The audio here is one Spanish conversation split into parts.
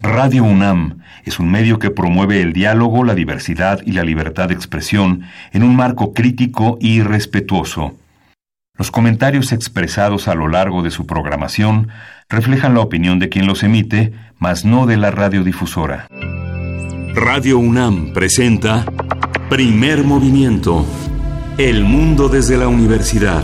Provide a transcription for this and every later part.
Radio UNAM es un medio que promueve el diálogo, la diversidad y la libertad de expresión en un marco crítico y respetuoso. Los comentarios expresados a lo largo de su programación reflejan la opinión de quien los emite, mas no de la radiodifusora. Radio UNAM presenta Primer Movimiento. El mundo desde la universidad.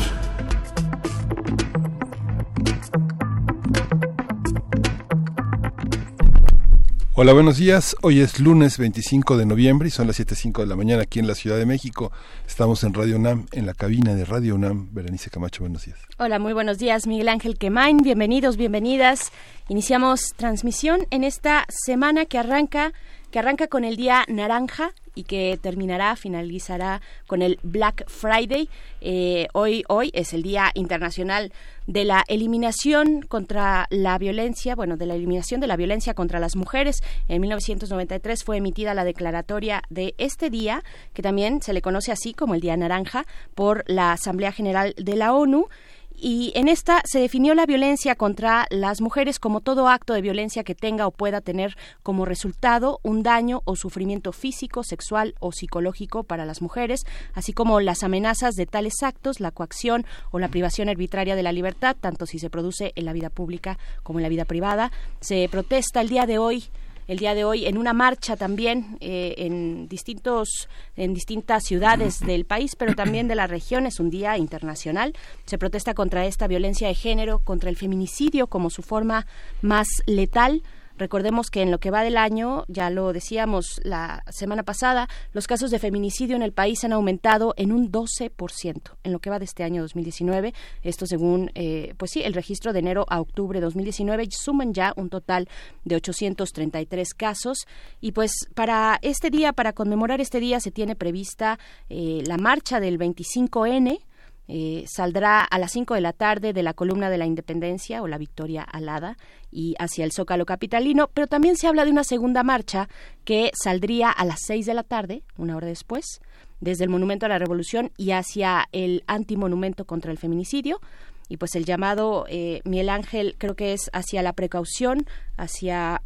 Hola, buenos días. Hoy es lunes 25 de noviembre y son las 7:05 de la mañana aquí en la Ciudad de México. Estamos en Radio UNAM, en la cabina de Radio UNAM. Berenice Camacho, buenos días. Hola, muy buenos días, Miguel Ángel Quemain. Bienvenidos, bienvenidas. Iniciamos transmisión en esta semana que arranca con el Día Naranja y que finalizará con el Black Friday. Hoy es el Día Internacional de la Eliminación contra la Violencia, de la eliminación de la violencia contra las mujeres. En 1993 fue emitida la declaratoria de este día, que también se le conoce así como el Día Naranja, por la Asamblea General de la ONU. Y en esta se definió la violencia contra las mujeres como todo acto de violencia que tenga o pueda tener como resultado un daño o sufrimiento físico, sexual o psicológico para las mujeres, así como las amenazas de tales actos, la coacción o la privación arbitraria de la libertad, tanto si se produce en la vida pública como en la vida privada. Se protesta el día de hoy en una marcha también en distintas ciudades del país, pero también de la región. Es un día internacional. Se protesta contra esta violencia de género, contra el feminicidio como su forma más letal. Recordemos que en lo que va del año, ya lo decíamos la semana pasada, los casos de feminicidio en el país han aumentado en un 12% en lo que va de este año 2019. Esto según, el registro de enero a octubre de 2019 suman ya un total de 833 casos. Y pues para conmemorar este día se tiene prevista la marcha del 25N. Saldrá a las 5 de la tarde de la Columna de la Independencia o la Victoria Alada y hacia el Zócalo capitalino, pero también se habla de una segunda marcha que saldría a las 6 de la tarde, una hora después, desde el Monumento a la Revolución y hacia el antimonumento contra el feminicidio. Y pues el llamado, Miguel Ángel, creo que es hacia la precaución, hacia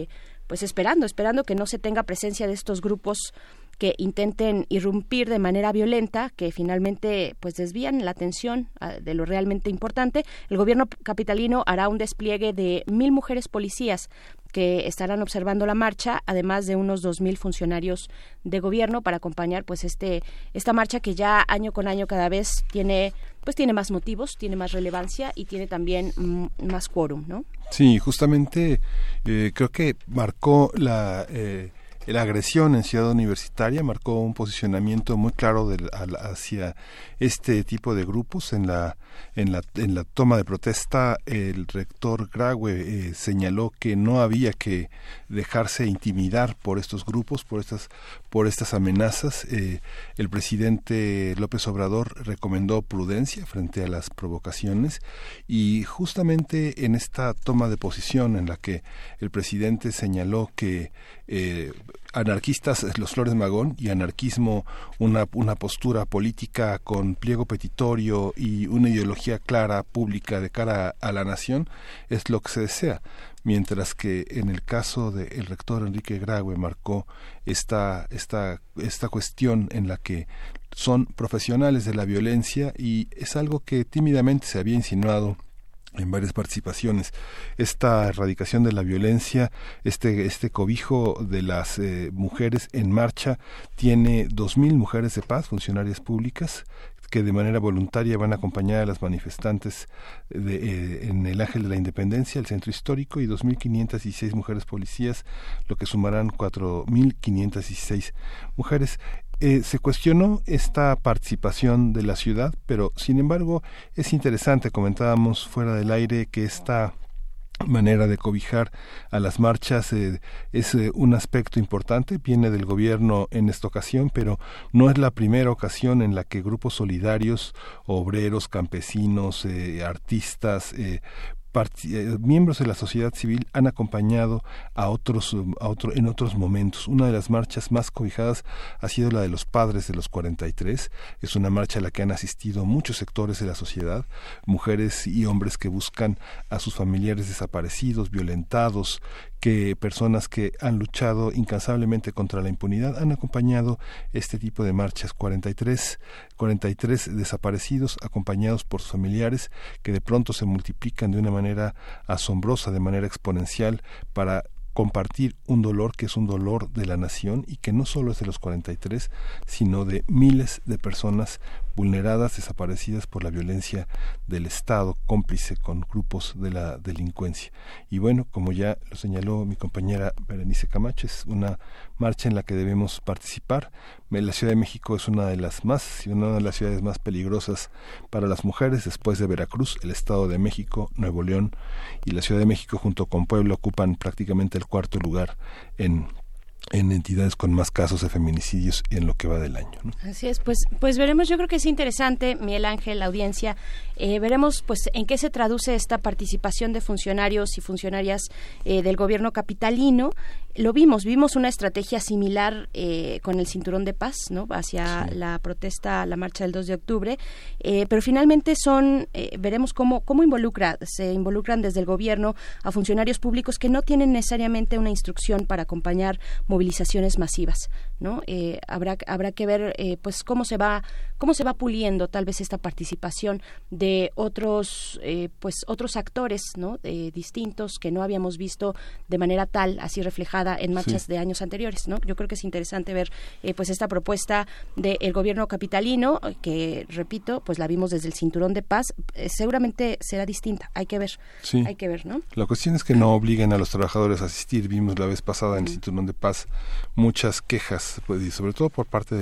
esperando que no se tenga presencia de estos grupos que intenten irrumpir de manera violenta, que finalmente desvían la atención de lo realmente importante. El gobierno capitalino hará un despliegue de 1,000 mujeres policías que estarán observando la marcha, además de unos 2,000 funcionarios de gobierno para acompañar esta marcha que ya año con año cada vez tiene más motivos, tiene más relevancia y tiene también más quórum, ¿no? Sí, justamente creo que marcó la agresión en Ciudad Universitaria, marcó un posicionamiento muy claro hacia este tipo de grupos. En la toma de protesta, el rector Graue señaló que no había que dejarse intimidar por estos grupos, por estas amenazas. El presidente López Obrador recomendó prudencia frente a las provocaciones, y justamente en esta toma de posición en la que el presidente señaló que anarquistas, los Flores Magón, y anarquismo, una postura política con pliego petitorio y una ideología clara, pública, de cara a la nación, es lo que se desea. Mientras que en el caso del rector Enrique Graue marcó esta cuestión en la que son profesionales de la violencia, y es algo que tímidamente se había insinuado en varias participaciones. Esta erradicación de la violencia, este cobijo de las mujeres en marcha, tiene 2,000 mujeres de paz, funcionarias públicas, que de manera voluntaria van a acompañar a las manifestantes en el Ángel de la Independencia, el centro histórico, y 2,516 mujeres policías, lo que sumarán 4,516 mujeres. Se cuestionó esta participación de la ciudad, pero sin embargo es interesante. Comentábamos fuera del aire que esta manera de cobijar a las marchas es un aspecto importante. Viene del gobierno en esta ocasión, pero no es la primera ocasión en la que grupos solidarios, obreros, campesinos, artistas, miembros de la sociedad civil han acompañado en otros momentos. Una de las marchas más cobijadas ha sido la de los padres de los 43. Es una marcha a la que han asistido muchos sectores de la sociedad, mujeres y hombres que buscan a sus familiares desaparecidos, violentados, que personas que han luchado incansablemente contra la impunidad han acompañado este tipo de marchas. 43 desaparecidos acompañados por sus familiares, que de pronto se multiplican de una manera asombrosa, de manera exponencial, para compartir un dolor que es un dolor de la nación y que no solo es de los 43, sino de miles de personas vulneradas, desaparecidas por la violencia del Estado, cómplice con grupos de la delincuencia. Y bueno, como ya lo señaló mi compañera Berenice Camacho, es una marcha en la que debemos participar. La Ciudad de México es una de las ciudades más peligrosas para las mujeres, después de Veracruz. El Estado de México, Nuevo León y la Ciudad de México junto con Puebla ocupan prácticamente el cuarto lugar en entidades con más casos de feminicidios en lo que va del año, ¿no? Así es, pues veremos. Yo creo que es interesante, Miguel Ángel, la audiencia, veremos pues en qué se traduce esta participación de funcionarios y funcionarias del gobierno capitalino. Vimos una estrategia similar con el Cinturón de Paz, ¿no? Hacia la protesta, la marcha del 2 de octubre, pero finalmente veremos cómo se involucran desde el gobierno a funcionarios públicos que no tienen necesariamente una instrucción para acompañar movilizaciones masivas, ¿no? Habrá que ver pues cómo se va puliendo tal vez esta participación de otros actores, ¿no? Distintos que no habíamos visto de manera tal, así reflejada en marchas de años anteriores, ¿no? Yo creo que es interesante ver pues esta propuesta del gobierno capitalino, que repito, pues la vimos desde el Cinturón de Paz, seguramente será distinta, hay que ver, ¿no? La cuestión es que no obliguen a los trabajadores a asistir. Vimos la vez pasada en el Cinturón de Paz muchas quejas, pues, y sobre todo por parte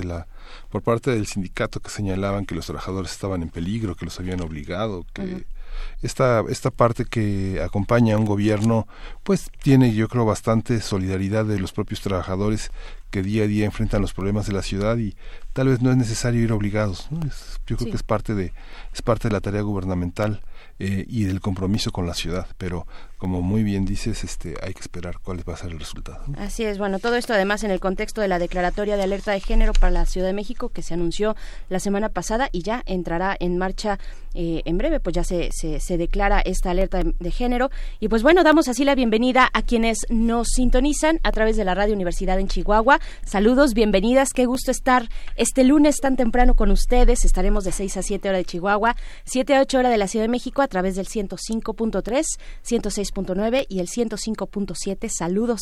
del sindicato, que señalaban que los trabajadores estaban en peligro, que los habían obligado, que esta parte que acompaña a un gobierno pues tiene, yo creo, bastante solidaridad de los propios trabajadores que día a día enfrentan los problemas de la ciudad, y tal vez no es necesario ir obligados, ¿no? Yo creo que es parte de la tarea gubernamental y del compromiso con la ciudad, pero como muy bien dices, hay que esperar cuál va a ser el resultado, ¿no? Así es. Bueno, todo esto además en el contexto de la declaratoria de alerta de género para la Ciudad de México, que se anunció la semana pasada y ya entrará en marcha en breve, pues ya se declara esta alerta de género. Y pues bueno, damos así la bienvenida a quienes nos sintonizan a través de la Radio Universidad en Chihuahua. Saludos, bienvenidas, qué gusto estar este lunes tan temprano con ustedes. Estaremos de 6 a 7 hora de Chihuahua, 7 a 8 hora de la Ciudad de México a través del 105.3, 106.9 y el 105.7. Saludos,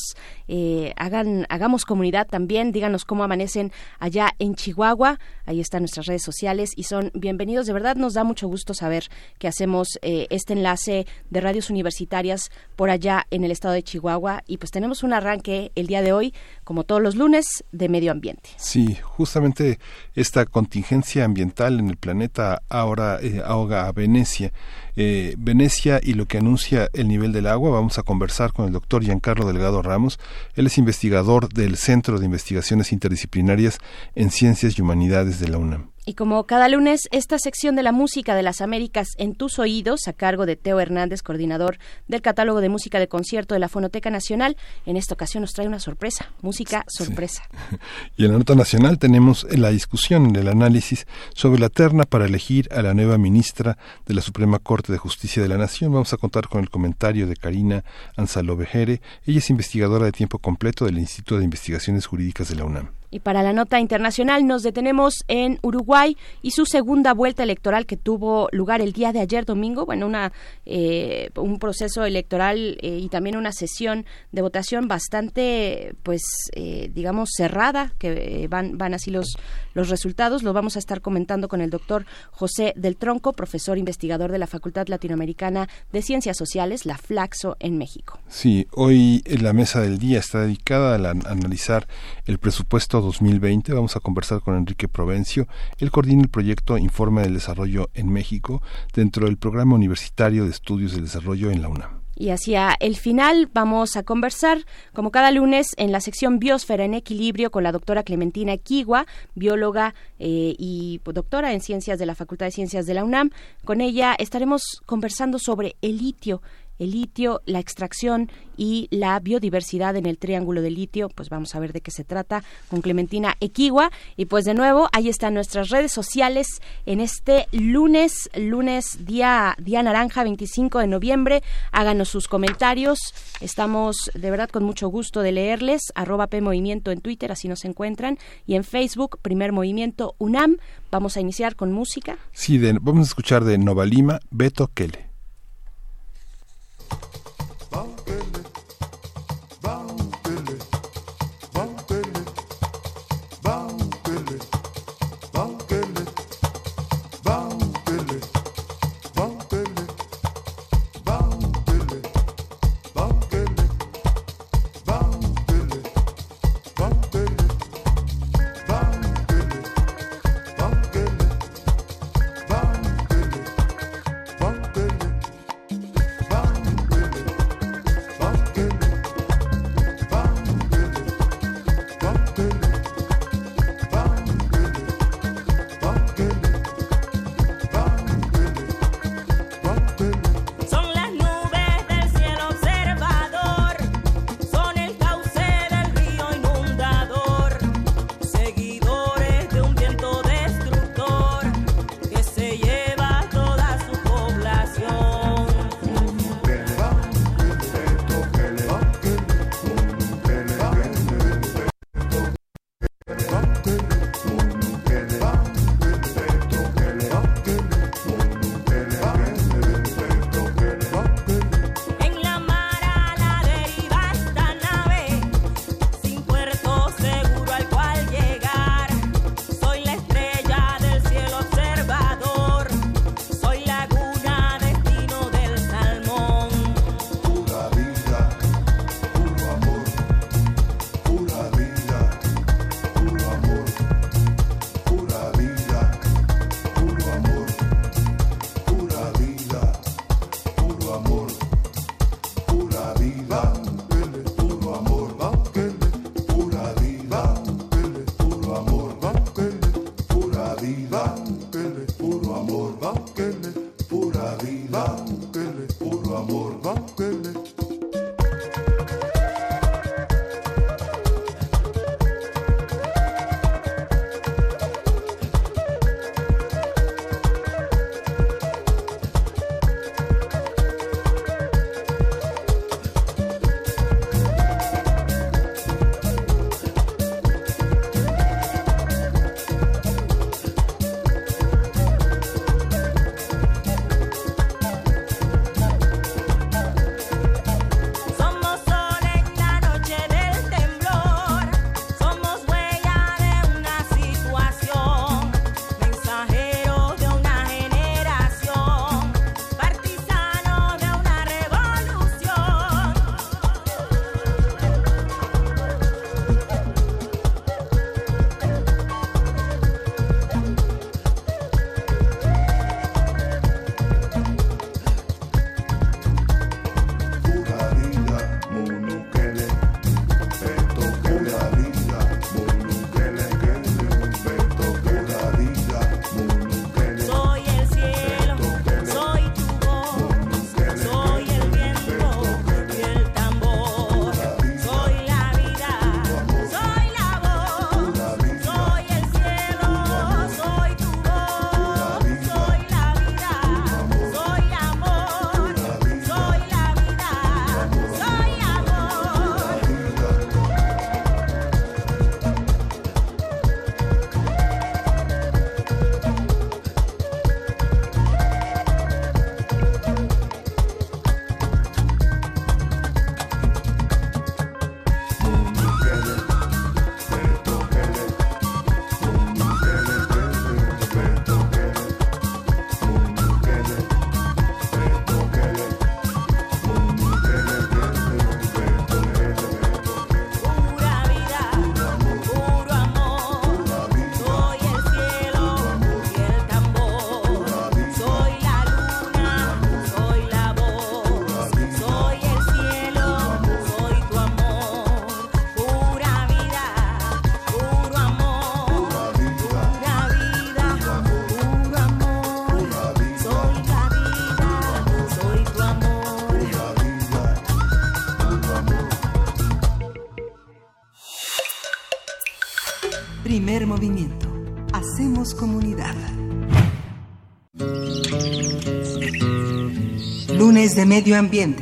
hagamos comunidad también, díganos cómo amanecen allá en Chihuahua. Ahí están nuestras redes sociales y son bienvenidos. De verdad nos da mucho gusto saber que hacemos este enlace de radios universitarias por allá en el estado de Chihuahua, y pues tenemos un arranque el día de hoy, como todos los lunes, de medio ambiente. Sí, justamente esta contingencia ambiental en el planeta ahora ahoga a Venecia. Venecia y lo que anuncia el nivel del agua. Vamos a conversar con el doctor Giancarlo Delgado Ramos. Él es investigador del Centro de Investigaciones Interdisciplinarias en Ciencias y Humanidades de la UNAM. Y como cada lunes, esta sección de la música de las Américas en tus oídos, a cargo de Teo Hernández, coordinador del catálogo de música de concierto de la Fonoteca Nacional. En esta ocasión nos trae una sorpresa, música sorpresa. Sí. Y en la nota nacional tenemos la discusión, el análisis sobre la terna para elegir a la nueva ministra de la Suprema Corte de Justicia de la Nación. Vamos a contar con el comentario de Karina Anzalovejere. Ella es investigadora de tiempo completo del Instituto de Investigaciones Jurídicas de la UNAM. Y para la nota internacional nos detenemos en Uruguay y su segunda vuelta electoral que tuvo lugar el día de ayer domingo. Bueno, un proceso electoral y también una sesión de votación bastante, pues, digamos, cerrada, que van así los resultados. Lo vamos a estar comentando con el doctor José del Tronco, profesor investigador de la Facultad Latinoamericana de Ciencias Sociales, la Flaxo, en México. Sí, hoy la mesa del día está dedicada a analizar el presupuesto 2020. Vamos a conversar con Enrique Provencio. Él coordina el proyecto Informe del Desarrollo en México dentro del Programa Universitario de Estudios del Desarrollo en la UNAM. Y hacia el final vamos a conversar, como cada lunes, en la sección Biosfera en Equilibrio con la doctora Clementina Equigua, bióloga y doctora en Ciencias de la Facultad de Ciencias de la UNAM. Con ella estaremos conversando sobre el litio. el litio, la extracción y la biodiversidad en el Triángulo del Litio. Pues vamos a ver de qué se trata con Clementina Equigua. Y pues de nuevo, ahí están nuestras redes sociales en este lunes día naranja, 25 de noviembre. Háganos sus comentarios. Estamos de verdad con mucho gusto de leerles. @PMovimiento en Twitter, así nos encuentran. Y en Facebook, Primer Movimiento UNAM. Vamos a iniciar con música. Sí, vamos a escuchar de Nova Lima, Beto Kele. Bang, Primer movimiento. Hacemos comunidad. Lunes de Medio Ambiente.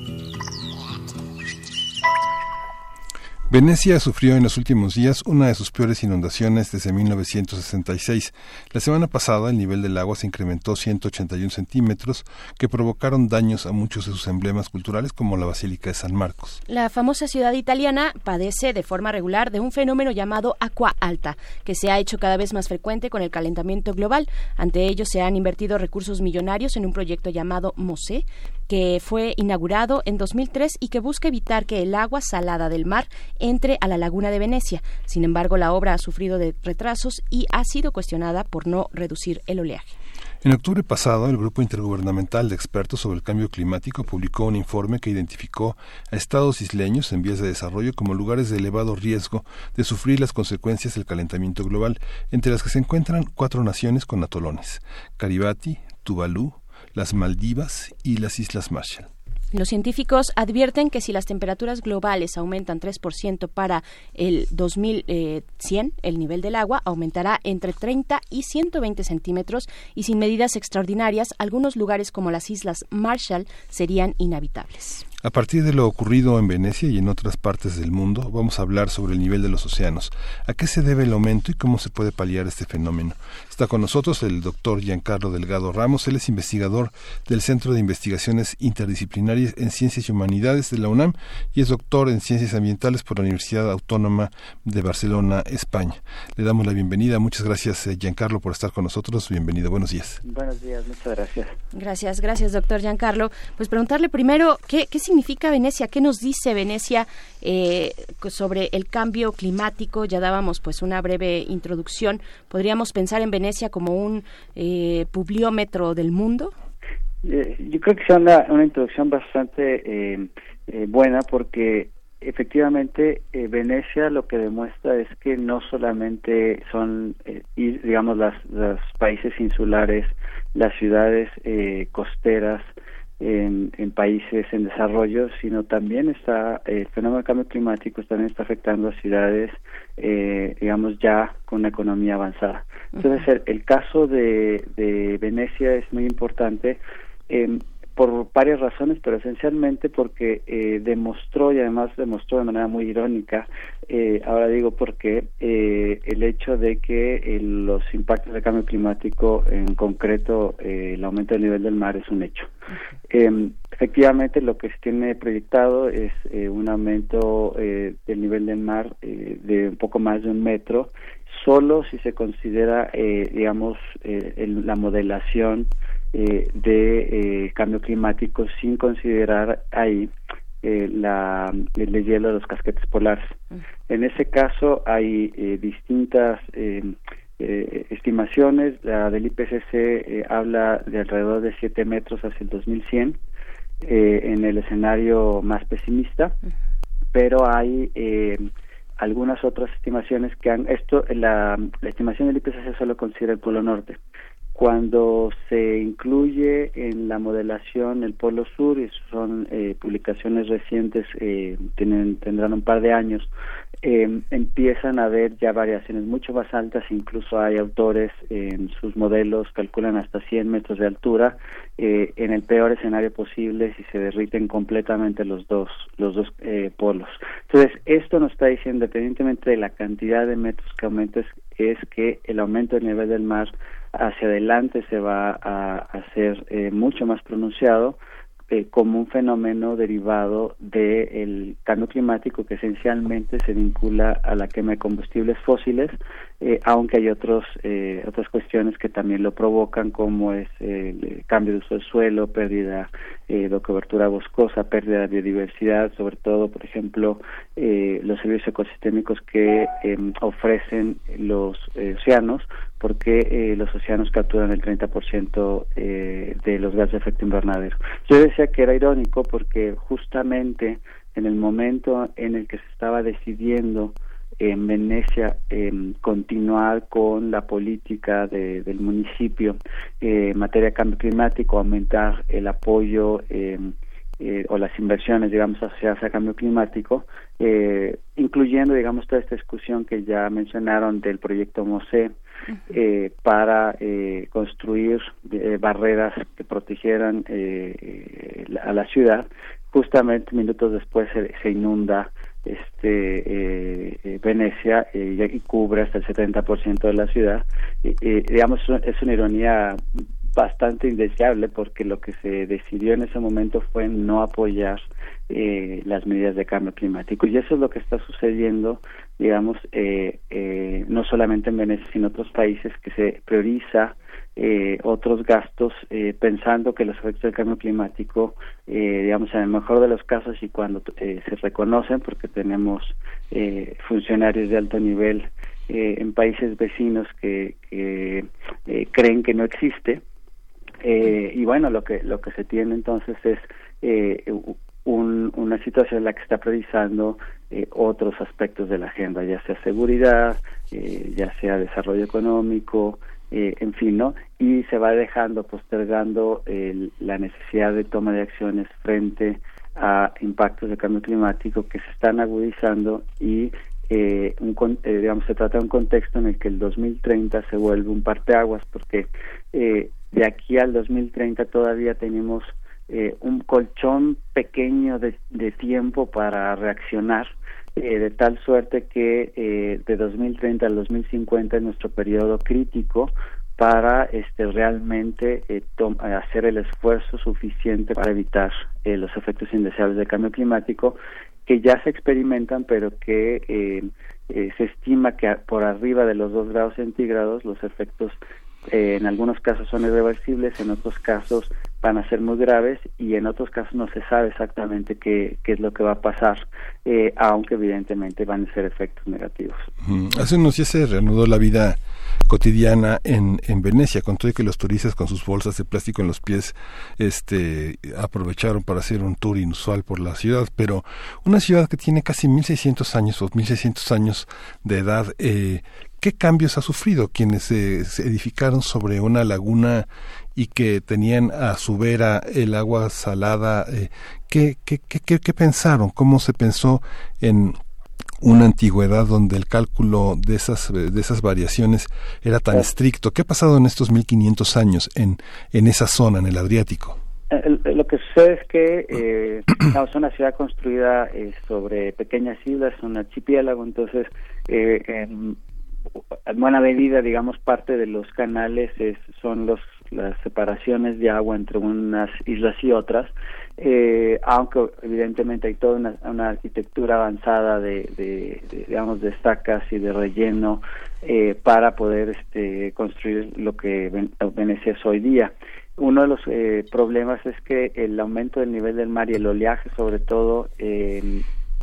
Venecia sufrió en los últimos días una de sus peores inundaciones desde 1966. La semana pasada el nivel del agua se incrementó 181 centímetros, que provocaron daños a muchos de sus emblemas culturales, como la Basílica de San Marcos. La famosa ciudad italiana padece de forma regular de un fenómeno llamado acqua alta, que se ha hecho cada vez más frecuente con el calentamiento global. Ante ello se han invertido recursos millonarios en un proyecto llamado MOSE, que fue inaugurado en 2003 y que busca evitar que el agua salada del mar entre a la laguna de Venecia. Sin embargo, la obra ha sufrido de retrasos y ha sido cuestionada por no reducir el oleaje. En octubre pasado, el Grupo Intergubernamental de Expertos sobre el Cambio Climático publicó un informe que identificó a estados isleños en vías de desarrollo como lugares de elevado riesgo de sufrir las consecuencias del calentamiento global, entre las que se encuentran 4 naciones con atolones: Kiribati, Tuvalu, las Maldivas y las Islas Marshall. Los científicos advierten que si las temperaturas globales aumentan 3% para el 2100, el nivel del agua aumentará entre 30 y 120 centímetros y sin medidas extraordinarias, algunos lugares como las Islas Marshall serían inhabitables. A partir de lo ocurrido en Venecia y en otras partes del mundo, vamos a hablar sobre el nivel de los océanos. ¿A qué se debe el aumento y cómo se puede paliar este fenómeno? Está con nosotros el doctor Giancarlo Delgado Ramos. Él es investigador del Centro de Investigaciones Interdisciplinarias en Ciencias y Humanidades de la UNAM y es doctor en Ciencias Ambientales por la Universidad Autónoma de Barcelona, España. Le damos la bienvenida. Muchas gracias, Giancarlo, por estar con nosotros. Bienvenido. Buenos días. Buenos días. Muchas gracias. Gracias, doctor Giancarlo. Pues preguntarle primero, ¿qué significa Venecia? ¿Qué nos dice Venecia sobre el cambio climático? Ya dábamos pues una breve introducción. ¿Podríamos pensar en Venecia como un pluviómetro del mundo? Yo creo que es una introducción bastante buena, porque efectivamente Venecia lo que demuestra es que no solamente son, digamos, los países insulares, las ciudades costeras, en países en desarrollo, sino también el fenómeno del cambio climático también está afectando a ciudades, digamos, ya con una economía avanzada. Entonces, el caso de Venecia es muy importante por varias razones, pero esencialmente porque demostró, y además demostró de manera muy irónica, ahora digo porque el hecho de que los impactos del cambio climático, en concreto el aumento del nivel del mar, es un hecho. Efectivamente, lo que se tiene proyectado es un aumento del nivel del mar de un poco más de 1 metro, solo si se considera, digamos, la modelación de cambio climático, sin considerar ahí el deshielo de los casquetes polares. En ese caso hay distintas estimaciones. La del IPCC habla de alrededor de 7 metros hacia el 2100 en el escenario más pesimista, pero hay algunas otras estimaciones que la estimación del IPCC solo considera el Polo Norte. Cuando se incluye en la modelación el Polo Sur, y son publicaciones recientes, tendrán un par de años, empiezan a haber ya variaciones mucho más altas. Incluso hay autores en sus modelos calculan hasta 100 metros de altura, en el peor escenario posible, si se derriten completamente los dos polos. Entonces, esto nos está diciendo, independientemente de la cantidad de metros que aumenta, es que el aumento del nivel del mar hacia adelante se va a hacer mucho más pronunciado, como un fenómeno derivado del cambio climático, que esencialmente se vincula a la quema de combustibles fósiles, aunque hay otras cuestiones que también lo provocan, como es el cambio de uso del suelo, pérdida de cobertura boscosa, pérdida de biodiversidad, sobre todo, por ejemplo, los servicios ecosistémicos que ofrecen los océanos, porque los océanos capturan el 30% de los gases de efecto invernadero. Yo decía que era irónico porque justamente en el momento en el que se estaba decidiendo en Venecia continuar con la política del municipio en materia de cambio climático, aumentar el apoyo o las inversiones, digamos, asociadas al cambio climático, incluyendo, digamos, toda esta discusión que ya mencionaron del proyecto MOSE, para construir barreras que protegieran a la ciudad. Justamente minutos después se inunda Venecia y cubre hasta el 70% de la ciudad. Digamos, es una ironía bastante indeseable, porque lo que se decidió en ese momento fue no apoyar las medidas de cambio climático, y eso es lo que está sucediendo, digamos, no solamente en Venecia, sino en otros países, que se prioriza otros gastos pensando que los efectos del cambio climático, digamos, en el mejor de los casos, y cuando se reconocen, porque tenemos funcionarios de alto nivel en países vecinos que creen que no existe, y bueno, lo que se tiene entonces es una situación en la que está priorizando otros aspectos de la agenda, ya sea seguridad, ya sea desarrollo económico, en fin, ¿no? Y se va postergando la necesidad de toma de acciones frente a impactos de cambio climático que se están agudizando, y digamos, se trata de un contexto en el que el 2030 se vuelve un parteaguas, porque de aquí al 2030 todavía tenemos un colchón pequeño de tiempo para reaccionar, de tal suerte que de 2030 al 2050 es nuestro periodo crítico para realmente hacer el esfuerzo suficiente para evitar los efectos indeseables del cambio climático, que ya se experimentan, pero que se estima que por arriba de los 2 grados centígrados los efectos en algunos casos son irreversibles, en otros casos van a ser muy graves, y en otros casos no se sabe exactamente qué es lo que va a pasar, aunque evidentemente van a ser efectos negativos. Hace unos días se reanudó la vida cotidiana en Venecia, con todo y que los turistas con sus bolsas de plástico en los pies aprovecharon para hacer un tour inusual por la ciudad, pero una ciudad que tiene casi 1.600 años o 1.600 años de edad, ¿qué cambios ha sufrido? Quienes se edificaron sobre una laguna y que tenían a su vera el agua salada, ¿qué pensaron? ¿Cómo se pensó en una antigüedad donde el cálculo de esas variaciones era tan estricto? ¿Qué ha pasado en estos 1.500 años en esa zona, en el Adriático? Lo que sucede es que es una ciudad construida sobre pequeñas islas, un archipiélago, entonces en buena medida, digamos, parte de los canales son las separaciones de agua entre unas islas y otras, aunque evidentemente hay toda una arquitectura avanzada de digamos, de estacas y de relleno para poder construir lo que Venecia es hoy día. Uno de los problemas es que el aumento del nivel del mar y el oleaje, sobre todo en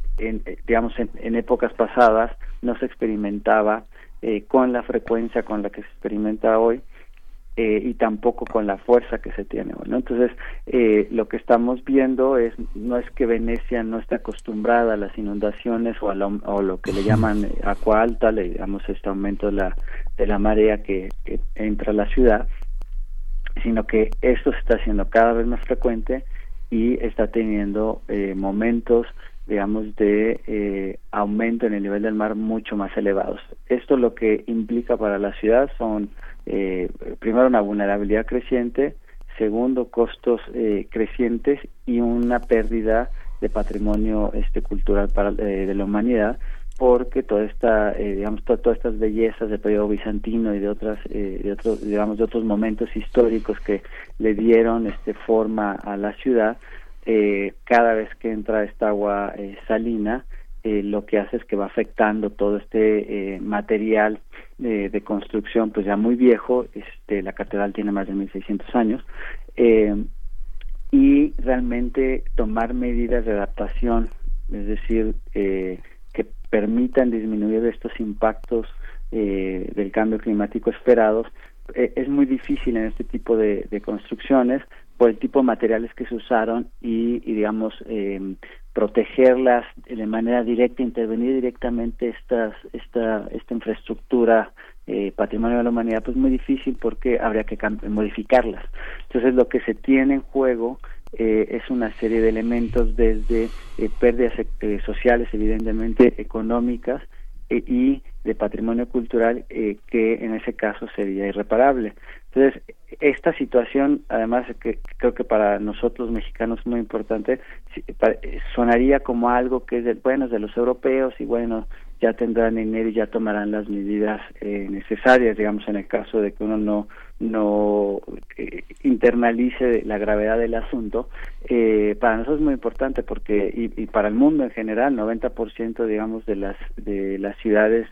épocas pasadas, no se experimentaba con la frecuencia con la que se experimenta hoy, y tampoco con la fuerza que se tiene hoy, ¿no? Entonces, lo que estamos viendo no es que Venecia no esté acostumbrada a las inundaciones o lo que le llaman agua alta, le llamamos aumento de la marea que entra a la ciudad, sino que esto se está haciendo cada vez más frecuente y está teniendo momentos, digamos, de aumento en el nivel del mar mucho más elevados. Esto lo que implica para la ciudad son, primero, una vulnerabilidad creciente, segundo, costos crecientes y una pérdida de patrimonio cultural de la humanidad, porque todas estas bellezas del periodo bizantino y de otros momentos históricos que le dieron forma a la ciudad, cada vez que entra esta agua salina, lo que hace es que va afectando todo material de construcción, pues ya muy viejo. La catedral tiene más de 1.600 años, y realmente tomar medidas de adaptación, es decir, que permitan disminuir estos impactos del cambio climático esperados, es muy difícil en este tipo de construcciones por el tipo de materiales que se usaron y digamos, protegerlas de manera directa, intervenir directamente esta infraestructura patrimonio de la humanidad, pues muy difícil, porque habría que modificarlas. Entonces, lo que se tiene en juego es una serie de elementos desde pérdidas sociales, evidentemente económicas, y de patrimonio cultural, que en ese caso sería irreparable. Entonces, esta situación, además, que creo que para nosotros mexicanos es muy importante, sonaría como algo que es de los europeos, y bueno, ya tendrán dinero y ya tomarán las medidas necesarias, digamos, en el caso de que uno no internalice la gravedad del asunto. Para nosotros es muy importante porque, y para el mundo en general, 90% digamos de las ciudades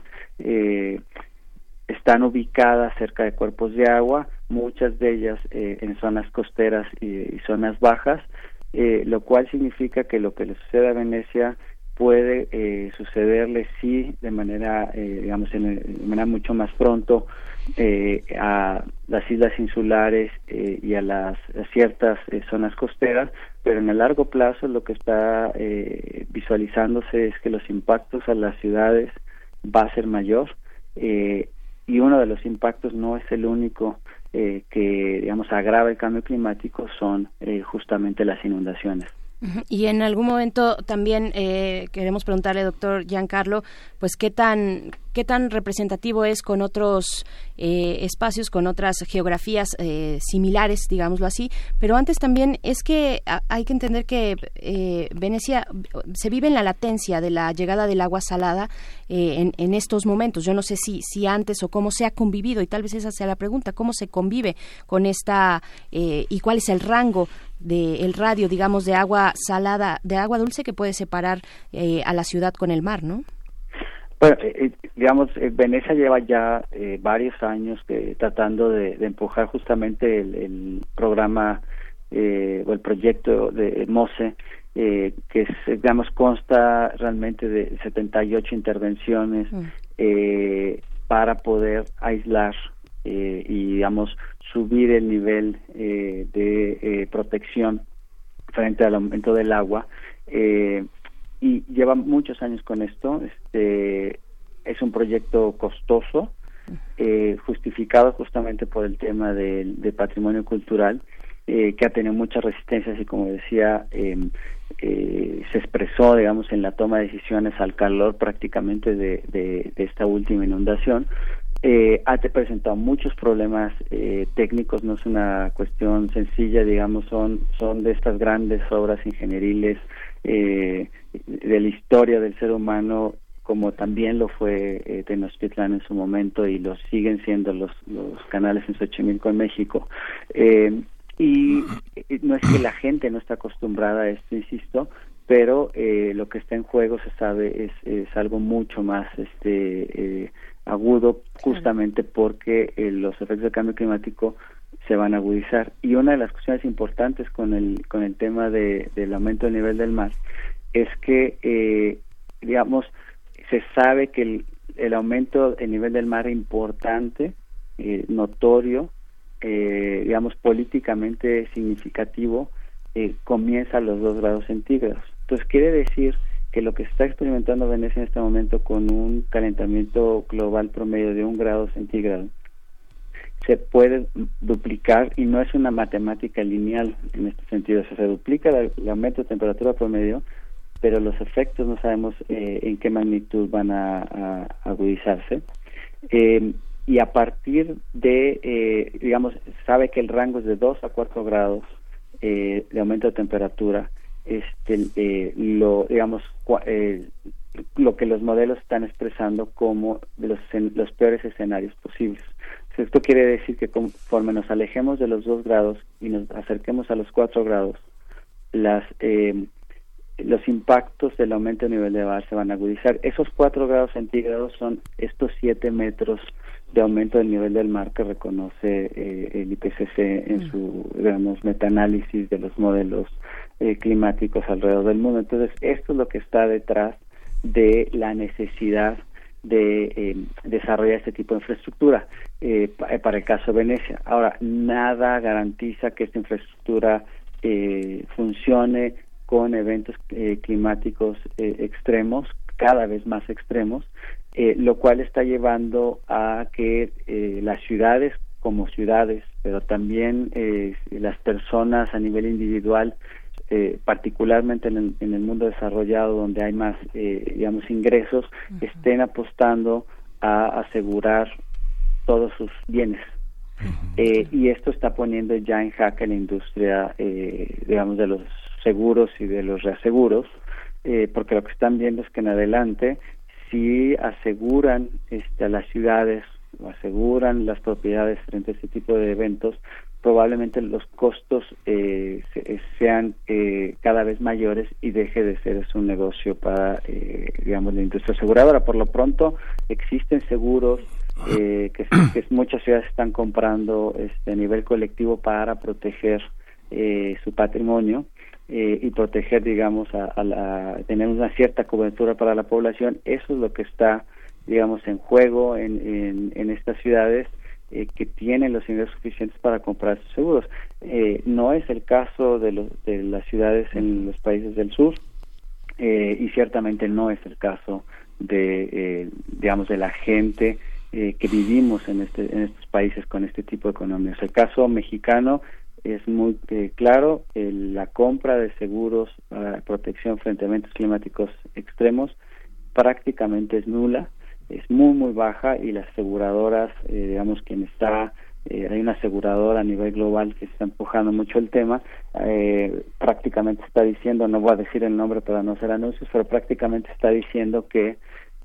están ubicadas cerca de cuerpos de agua, muchas de ellas en zonas costeras y zonas bajas, lo cual significa que lo que le sucede a Venecia puede sucederle de manera mucho más pronto a las islas insulares y a ciertas zonas costeras, pero en el largo plazo lo que está visualizándose es que los impactos a las ciudades va a ser mayor, y uno de los impactos, no es el único, que digamos agrava el cambio climático, son justamente las inundaciones. Y en algún momento también queremos preguntarle, doctor Giancarlo, pues qué tan representativo es con otros espacios, con otras geografías similares, digámoslo así. Pero antes también es que hay que entender que Venecia se vive en la latencia de la llegada del agua salada en estos momentos. Yo no sé si antes o cómo se ha convivido, y tal vez esa sea la pregunta, cómo se convive con esta y cuál es el rango el radio, digamos, de agua salada, de agua dulce, que puede separar a la ciudad con el mar, ¿no? Bueno, digamos, Venecia lleva ya varios años tratando de empujar justamente el programa o el proyecto de MOSE, que digamos consta realmente de 78 intervenciones para poder aislar y digamos subir el nivel de protección frente al aumento del agua, y lleva muchos años con esto. Es un proyecto costoso, justificado justamente por el tema de patrimonio cultural, que ha tenido muchas resistencias, y como decía, se expresó, digamos, en la toma de decisiones al calor prácticamente de esta última inundación. Ha presentado muchos problemas técnicos, no es una cuestión sencilla, digamos, son de estas grandes obras ingenieriles de la historia del ser humano, como también lo fue Tenochtitlán en su momento, y lo siguen siendo los canales en Xochimilco en México. Y no es que la gente no está acostumbrada a esto, insisto, pero lo que está en juego, se sabe, es algo mucho más agudo, justamente porque los efectos del cambio climático se van a agudizar. Y una de las cuestiones importantes con el tema del aumento del nivel del mar es que digamos, se sabe que el aumento del nivel del mar importante, notorio, digamos políticamente significativo, comienza a los 2 grados centígrados. Entonces quiere decir que lo que está experimentando Venecia en este momento, con un calentamiento global promedio de 1 grado centígrado, se puede duplicar, y no es una matemática lineal en este sentido. O sea, se duplica el aumento de temperatura promedio, pero los efectos no sabemos en qué magnitud van a agudizarse. Y a partir de, digamos, sabe que el rango es de 2 a 4 grados de aumento de temperatura. Lo que los modelos están expresando como de los peores escenarios posibles. Esto quiere decir que conforme nos alejemos de los 2 grados y nos acerquemos a los 4 grados, los impactos del aumento del nivel del mar se van a agudizar. Esos 4 grados centígrados son estos 7 metros de aumento del nivel del mar que reconoce el IPCC en su, digamos, metaanálisis de los modelos climáticos alrededor del mundo. Entonces, esto es lo que está detrás de la necesidad de desarrollar este tipo de infraestructura para el caso de Venecia. Ahora, nada garantiza que esta infraestructura funcione con eventos climáticos extremos, cada vez más extremos, lo cual está llevando a que las ciudades como ciudades, pero también las personas a nivel individual, particularmente en el mundo desarrollado, donde hay más, ingresos, estén apostando a asegurar todos sus bienes. Y esto está poniendo ya en jaque la industria, de los seguros y de los reaseguros, porque lo que están viendo es que en adelante, si aseguran a las ciudades o aseguran las propiedades frente a este tipo de eventos, probablemente los costos sean cada vez mayores y deje de ser un negocio para, la industria aseguradora. Por lo pronto, existen seguros que muchas ciudades están comprando a nivel colectivo para proteger su patrimonio y proteger, tener una cierta cobertura para la población. Eso es lo que está, en juego en estas ciudades que tienen los ingresos suficientes para comprar sus seguros. No es el caso de las ciudades en los países del sur, y ciertamente no es el caso de la gente que vivimos en estos países con este tipo de economías. El caso mexicano es muy claro. La compra de seguros para protección frente a eventos climáticos extremos prácticamente es nula, es muy baja, y las aseguradoras, hay una aseguradora a nivel global que está empujando mucho el tema, prácticamente está diciendo, no voy a decir el nombre para no hacer anuncios, pero prácticamente está diciendo que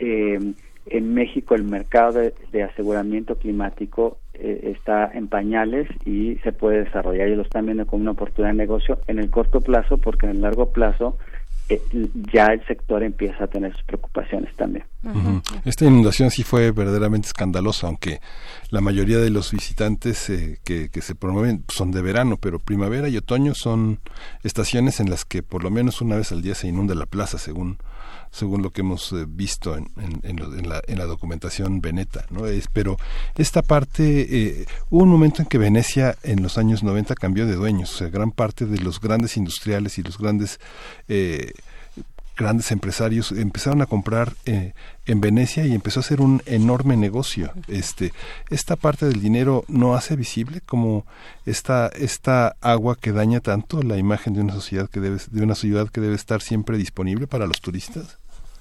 en México el mercado de aseguramiento climático está en pañales y se puede desarrollar, y lo están viendo como una oportunidad de negocio en el corto plazo, porque en el largo plazo ya el sector empieza a tener sus preocupaciones también. Esta inundación sí fue verdaderamente escandalosa, aunque la mayoría de los visitantes que se promueven son de verano, pero primavera y otoño son estaciones en las que por lo menos una vez al día se inunda la plaza, según lo que hemos visto en la documentación veneta, ¿no? Pero esta parte, hubo un momento en que Venecia en los años 90 cambió de dueños. O sea, gran parte de los grandes industriales y los grandes empresarios empezaron a comprar en Venecia, y empezó a ser un enorme negocio. Esta parte del dinero no hace visible como esta agua que daña tanto la imagen de una sociedad que debe estar siempre disponible para los turistas.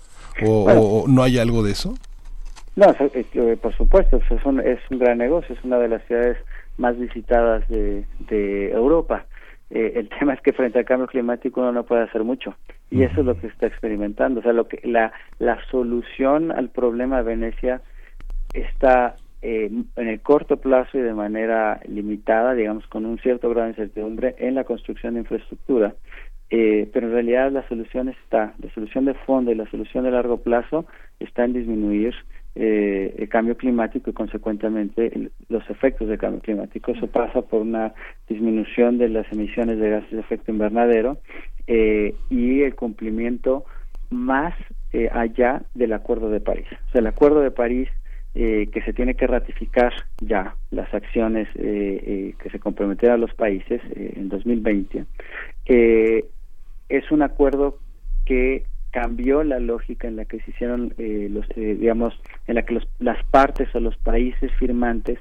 ¿O no hay algo de eso? No, por supuesto, es un gran negocio, es una de las ciudades más visitadas de Europa. El tema es que frente al cambio climático uno no puede hacer mucho, y eso es lo que se está experimentando. O sea, la solución al problema de Venecia está en el corto plazo y de manera limitada, con un cierto grado de incertidumbre en la construcción de infraestructura, pero en realidad la solución de fondo y la solución de largo plazo está en disminuir el cambio climático y consecuentemente los efectos del cambio climático. Eso pasa por una disminución de las emisiones de gases de efecto invernadero y el cumplimiento más allá del Acuerdo de París. O sea, el Acuerdo de París, que se tiene que ratificar ya las acciones que se comprometieron a los países en 2020, es un acuerdo que cambió la lógica en la que se hicieron en la que las partes o los países firmantes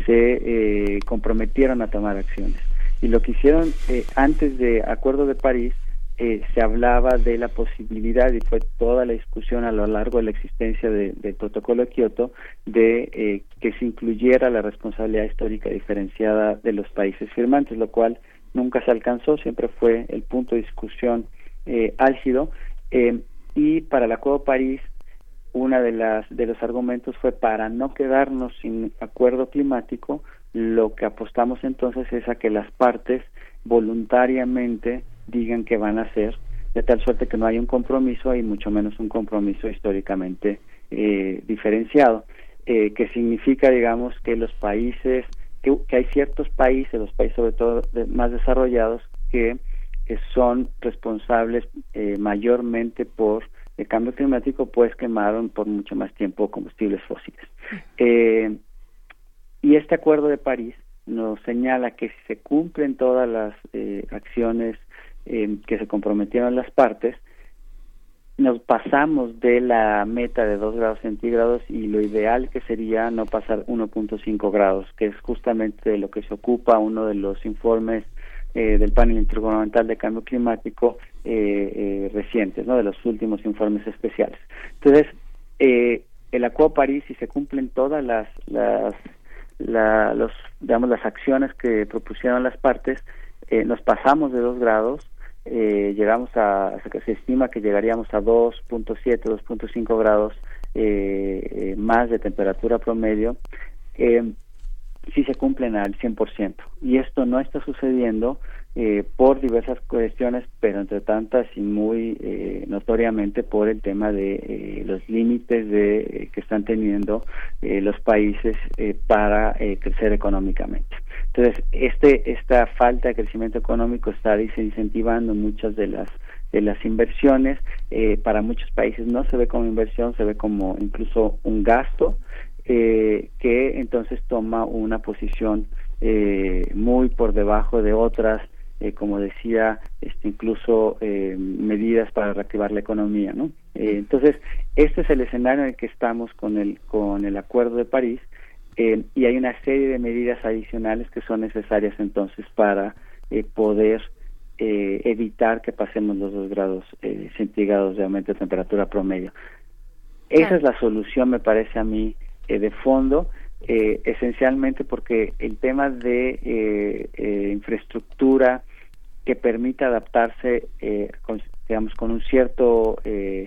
se comprometieron a tomar acciones. Y lo que hicieron antes de Acuerdo de París, se hablaba de la posibilidad, y fue toda la discusión a lo largo de la existencia del Protocolo de Kioto, de que se incluyera la responsabilidad histórica diferenciada de los países firmantes, lo cual nunca se alcanzó, siempre fue el punto de discusión álgido. Y para el Acuerdo de París, una de los argumentos fue, para no quedarnos sin acuerdo climático, lo que apostamos entonces es a que las partes voluntariamente digan qué van a hacer, de tal suerte que no haya un compromiso, y mucho menos un compromiso históricamente diferenciado, que significa, que los países, que hay ciertos países, los países sobre todo más desarrollados, que son responsables mayormente por el cambio climático, pues quemaron por mucho más tiempo combustibles fósiles. Y este Acuerdo de París nos señala que si se cumplen todas las acciones que se comprometieron las partes, nos pasamos de la meta de 2 grados centígrados y lo ideal que sería no pasar 1.5 grados, que es justamente de lo que se ocupa uno de los informes del panel intergubernamental de cambio climático recientes, ¿no? De los últimos informes especiales. Entonces, el Acuerdo de París, si se cumplen todas las acciones que propusieron las partes, nos pasamos de 2 grados, llegamos se estima que llegaríamos a 2.7, 2.5 grados más de temperatura promedio, si se cumplen al 100%. Y esto no está sucediendo por diversas cuestiones, pero entre tantas y muy notoriamente por el tema de los límites que están teniendo los países para crecer económicamente. Entonces, esta falta de crecimiento económico está desincentivando muchas de las inversiones. Para muchos países no se ve como inversión, se ve como incluso un gasto, que entonces toma una posición muy por debajo de otras, como decía, incluso medidas para reactivar la economía, ¿no? Entonces, este es el escenario en el que estamos con el Acuerdo de París, y hay una serie de medidas adicionales que son necesarias entonces para poder evitar que pasemos los 2 grados centígrados de aumento de temperatura promedio. Esa es la solución, me parece a mí, de fondo, esencialmente porque el tema de infraestructura que permita adaptarse con un cierto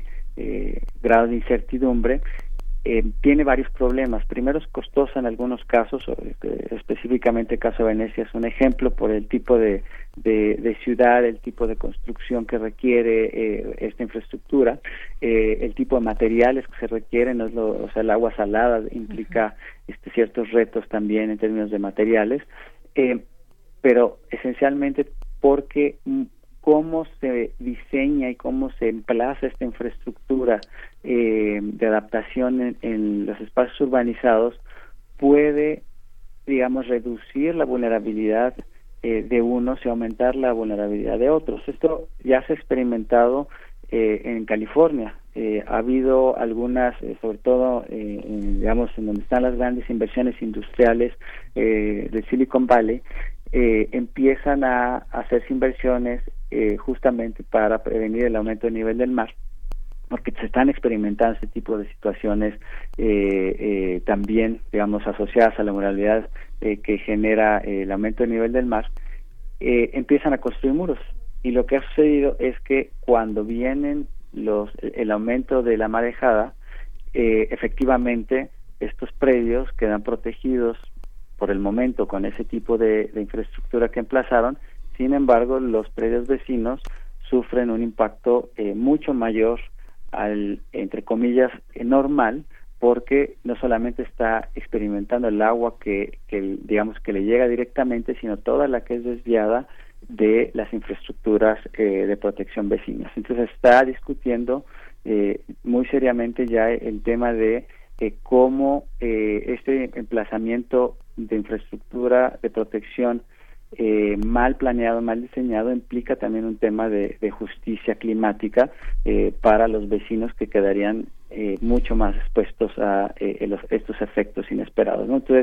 grado de incertidumbre tiene varios problemas. Primero, es costosa en algunos casos, específicamente el caso de Venecia es un ejemplo por el tipo de ciudad, el tipo de construcción que requiere esta infraestructura, el tipo de materiales que se requieren, el agua salada implica ciertos retos también en términos de materiales, pero esencialmente porque cómo se diseña y cómo se emplaza esta infraestructura de adaptación en los espacios urbanizados puede, digamos, reducir la vulnerabilidad de unos y aumentar la vulnerabilidad de otros. Esto ya se ha experimentado en California. Ha habido algunas, sobre todo, digamos, en donde están las grandes inversiones industriales de Silicon Valley, empiezan a hacerse inversiones justamente para prevenir el aumento del nivel del mar, porque se están experimentando este tipo de situaciones también, digamos, asociadas a la vulnerabilidad que genera el aumento del nivel del mar. Empiezan a construir muros, y lo que ha sucedido es que cuando vienen el aumento de la marejada, efectivamente estos predios quedan protegidos por el momento con ese tipo de infraestructura que emplazaron. Sin embargo, los predios vecinos sufren un impacto mucho mayor al, entre comillas, normal, porque no solamente está experimentando el agua que digamos que le llega directamente, sino toda la que es desviada de las infraestructuras de protección vecinas. Entonces está discutiendo muy seriamente ya el tema de cómo este emplazamiento de infraestructura de protección mal planeado, mal diseñado, implica también un tema de justicia climática para los vecinos que quedarían mucho más expuestos a estos efectos inesperados, ¿no? Entonces,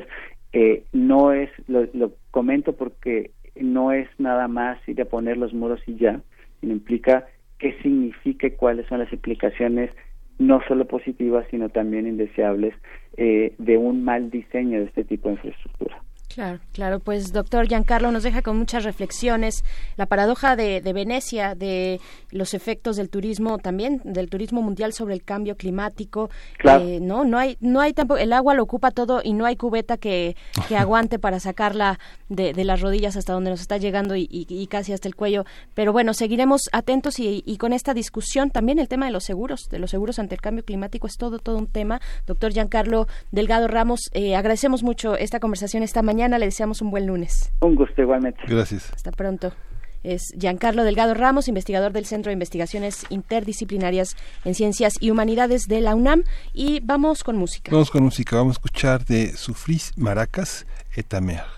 no es, lo comento porque no es nada más ir a poner los muros y ya, sino implica qué significa y cuáles son las implicaciones no solo positivas, sino también indeseables de un mal diseño de este tipo de infraestructura. Claro, pues doctor Giancarlo nos deja con muchas reflexiones, la paradoja de Venecia, de los efectos del turismo también, del turismo mundial sobre el cambio climático. Claro. No hay tampoco, el agua lo ocupa todo y no hay cubeta que aguante para sacarla de las rodillas hasta donde nos está llegando y casi hasta el cuello. Pero bueno, seguiremos atentos y con esta discusión también el tema de los seguros ante el cambio climático es todo un tema. Doctor Giancarlo Delgado Ramos, agradecemos mucho esta conversación esta mañana. Le deseamos un buen lunes. Un gusto igualmente. Gracias. Hasta pronto. Es Giancarlo Delgado Ramos, investigador del Centro de Investigaciones Interdisciplinarias en Ciencias y Humanidades de la UNAM. Y vamos con música. Vamos a escuchar de Sufris Maracas et ta mère.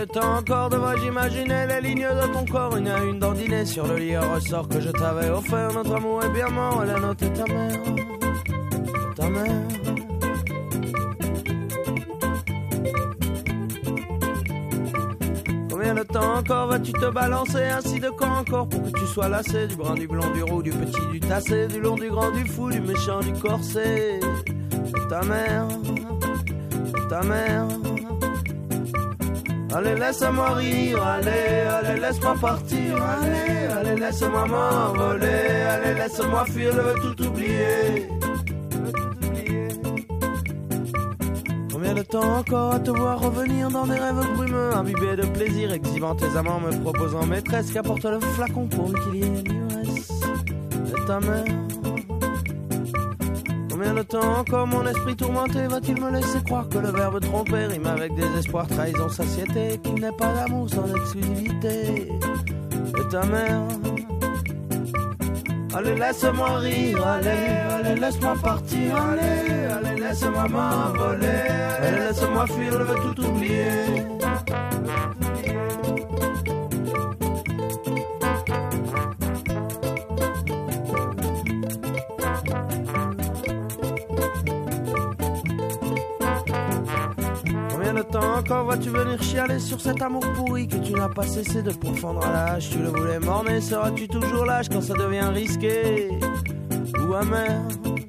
temps encore devrais-je imaginer les lignes de ton corps une à une dandiner sur le lit au ressort que je t'avais offert. Notre amour est bien mort et la note est ta mère. Ta mère. Combien de temps encore vas-tu te balancer ainsi de quand encore pour que tu sois lassé du brun, du blond, du roux, du petit, du tassé, du long, du grand, du fou, du méchant, du corset. Ta mère, ta mère. Allez, laisse-moi rire, allez, allez, laisse-moi partir, allez, allez, laisse-moi m'envoler, allez, laisse-moi fuir, je veux tout oublier. Combien de temps encore à te voir revenir dans des rêves brumeux, imbibés de plaisir, exhibant tes amants, me proposant maîtresse, qu'apporte le flacon pour qu'il y ait l'ivresse de ta mère. Combien de temps encore mon esprit tourmenté va-t-il me laisser croire que le verbe tromper rime avec désespoir, trahison, satiété, qu'il n'est pas d'amour sans exclusivité de ta mère. Allez, laisse-moi rire, allez, allez, laisse-moi partir, allez, allez, laisse-moi m'envoler, allez, laisse-moi fuir, je veux tout oublier. Encore vas-tu venir chialer sur cet amour pourri que tu n'as pas cessé de pourfendre à l'âge. Tu le voulais morner, seras-tu toujours lâche quand ça devient risqué ou amer?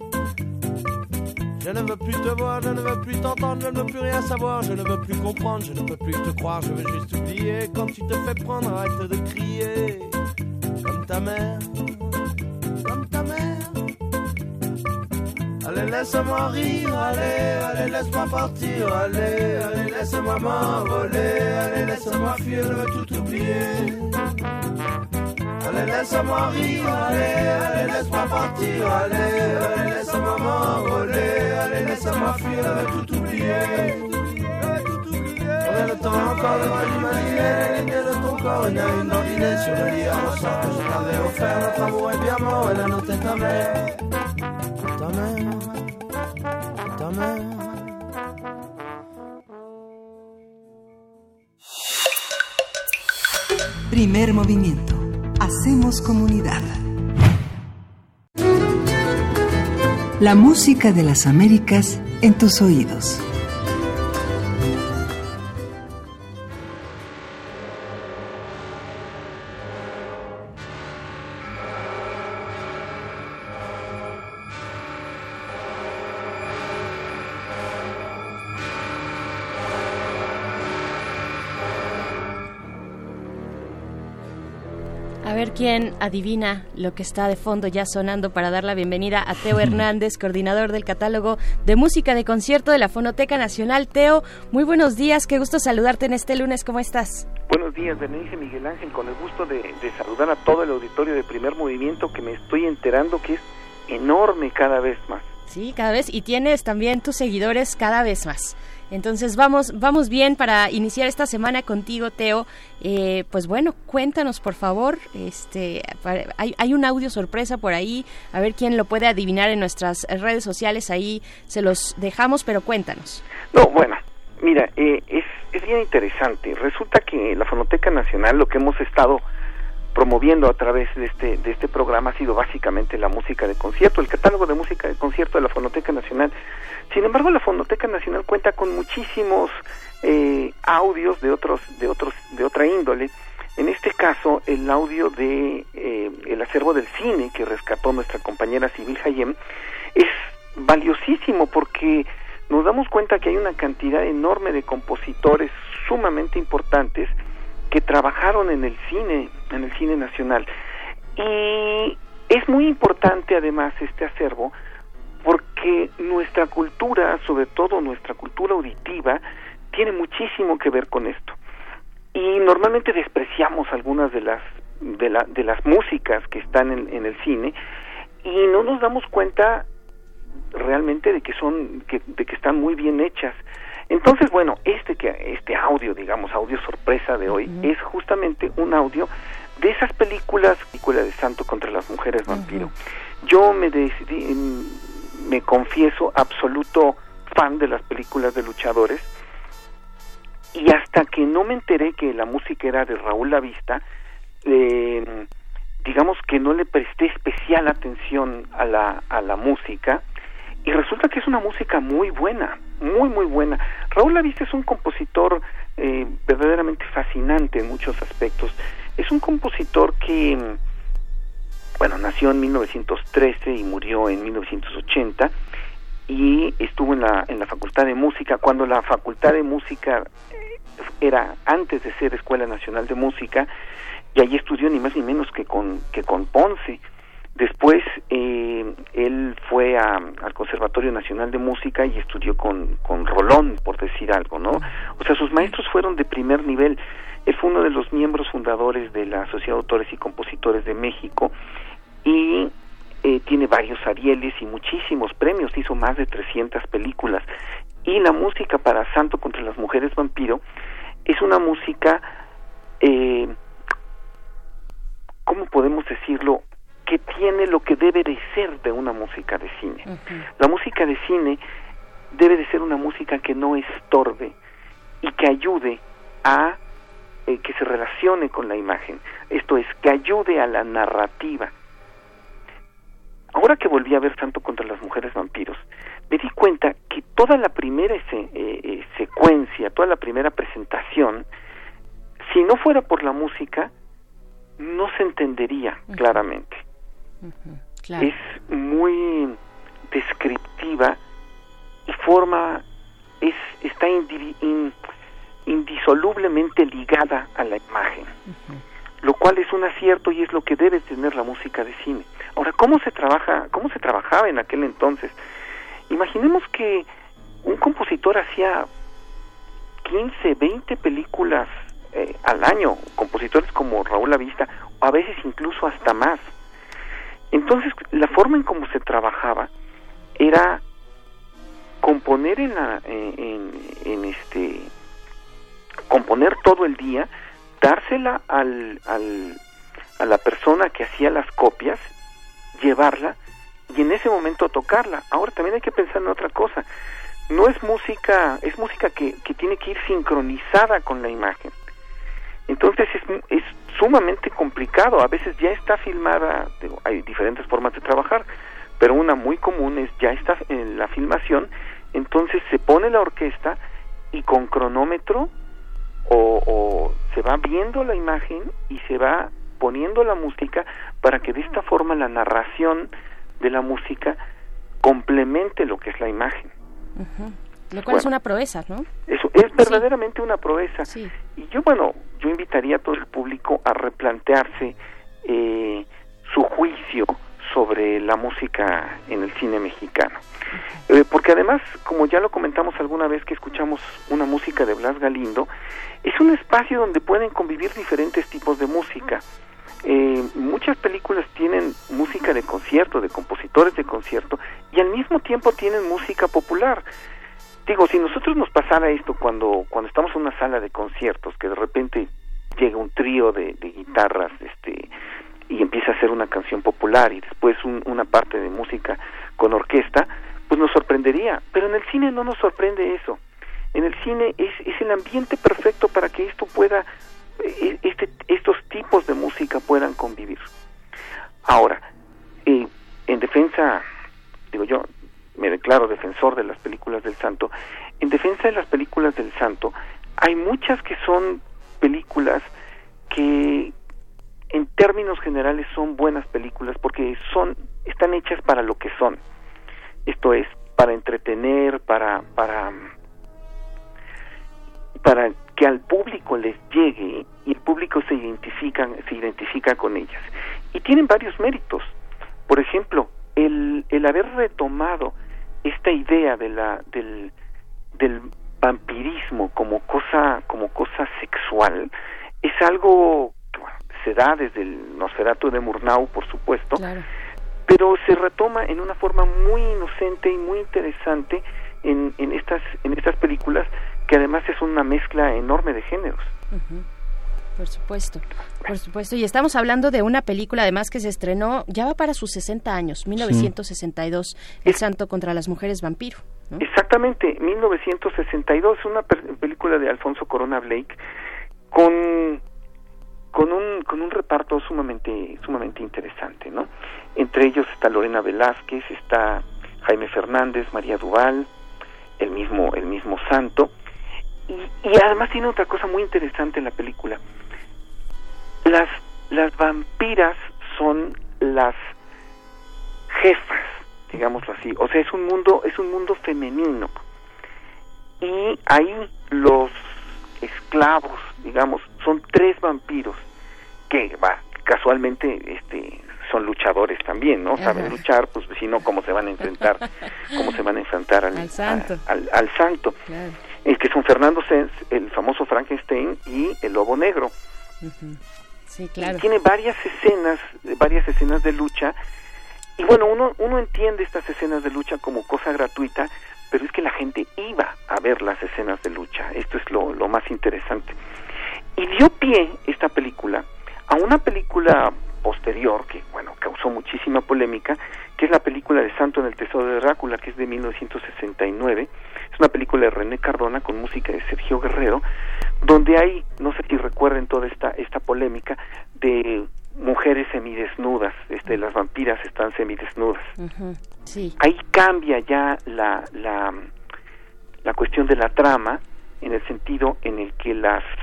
Je ne veux plus te voir, je ne veux plus t'entendre, je ne veux plus rien savoir, je ne veux plus comprendre, je ne peux plus te croire, je veux juste oublier. Quand tu te fais prendre, arrête de crier comme ta mère, comme ta mère. Allez, laisse-moi rire, allez, allez, laisse-moi partir, allez, allez, laisse-moi m'envoler, allez, laisse-moi fuir, je veux tout oublier. Allez, laisse-moi rire, allez, allez, laisse-moi partir, allez, allez, laisse-moi m'envoler, allez, laisse-moi fuir, je veux tout oublier. Combien de temps encore devrais-je imaginer les lignes de ton corps, une à une dandiner sur le lit à ressort que je t'avais offert. Notre amour est bien mort et la note est ta mère. Ta mère, ta mère. Primer movimiento. Hacemos comunidad. La música de las Américas en tus oídos. A ver quién adivina lo que está de fondo ya sonando para dar la bienvenida a Teo Hernández, coordinador del catálogo de música de concierto de la Fonoteca Nacional. Teo, muy buenos días, qué gusto saludarte en este lunes, ¿cómo estás? Buenos días, Berenice, Miguel Ángel, con el gusto de saludar a todo el auditorio de Primer Movimiento, que me estoy enterando que es enorme cada vez más. Sí, cada vez, y tienes también tus seguidores cada vez más. Entonces vamos bien para iniciar esta semana contigo, Teo. Pues bueno, cuéntanos por favor, hay un audio sorpresa por ahí, a ver quién lo puede adivinar en nuestras redes sociales, ahí se los dejamos, pero cuéntanos. No, bueno, mira, es bien interesante. Resulta que la Fonoteca Nacional, lo que hemos estado promoviendo a través de este programa ha sido básicamente la música de concierto, el catálogo de música de concierto de la Fonoteca Nacional. Sin embargo, la Fonoteca Nacional cuenta con muchísimos audios de otra índole. En este caso, el audio de el acervo del cine que rescató nuestra compañera Sibyl Hayem es valiosísimo porque nos damos cuenta que hay una cantidad enorme de compositores sumamente importantes que trabajaron en el cine nacional. Y es muy importante además este acervo porque nuestra cultura, sobre todo nuestra cultura auditiva, tiene muchísimo que ver con esto. Y normalmente despreciamos algunas de las músicas que están en el cine y no nos damos cuenta realmente de que están muy bien hechas. Entonces, bueno, este audio, digamos, audio sorpresa de hoy, es justamente un audio de esas película de Santo contra las mujeres vampiro. Yo me confieso absoluto fan de las películas de luchadores y hasta que no me enteré que la música era de Raúl Lavista, digamos que no le presté especial atención a la música, y resulta que es una música muy buena, muy muy buena. Raúl Lavista es un compositor verdaderamente fascinante en muchos aspectos. Es un compositor que, bueno, nació en 1913 y murió en 1980, y estuvo en la Facultad de Música, cuando la Facultad de Música era antes de ser Escuela Nacional de Música, y allí estudió ni más ni menos que con Ponce. Después él fue al Conservatorio Nacional de Música y estudió con Rolón, por decir algo, ¿no? O sea, sus maestros fueron de primer nivel. Él fue uno de los miembros fundadores de la Sociedad de Autores y Compositores de México, y tiene varios Arieles y muchísimos premios, hizo más de 300 películas. Y la música para Santo contra las mujeres vampiro es una música, ¿cómo podemos decirlo?, que tiene lo que debe de ser de una música de cine. Uh-huh. La música de cine debe de ser una música que no estorbe y que ayude a que se relacione con la imagen, esto es, que ayude a la narrativa. Ahora que volví a ver Santo contra las mujeres vampiros, me di cuenta que toda la primera secuencia, toda la primera presentación, si no fuera por la música, no se entendería claramente. Uh-huh. Claro. Es muy descriptiva y está indisolublemente ligada a la imagen, uh-huh, lo cual es un acierto y es lo que debe tener la música de cine. Ahora, ¿cómo se trabajaba en aquel entonces? Imaginemos que un compositor hacía 15, 20 películas al año, compositores como Raúl Lavista, o a veces incluso hasta más. Entonces, la forma en cómo se trabajaba era componer componer todo el día, dársela a la persona que hacía las copias, llevarla y en ese momento tocarla. Ahora también hay que pensar en otra cosa. No es música, es música que tiene que ir sincronizada con la imagen. Entonces es sumamente complicado. A veces ya está filmada, hay diferentes formas de trabajar, pero una muy común es ya está en la filmación, entonces se pone la orquesta y con cronómetro o se va viendo la imagen y se va poniendo la música para que de esta forma la narración de la música complemente lo que es la imagen. Uh-huh. Lo cual es una proeza, ¿no? Eso es verdaderamente una proeza. Sí. Y yo invitaría a todo el público a replantearse su juicio sobre la música en el cine mexicano. Porque además, como ya lo comentamos alguna vez que escuchamos una música de Blas Galindo, es un espacio donde pueden convivir diferentes tipos de música. Muchas películas tienen música de concierto, de compositores de concierto, y al mismo tiempo tienen música popular. Digo, si nosotros nos pasara esto cuando estamos en una sala de conciertos, que de repente llega un trío de guitarras y empieza a hacer una canción popular y después una parte de música con orquesta, pues nos sorprendería. Pero en el cine no nos sorprende eso. En el cine es el ambiente perfecto para que esto pueda, estos tipos de música puedan convivir. Ahora, en defensa, yo me declaro defensor de las películas del Santo. En defensa de las películas del Santo, hay muchas que son películas que en términos generales son buenas películas porque están hechas para lo que son. Esto es, para entretener, para que al público les llegue y el público se identifica con ellas. Y tienen varios méritos. Por ejemplo, el haber retomado esta idea del vampirismo como cosa sexual es algo que se da desde el Nosferatu de Murnau, por supuesto, claro, pero se retoma en una forma muy inocente y muy interesante en estas películas, que además es una mezcla enorme de géneros. Uh-huh. Por supuesto. Y estamos hablando de una película, además, que se estrenó, ya va para sus 60 años, 1962, El Santo contra las Mujeres Vampiro, ¿no? Exactamente, 1962, una película de Alfonso Corona Blake, con un reparto sumamente interesante, ¿no? Entre ellos está Lorena Velázquez, está Jaime Fernández, María Duval, el mismo Santo, y además tiene otra cosa muy interesante en la película. Las vampiras son las jefas, digámoslo así, o sea, es un mundo femenino, y ahí los esclavos, digamos, son 3 vampiros que casualmente son luchadores también, ¿no? Saben luchar, pues si no, ¿cómo se van a enfrentar al santo? Al santo. Claro. Que son Fernando Sens, el famoso Frankenstein, y el Lobo Negro. Sí, claro. Y tiene varias escenas de lucha, y bueno, uno entiende estas escenas de lucha como cosa gratuita, pero es que la gente iba a ver las escenas de lucha. Esto es lo más interesante. Y dio pie esta película a una película posterior que, bueno, causó muchísima polémica, que es la película de Santo en el Tesoro de Drácula, que es de 1969. Es una película de René Cardona con música de Sergio Guerrero, donde hay, no sé si recuerden toda esta polémica de mujeres semidesnudas, las vampiras están semidesnudas. Sí. Ahí cambia ya la cuestión de la trama, en el sentido en el que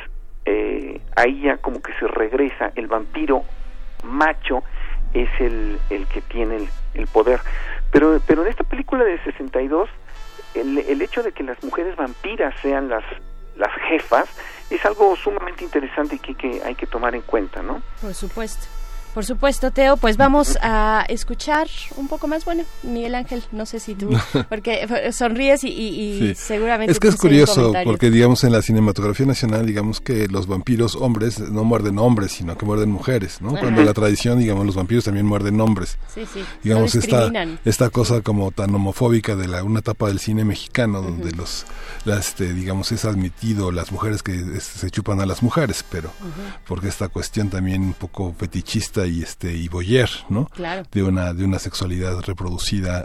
ahí ya como que se regresa, el vampiro macho es el que tiene el poder, pero en esta película de 62 el hecho de que las mujeres vampiras sean las jefas es algo sumamente interesante y que hay que tomar en cuenta, ¿no? Por supuesto, Teo, pues vamos a escuchar un poco más. Bueno, Miguel Ángel, no sé si tú, porque sonríes y sí. Seguramente... Es que es curioso, porque digamos en la cinematografía nacional, digamos que los vampiros hombres no muerden hombres, sino que muerden mujeres, ¿no? Cuando en la tradición, digamos, los vampiros también muerden hombres. Sí, digamos, esta cosa como tan homofóbica de una etapa del cine mexicano, donde digamos, es admitido las mujeres que se chupan a las mujeres, pero porque esta cuestión también un poco fetichista y voyeur, ¿no? Claro. de una sexualidad reproducida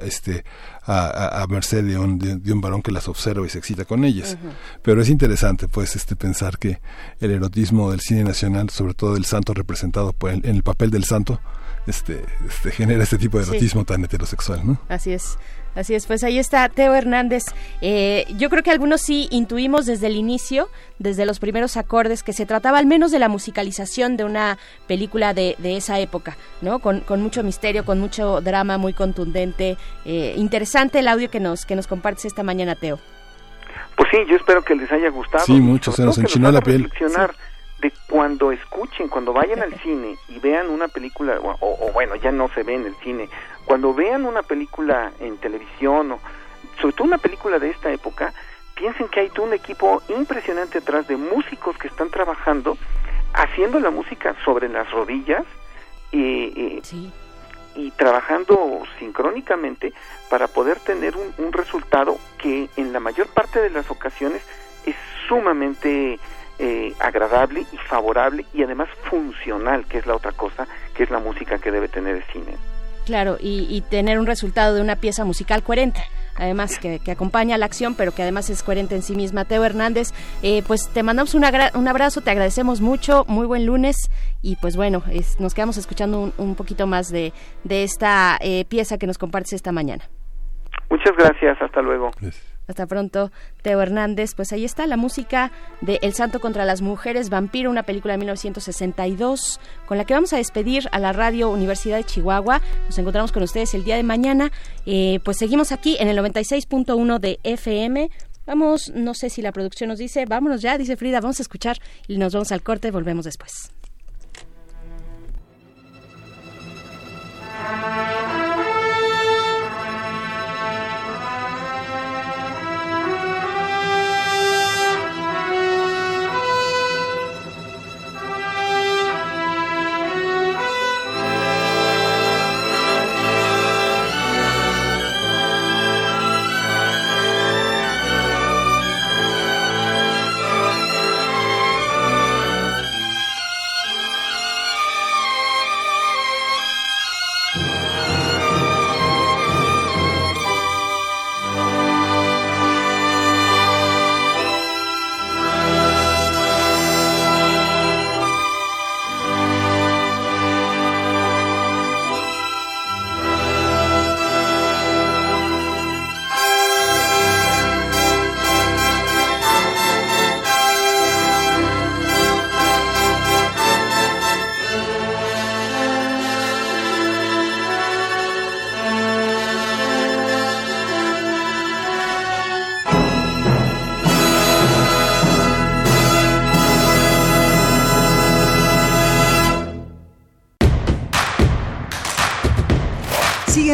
a merced de un varón que las observa y se excita con ellas. Pero es interesante pues pensar que el erotismo del cine nacional, sobre todo del santo representado en el papel del santo, genera este tipo de erotismo tan heterosexual, ¿no? Así es, pues ahí está Teo Hernández. Yo creo que algunos sí intuimos desde el inicio, desde los primeros acordes, que se trataba al menos de la musicalización de una película de esa época, ¿no? Con mucho misterio, con mucho drama, muy contundente. Interesante el audio que nos compartes esta mañana, Teo. Pues sí, yo espero que les haya gustado. Sí, mucho, se nos enchinó la piel. De cuando escuchen, cuando vayan al cine y vean una película, o bueno, ya no se ve en el cine, cuando vean una película en televisión, o sobre todo una película de esta época, piensen que hay todo un equipo impresionante atrás de músicos que están trabajando, haciendo la música sobre las rodillas, y trabajando sincrónicamente para poder tener un resultado que en la mayor parte de las ocasiones es sumamente agradable y favorable, y además funcional, que es la otra cosa, que es la música que debe tener el cine. Claro, y tener un resultado de una pieza musical coherente, además que acompaña la acción, pero que además es coherente en sí misma. Teo Hernández, pues te mandamos un abrazo, te agradecemos mucho, muy buen lunes, y pues bueno, nos quedamos escuchando un poquito más de esta pieza que nos compartes esta mañana. Muchas gracias, hasta luego. Hasta pronto, Teo Hernández. Pues ahí está la música de El Santo contra las Mujeres Vampiro, una película de 1962, con la que vamos a despedir a la Radio Universidad de Chihuahua. Nos encontramos con ustedes el día de mañana. Pues seguimos aquí en el 96.1 de FM. Vamos, no sé si la producción nos dice, vámonos ya, dice Frida, vamos a escuchar y nos vamos al corte, volvemos después.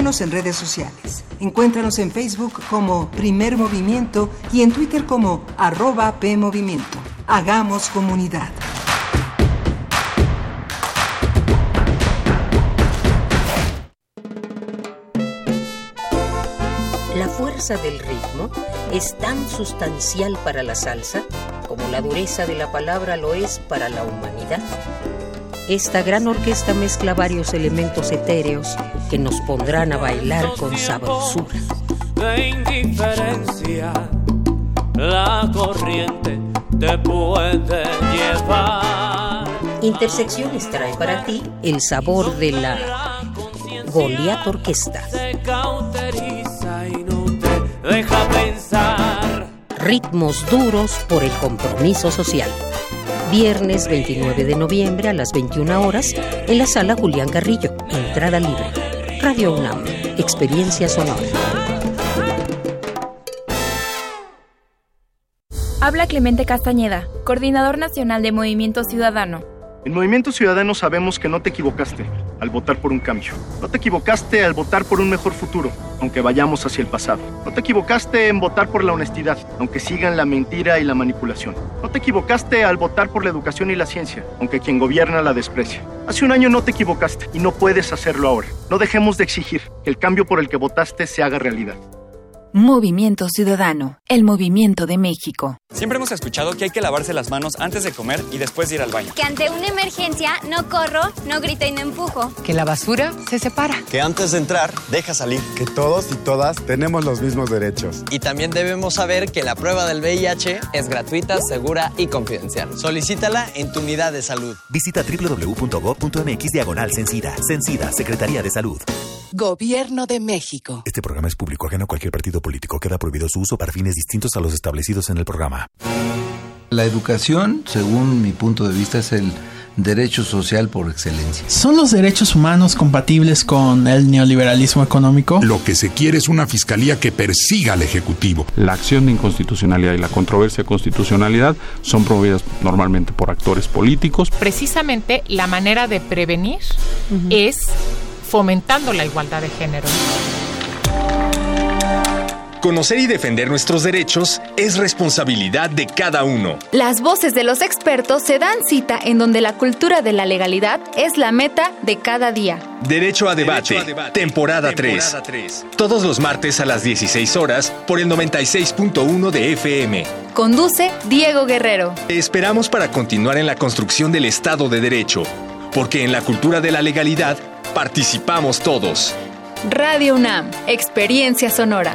Síguenos en redes sociales. Encuéntranos en Facebook como Primer Movimiento y en Twitter como @PMovimiento. Hagamos comunidad. La fuerza del ritmo es tan sustancial para la salsa como la dureza de la palabra lo es para la humanidad. Esta gran orquesta mezcla varios elementos etéreos que nos pondrán a bailar con sabrosura. De indiferencia, la corriente te puede llevar. Intersecciones trae para ti el sabor de la Goliat Orquesta. Se cauteriza y no te deja pensar. Ritmos duros por el compromiso social. Viernes 29 de noviembre a las 21 horas en la Sala Julián Carrillo. Entrada libre. Radio UNAM. Experiencia sonora. Habla Clemente Castañeda, coordinador nacional de Movimiento Ciudadano. En Movimiento Ciudadano sabemos que no te equivocaste al votar por un cambio. No te equivocaste al votar por un mejor futuro, aunque vayamos hacia el pasado. No te equivocaste en votar por la honestidad, aunque sigan la mentira y la manipulación. No te equivocaste al votar por la educación y la ciencia, aunque quien gobierna la desprecia. Hace un año no te equivocaste y no puedes hacerlo ahora. No dejemos de exigir que el cambio por el que votaste se haga realidad. Movimiento Ciudadano, el movimiento de México. Siempre hemos escuchado que hay que lavarse las manos antes de comer y después de ir al baño. Que ante una emergencia no corro, no grito y no empujo. Que la basura se separa. Que antes de entrar, deja salir. Que todos y todas tenemos los mismos derechos. Y también debemos saber que la prueba del VIH es gratuita, segura y confidencial. Solicítala en tu unidad de salud. Visita www.gov.mx/Cencida. Cencida, Secretaría de Salud. Gobierno de México. Este programa es público ajeno a cualquier partido político. Queda prohibido su uso para fines distintos a los establecidos en el programa. La educación, según mi punto de vista, es el derecho social por excelencia. ¿Son los derechos humanos compatibles con el neoliberalismo económico? Lo que se quiere es una fiscalía que persiga al Ejecutivo. La acción de inconstitucionalidad y la controversia de constitucionalidad son promovidas normalmente por actores políticos. Precisamente la manera de prevenir es fomentando la igualdad de género. Conocer y defender nuestros derechos es responsabilidad de cada uno. Las voces de los expertos se dan cita en donde la cultura de la legalidad es la meta de cada día. Derecho a debate, temporada 3. Todos los martes a las 16 horas por el 96.1 de FM. Conduce Diego Guerrero. Te esperamos para continuar en la construcción del Estado de Derecho, porque en la cultura de la legalidad participamos todos. Radio UNAM, Experiencia Sonora.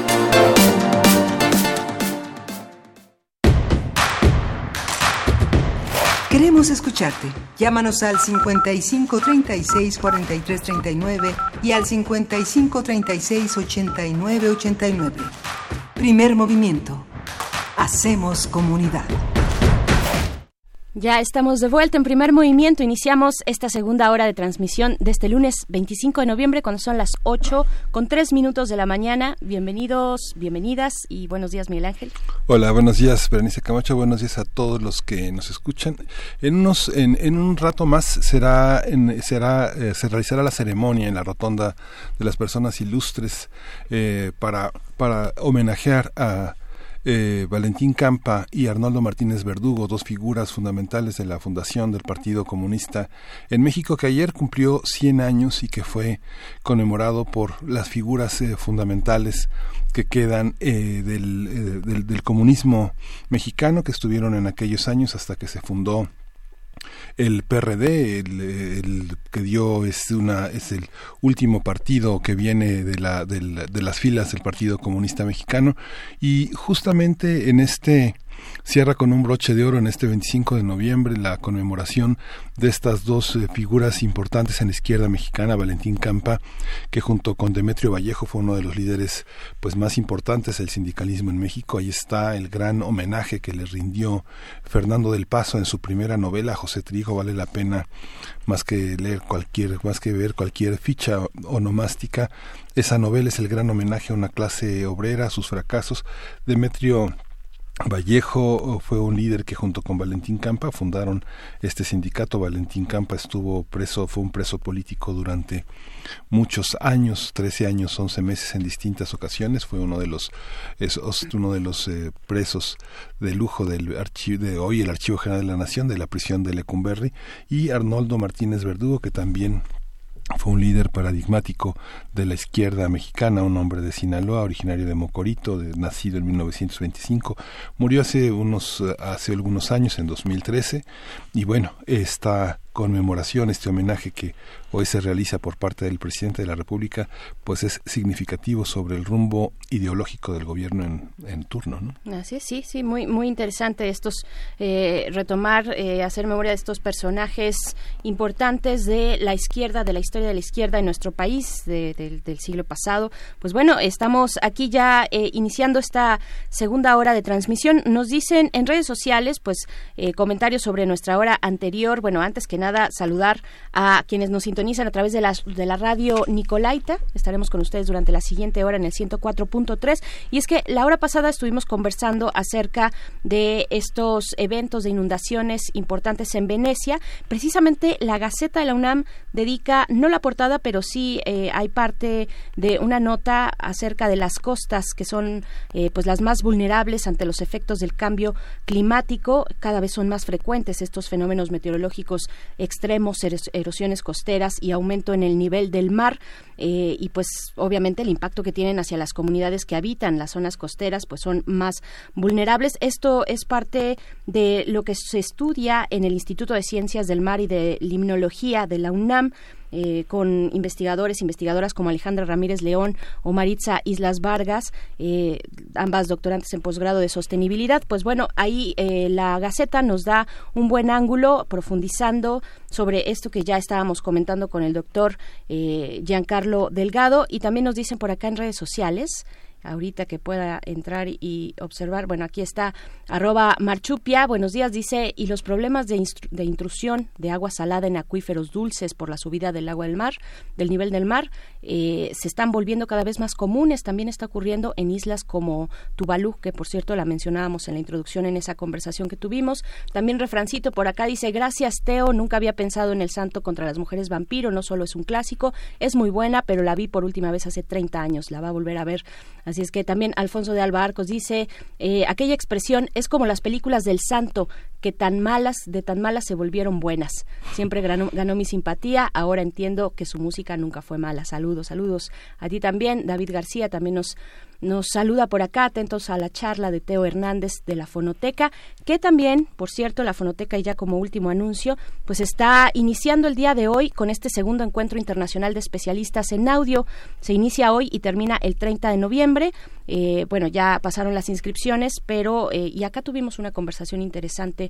Queremos escucharte. Llámanos al 55 36 43 39 y al 55 36 89 89. Primer movimiento. Hacemos comunidad. Ya estamos de vuelta en Primer Movimiento. Iniciamos esta segunda hora de transmisión de este lunes 25 de noviembre, cuando son las 8:03 de la mañana. Bienvenidos, bienvenidas y buenos días, Miguel Ángel. Hola, buenos días, Berenice Camacho. Buenos días a todos los que nos escuchan. En un rato más se realizará la ceremonia en la Rotonda de las Personas Ilustres para homenajear a Valentín Campa y Arnoldo Martínez Verdugo, dos figuras fundamentales de la fundación del Partido Comunista en México, que ayer cumplió 100 años y que fue conmemorado por las figuras fundamentales que quedan del comunismo mexicano, que estuvieron en aquellos años hasta que se fundó el PRD, el que dio es el último partido que viene de las filas del Partido Comunista Mexicano, y justamente cierra con un broche de oro en este 25 de noviembre la conmemoración de estas dos figuras importantes en la izquierda mexicana. Valentín Campa, que junto con Demetrio Vallejo fue uno de los líderes más importantes del sindicalismo en México. Ahí está el gran homenaje que le rindió Fernando del Paso en su primera novela, José Trigo. Vale la pena más que ver cualquier ficha onomástica. Esa novela es el gran homenaje a una clase obrera, a sus fracasos. Demetrio Vallejo fue un líder que junto con Valentín Campa fundaron este sindicato. Valentín Campa estuvo preso, fue un preso político durante muchos años, 13 años, 11 meses en distintas ocasiones. Fue uno de los presos de lujo del archivo de hoy, el Archivo General de la Nación, de la prisión de Lecumberri, y Arnoldo Martínez Verdugo, que también fue un líder paradigmático de la izquierda mexicana, un hombre de Sinaloa, originario de Mocorito, nacido en 1925, murió hace algunos años, en 2013, y bueno, esta conmemoración, este homenaje que hoy se realiza por parte del presidente de la República, pues es significativo sobre el rumbo ideológico del gobierno en turno, ¿no? Así es, sí, muy muy interesante estos retomar, hacer memoria de estos personajes importantes de la izquierda, de la historia de la izquierda en nuestro país del siglo pasado. Pues bueno, estamos aquí ya iniciando esta segunda hora de transmisión. Nos dicen en redes sociales, pues comentarios sobre nuestra hora anterior. Bueno, antes que nada, saludar a quienes nos sintonizan a través de la radio Nicolaita. Estaremos con ustedes durante la siguiente hora en el 104.3. Y es que la hora pasada estuvimos conversando acerca de estos eventos de inundaciones importantes en Venecia. Precisamente la Gaceta de la UNAM dedica, no la portada, pero sí hay parte de una nota acerca de las costas, que son pues las más vulnerables ante los efectos del cambio climático. Cada vez son más frecuentes estos fenómenos meteorológicos extremos, erosiones costeras y aumento en el nivel del mar, y pues obviamente el impacto que tienen hacia las comunidades que habitan las zonas costeras pues son más vulnerables. Esto es parte de lo que se estudia en el Instituto de Ciencias del Mar y de Limnología de la UNAM, con investigadoras como Alejandra Ramírez León o Maritza Islas Vargas, ambas doctorantes en posgrado de sostenibilidad. Pues bueno, ahí la Gaceta nos da un buen ángulo profundizando sobre esto que ya estábamos comentando con el doctor Giancarlo Delgado, y también nos dicen por acá en redes sociales, ahorita que pueda entrar y observar. Bueno, aquí está @Marchupia, buenos días, dice, y los problemas de intrusión de agua salada en acuíferos dulces por la subida del agua del mar, del nivel del mar, se están volviendo cada vez más comunes. También está ocurriendo en islas como Tuvalu, que por cierto la mencionábamos en la introducción en esa conversación que tuvimos. También Refrancito por acá dice, gracias Teo, nunca había pensado en El Santo contra las Mujeres Vampiro, no solo es un clásico, es muy buena, pero la vi por última vez hace 30 años, la va a volver a ver. Así es que también Alfonso de Alba Arcos dice, aquella expresión es como las películas del Santo, que de tan malas se volvieron buenas. Siempre ganó mi simpatía, ahora entiendo que su música nunca fue mala. Saludos a ti también. David García también nos saluda por acá, atentos a la charla de Teo Hernández de la Fonoteca, que también, por cierto, la Fonoteca, y ya como último anuncio, pues está iniciando el día de hoy con este segundo encuentro internacional de especialistas en audio. Se inicia hoy y termina el 30 de noviembre. Bueno, ya pasaron las inscripciones, pero y acá tuvimos una conversación interesante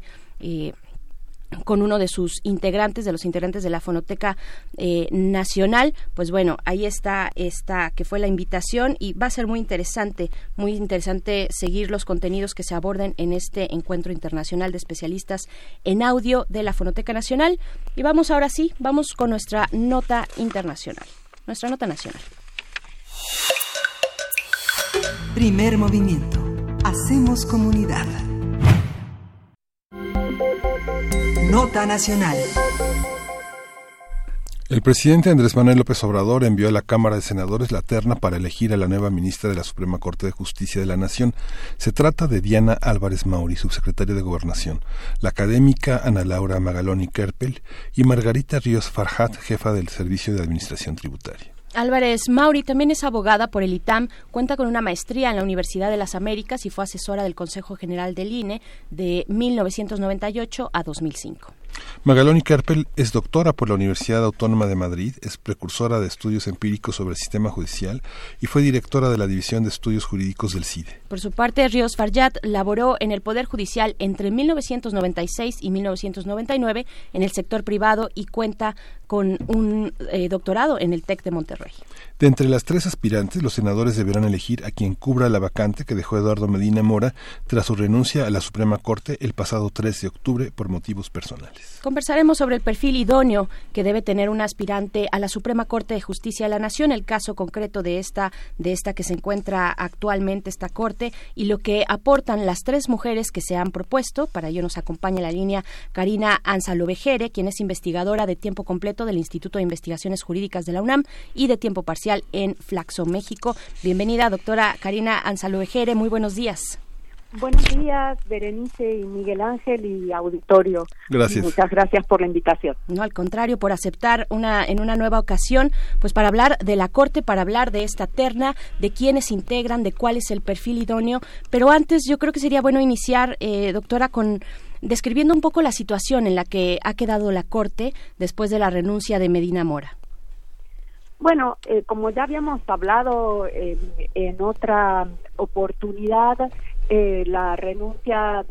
con uno de sus integrantes, de los integrantes de la Fonoteca Nacional. Pues bueno, ahí está esta que fue la invitación, y va a ser muy interesante seguir los contenidos que se aborden en este encuentro internacional de especialistas en audio de la Fonoteca Nacional. Y vamos con nuestra nota internacional, nuestra nota nacional. Primer movimiento. Hacemos comunidad. Nota nacional. El presidente Andrés Manuel López Obrador envió a la Cámara de Senadores la terna para elegir a la nueva ministra de la Suprema Corte de Justicia de la Nación. Se trata de Diana Álvarez Mauri, subsecretaria de Gobernación, la académica Ana Laura Magaloni Kerpel y Margarita Ríos Farhat, jefa del Servicio de Administración Tributaria. Álvarez Mauri también es abogada por el ITAM, cuenta con una maestría en la Universidad de las Américas y fue asesora del Consejo General del INE de 1998 a 2005. Magaloni Kerpel es doctora por la Universidad Autónoma de Madrid, es precursora de estudios empíricos sobre el sistema judicial y fue directora de la División de Estudios Jurídicos del CIDE. Por su parte, Ríos Farhat laboró en el Poder Judicial entre 1996 y 1999 en el sector privado y cuenta con un doctorado en el TEC de Monterrey. De entre las 3 aspirantes, los senadores deberán elegir a quien cubra la vacante que dejó Eduardo Medina Mora tras su renuncia a la Suprema Corte el pasado 3 de octubre por motivos personales. Gracias. Conversaremos sobre el perfil idóneo que debe tener un aspirante a la Suprema Corte de Justicia de la Nación, el caso concreto de esta que se encuentra actualmente, esta corte, y lo que aportan las 3 mujeres que se han propuesto. Para ello nos acompaña en la línea Karina Ansalovejere, quien es investigadora de tiempo completo del Instituto de Investigaciones Jurídicas de la UNAM y de tiempo parcial en Flaxo, México. Bienvenida, doctora Karina Ansalovejere, muy buenos días. Buenos días, Berenice y Miguel Ángel y auditorio. Gracias. Muchas gracias por la invitación. No, al contrario, por aceptar en una nueva ocasión, pues para hablar de la Corte, para hablar de esta terna, de quiénes integran, de cuál es el perfil idóneo. Pero antes yo creo que sería bueno iniciar, doctora, describiendo un poco la situación en la que ha quedado la Corte después de la renuncia de Medina Mora. Bueno, como ya habíamos hablado en otra oportunidad, la renuncia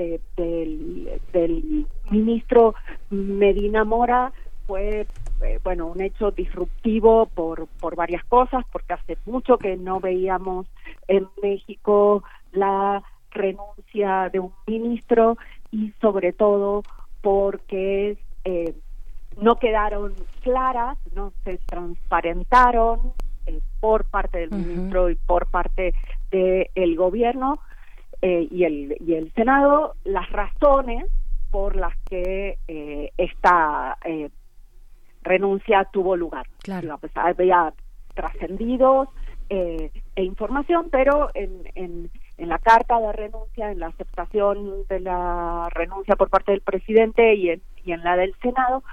del ministro Medina Mora fue un hecho disruptivo por varias cosas, porque hace mucho que no veíamos en México la renuncia de un ministro y sobre todo porque no quedaron claras, no se transparentaron por parte del ministro y por parte del gobierno y el Senado las razones por las que esta renuncia tuvo lugar. Claro. Pues había trascendidos e información, pero en la carta de renuncia, en la aceptación de la renuncia por parte del presidente y en la del Senado,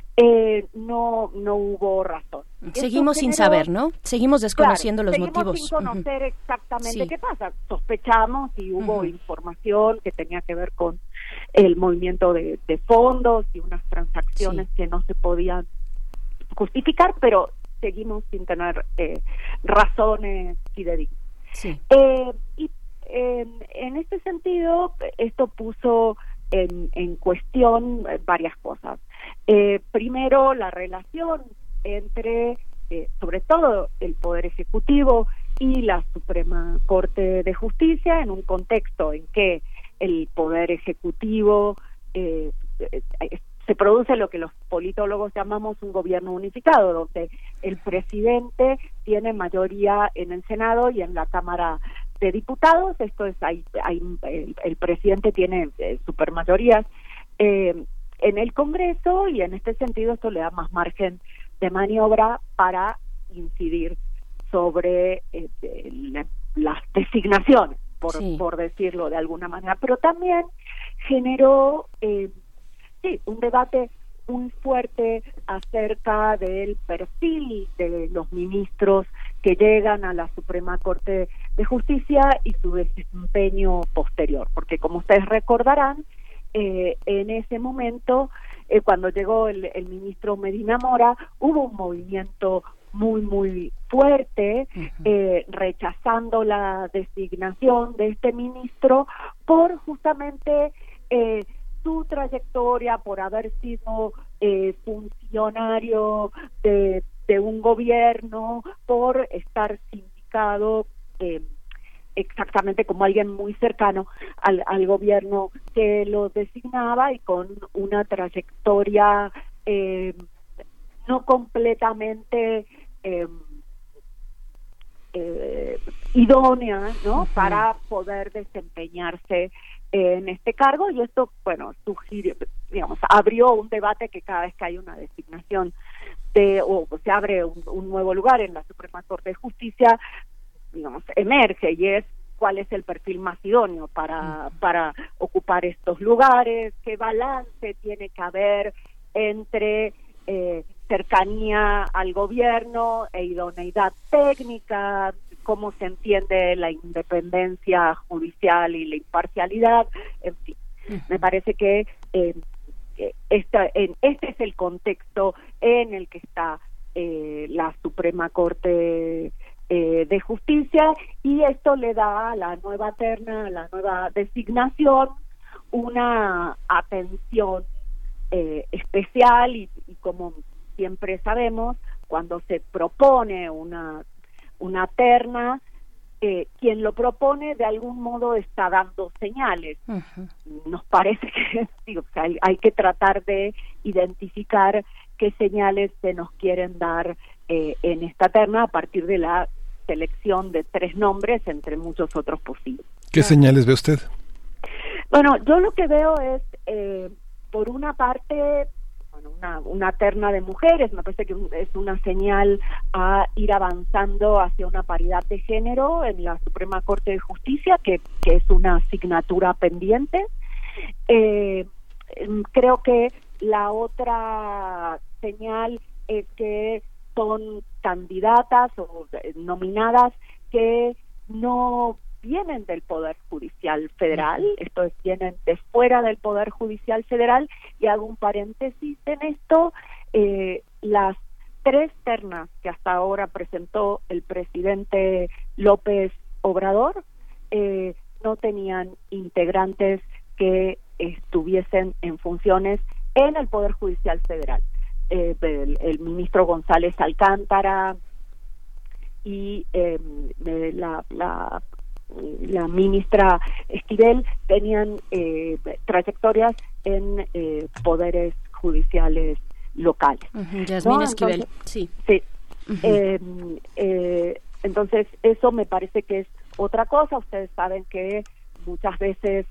no hubo razón. Seguimos sin saber, ¿no? Seguimos desconociendo los motivos. Seguimos sin conocer exactamente qué pasa. Sospechamos y hubo información que tenía que ver con el movimiento de fondos y unas transacciones que no se podían justificar, pero seguimos sin tener razones fidedignas. Sí. Y en este sentido, esto puso en cuestión varias cosas. Primero, la relación entre, sobre todo, el Poder Ejecutivo y la Suprema Corte de Justicia, en un contexto en que el Poder Ejecutivo se produce lo que los politólogos llamamos un gobierno unificado, donde el presidente tiene mayoría en el Senado y en la Cámara de Diputados. Esto es, el presidente tiene supermayorías en el Congreso, y en este sentido esto le da más margen de maniobra para incidir sobre las designaciones, por decirlo de alguna manera, pero también generó un debate muy fuerte acerca del perfil de los ministros que llegan a la Suprema Corte de Justicia y su desempeño posterior, porque como ustedes recordarán, en ese momento, cuando llegó el ministro Medina Mora, hubo un movimiento muy fuerte rechazando la designación de este ministro por justamente su trayectoria, por haber sido funcionario de un gobierno, por estar sindicado exactamente como alguien muy cercano al gobierno que lo designaba, y con una trayectoria no completamente idónea, ¿no? Para poder desempeñarse en este cargo. Y esto, sugirió, abrió un debate que cada vez que hay una designación o se abre un nuevo lugar en la Suprema Corte de Justicia, emerge, y es cuál es el perfil más idóneo para ocupar estos lugares, qué balance tiene que haber entre cercanía al gobierno e idoneidad técnica, cómo se entiende la independencia judicial y la imparcialidad, en fin. Me parece que este es el contexto en el que está la Suprema Corte de Justicia, y esto le da a la nueva terna, a la nueva designación, una atención especial, y como siempre sabemos, cuando se propone una terna, quien lo propone de algún modo está dando señales. Uh-huh. Nos parece que hay que tratar de identificar qué señales se nos quieren dar en esta terna a partir de la selección de 3 nombres entre muchos otros posibles. ¿Qué señales ve usted? Bueno, yo lo que veo es, por una parte, una terna de mujeres. Me parece que es una señal a ir avanzando hacia una paridad de género en la Suprema Corte de Justicia, que es una asignatura pendiente. Creo que la otra señal es que son candidatas o nominadas que no vienen del Poder Judicial Federal, esto es, vienen de fuera del Poder Judicial Federal, y hago un paréntesis en esto. Las 3 ternas que hasta ahora presentó el presidente López Obrador no tenían integrantes que estuviesen en funciones en el Poder Judicial Federal. El ministro González Alcántara y la ministra Esquivel tenían trayectorias en poderes judiciales locales. Uh-huh. Yasmín Esquivel, sí. Uh-huh. Entonces, eso me parece que es otra cosa. Ustedes saben que muchas veces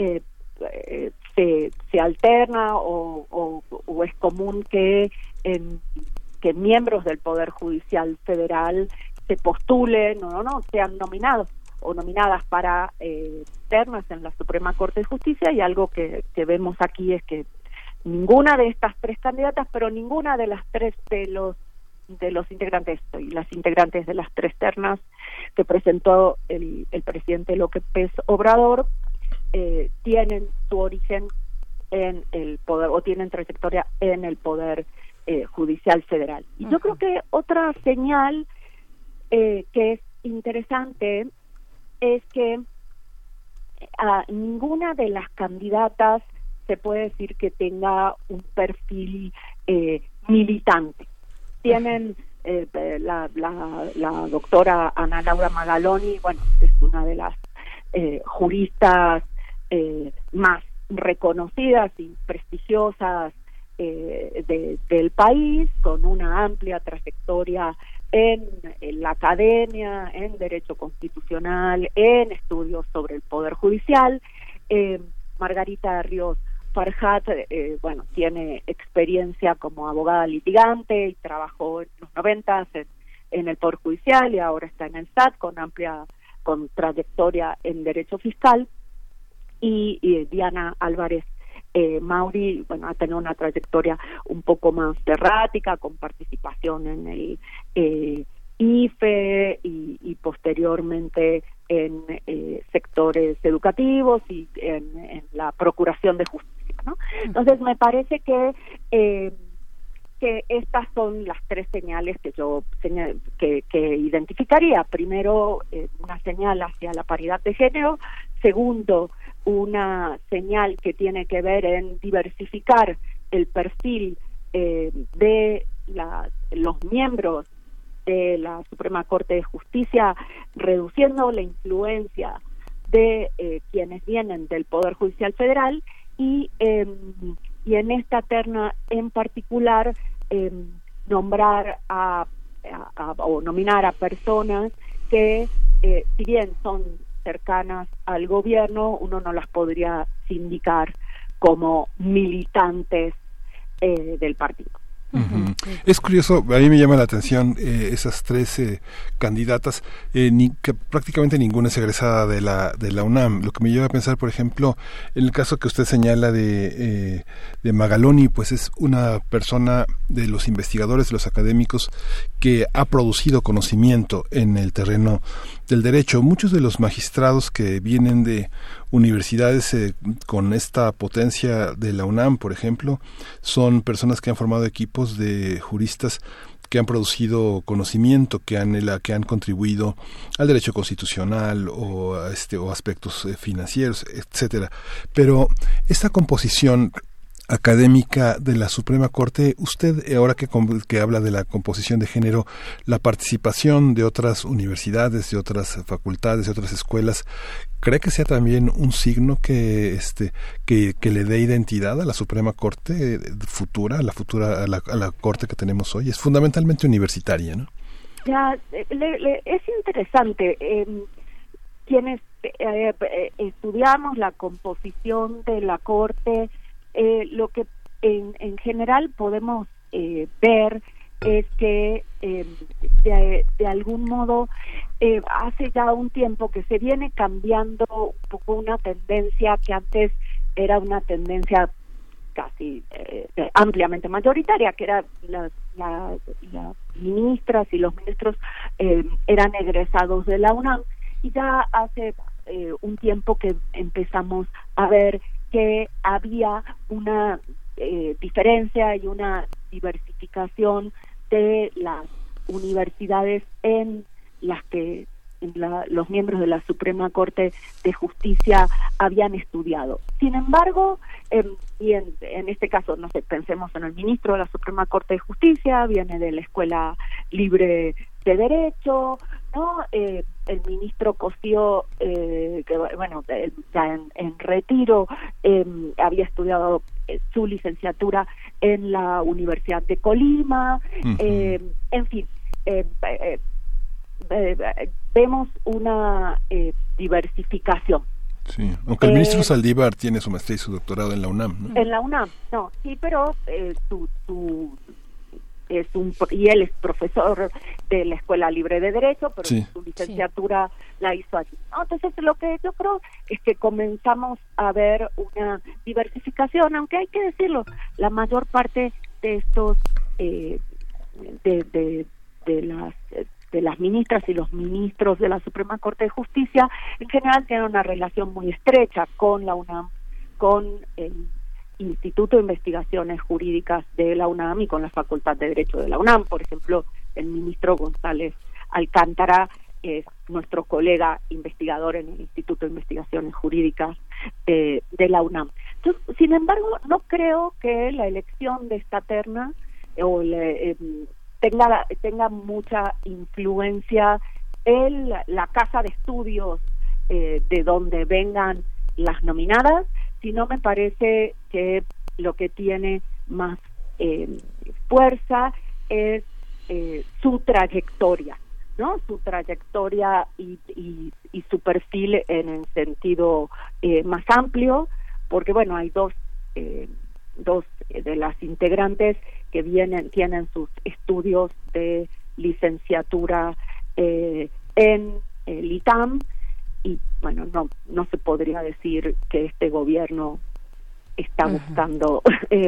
se alterna o es común que miembros del Poder Judicial Federal se postulen o no sean nominados o nominadas para ternas en la Suprema Corte de Justicia, y algo que vemos aquí es que ninguna de estas 3 candidatas, pero ninguna de las 3 de los integrantes y las integrantes de las 3 ternas que presentó el presidente López Obrador tienen su origen en el poder o tienen trayectoria en el Poder Judicial Federal. Y yo creo que otra señal que es interesante es que a ninguna de las candidatas se puede decir que tenga un perfil militante. Tienen la doctora Ana Laura Magaloni, bueno, es una de las juristas más reconocidas y prestigiosas del país, con una amplia trayectoria en la academia, en derecho constitucional, en estudios sobre el Poder Judicial. Margarita Ríos Farhat, tiene experiencia como abogada litigante y trabajó en los 90 en el Poder Judicial y ahora está en el SAT con trayectoria en derecho fiscal. Y Diana Álvarez Mauri, ha tenido una trayectoria un poco más errática, con participación en el IFE y posteriormente en sectores educativos y en la Procuración de Justicia, ¿no? Entonces me parece que estas son las 3 señales que yo que identificaría. Primero, una señal hacia la paridad de género. Segundo, una señal que tiene que ver en diversificar el perfil de los miembros de la Suprema Corte de Justicia, reduciendo la influencia de quienes vienen del Poder Judicial Federal y en esta terna en particular nombrar o nominar a personas que si bien son cercanas al gobierno, uno no las podría sindicar como militantes del partido. Uh-huh. Es curioso, a mí me llama la atención esas 13 candidatas, que prácticamente ninguna es egresada de la UNAM, lo que me lleva a pensar, por ejemplo, en el caso que usted señala de Magaloni, pues es una persona de los investigadores, de los académicos, que ha producido conocimiento en el terreno del derecho. Muchos de los magistrados que vienen de universidades con esta potencia de la UNAM, por ejemplo, son personas que han formado equipos de juristas que han producido conocimiento, que han contribuido al derecho constitucional o aspectos financieros, etcétera. Pero esta composición académica de la Suprema Corte, usted, ahora que habla de la composición de género, la participación de otras universidades, de otras facultades, de otras escuelas, ¿cree que sea también un signo que le dé identidad a la Suprema Corte futura, a la Corte que tenemos hoy? Es fundamentalmente universitaria, ¿no? Ya, es interesante. Quienes estudiamos la composición de la Corte, lo que en general podemos ver es que de algún modo hace ya un tiempo que se viene cambiando un poco una tendencia que antes era una tendencia casi ampliamente mayoritaria, que era las ministras y los ministros eran egresados de la UNAM, y ya hace un tiempo que empezamos a ver que había una diferencia y una diversificación de las universidades en las que los miembros de la Suprema Corte de Justicia habían estudiado. Sin embargo, y en este caso, no sé, pensemos en el ministro de la Suprema Corte de Justicia, viene de la Escuela Libre de Derecho, ¿no? El ministro Cosío, que bueno, ya en retiro, había estudiado su licenciatura en la Universidad de Colima, en fin, vemos una diversificación. Sí, aunque el ministro Saldívar tiene su maestría y su doctorado en la UNAM, ¿no? En la UNAM, no, sí, pero y él es profesor de la Escuela Libre de Derecho, pero sí, su licenciatura la hizo allí, ¿no? Entonces, lo que yo creo es que comenzamos a ver una diversificación, aunque hay que decirlo, la mayor parte de estos de las ministras y los ministros de la Suprema Corte de Justicia en general tienen una relación muy estrecha con la UNAM, con el Instituto de Investigaciones Jurídicas de la UNAM y con la Facultad de Derecho de la UNAM. Por ejemplo, el ministro González Alcántara es nuestro colega investigador en el Instituto de Investigaciones Jurídicas de la UNAM. Entonces, sin embargo, no creo que la elección de esta terna tenga mucha influencia en la casa de estudios de donde vengan las nominadas, sino me parece que lo que tiene más fuerza es su trayectoria, ¿no? Su trayectoria y su perfil en el sentido más amplio, porque bueno, hay dos de las integrantes que tienen sus estudios de licenciatura en el ITAM, y bueno, no se podría decir que este gobierno está buscando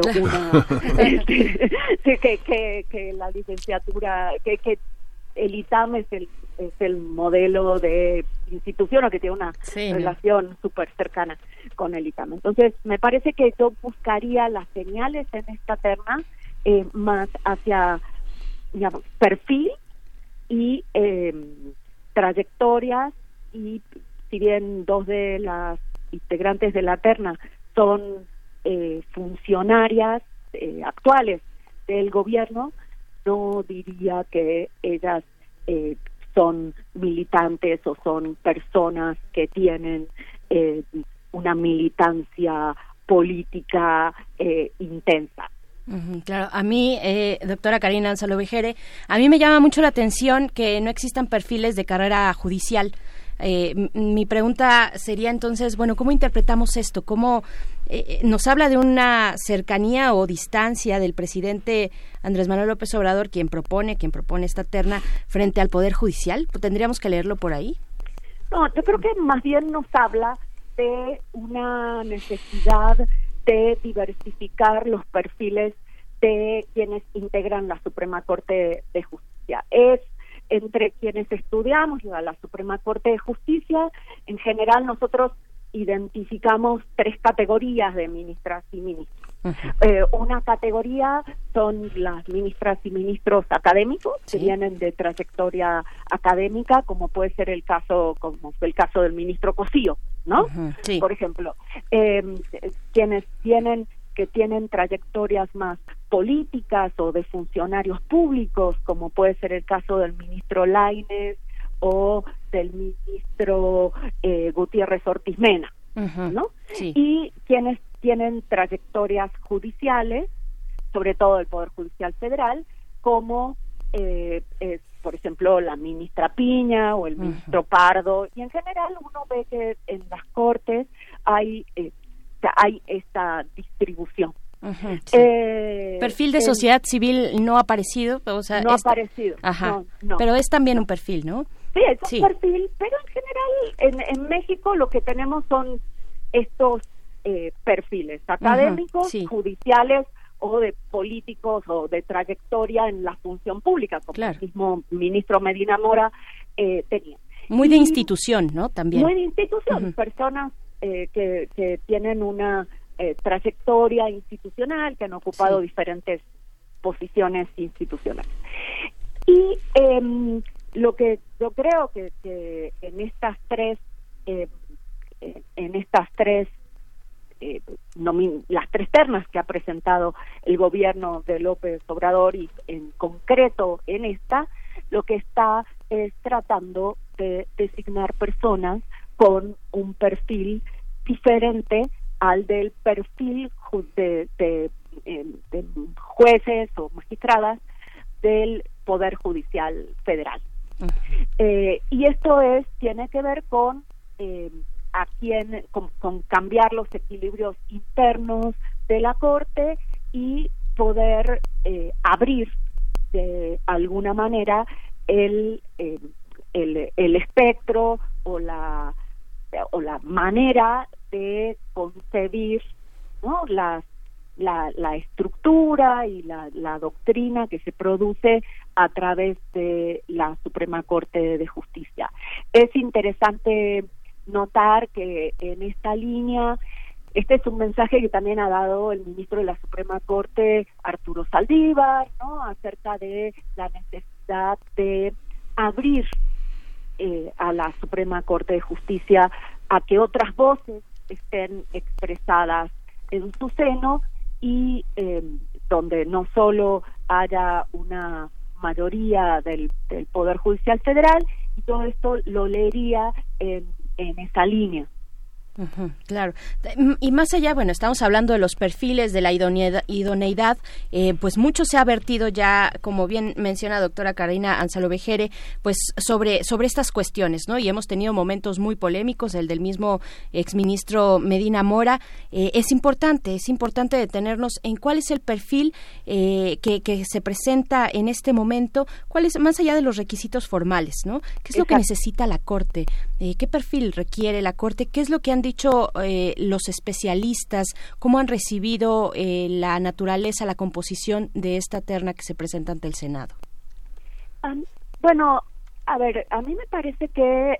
que la licenciatura, que el ITAM es el modelo de institución o que tiene una relación súper cercana con el ITAM. Entonces, me parece que yo buscaría las señales en esta terna más hacia, digamos, perfil y trayectorias, y si bien dos de las integrantes de la terna son funcionarias actuales del gobierno, no diría que ellas son militantes o son personas que tienen una militancia política intensa. Claro, a mí, doctora Karina Ansalo-Vejere, a mí me llama mucho la atención que no existan perfiles de carrera judicial. Mi pregunta sería entonces, bueno, ¿cómo interpretamos esto? ¿Cómo nos habla de una cercanía o distancia del presidente Andrés Manuel López Obrador, quien propone esta terna, frente al Poder Judicial? ¿Tendríamos que leerlo por ahí? No, yo creo que más bien nos habla de una necesidad de diversificar los perfiles de quienes integran la Suprema Corte de Justicia. Es entre quienes estudiamos la Suprema Corte de Justicia, en general nosotros identificamos tres categorías de ministras y ministros. Una categoría son las ministras y ministros académicos, que vienen de trayectoria académica, como puede ser como fue el caso del ministro Cosío, ¿no? Por ejemplo, quienes tienen que tienen trayectorias más políticas o de funcionarios públicos, como puede ser el caso del ministro Lainez o del ministro Gutiérrez Ortiz Mena, ¿no? Sí. Y quienes tienen trayectorias judiciales, sobre todo del Poder Judicial Federal, como por ejemplo la ministra Piña o el ministro Pardo, y en general uno ve que en las Cortes hay esta distribución. Sí. Perfil de sociedad civil no ha aparecido, o sea, no ha aparecido. No. Pero es también un perfil, ¿no? Sí, es un perfil, pero en general en México lo que tenemos son estos perfiles académicos, judiciales o de políticos o de trayectoria en la función pública, como el mismo ministro Medina Mora tenía. Muy de institución, ¿no? También. Muy de institución, personas que tienen una trayectoria institucional, que han ocupado diferentes posiciones institucionales. Y lo que yo creo que en estas tres las tres ternas que ha presentado el gobierno de López Obrador, y en concreto en esta, lo que está es tratando de designar personas con un perfil diferente al del perfil de jueces o magistradas del Poder Judicial Federal. Y esto tiene que ver con con cambiar los equilibrios internos de la Corte y poder abrir de alguna manera el espectro o la manera de concebir, ¿no?, la estructura y la doctrina que se produce a través de la Suprema Corte de Justicia. Es interesante notar que en esta línea, este es un mensaje que también ha dado el ministro de la Suprema Corte, Arturo Saldívar, ¿no?, acerca de la necesidad de abrir a la Suprema Corte de Justicia a que otras voces estén expresadas en su seno, y donde no solo haya una mayoría del Poder Judicial Federal, y todo esto lo leería en esa línea. Claro. Y más allá, bueno, estamos hablando de los perfiles, de la idoneidad, pues mucho se ha vertido ya, como bien menciona doctora Karina Ansalo-Vejere, pues sobre estas cuestiones, ¿no? Y hemos tenido momentos muy polémicos, el del mismo exministro Medina Mora. Es importante detenernos en cuál es el perfil que se presenta en este momento, cuál es, más allá de los requisitos formales, ¿no? ¿Qué es lo que necesita la Corte? ¿Qué perfil requiere la Corte? ¿Qué es lo que han dicho los especialistas? ¿Cómo han recibido la naturaleza, la composición de esta terna que se presenta ante el Senado? Bueno, a ver, a mí me parece que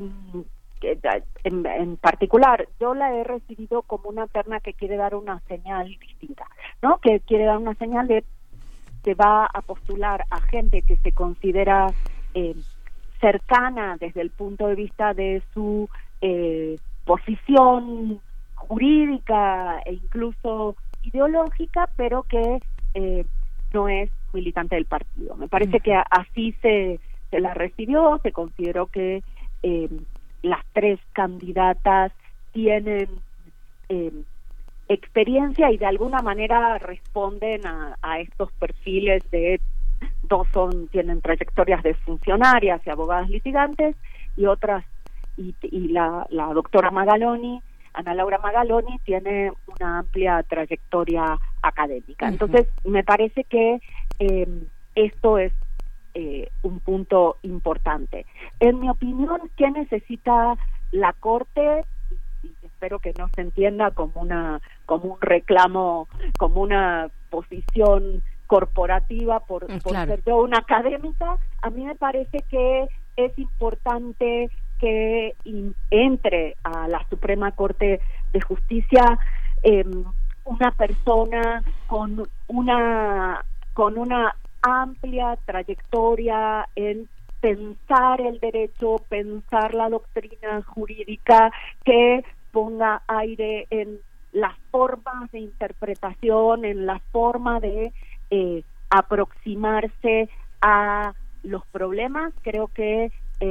en particular yo la he recibido como una terna que quiere dar una señal distinta, ¿no? Que quiere dar una señal de que va a postular a gente que se considera cercana desde el punto de vista de su posición jurídica e incluso ideológica, pero que no es militante del partido. Me parece que así se la recibió. Se consideró que las tres candidatas tienen experiencia y de alguna manera responden a estos perfiles de tienen trayectorias de funcionarias y abogadas litigantes, y otras y la doctora Magaloni, Ana Laura Magaloni, tiene una amplia trayectoria académica. Entonces, me parece que esto es un punto importante. En mi opinión, ¿qué necesita la Corte? Y espero que no se entienda como un reclamo, como una posición corporativa por ser yo una académica. A mí me parece que es importante que entre a la Suprema Corte de Justicia una persona con una amplia trayectoria en pensar el derecho, pensar la doctrina jurídica, que ponga aire en las formas de interpretación, en la forma de aproximarse a los problemas. Creo que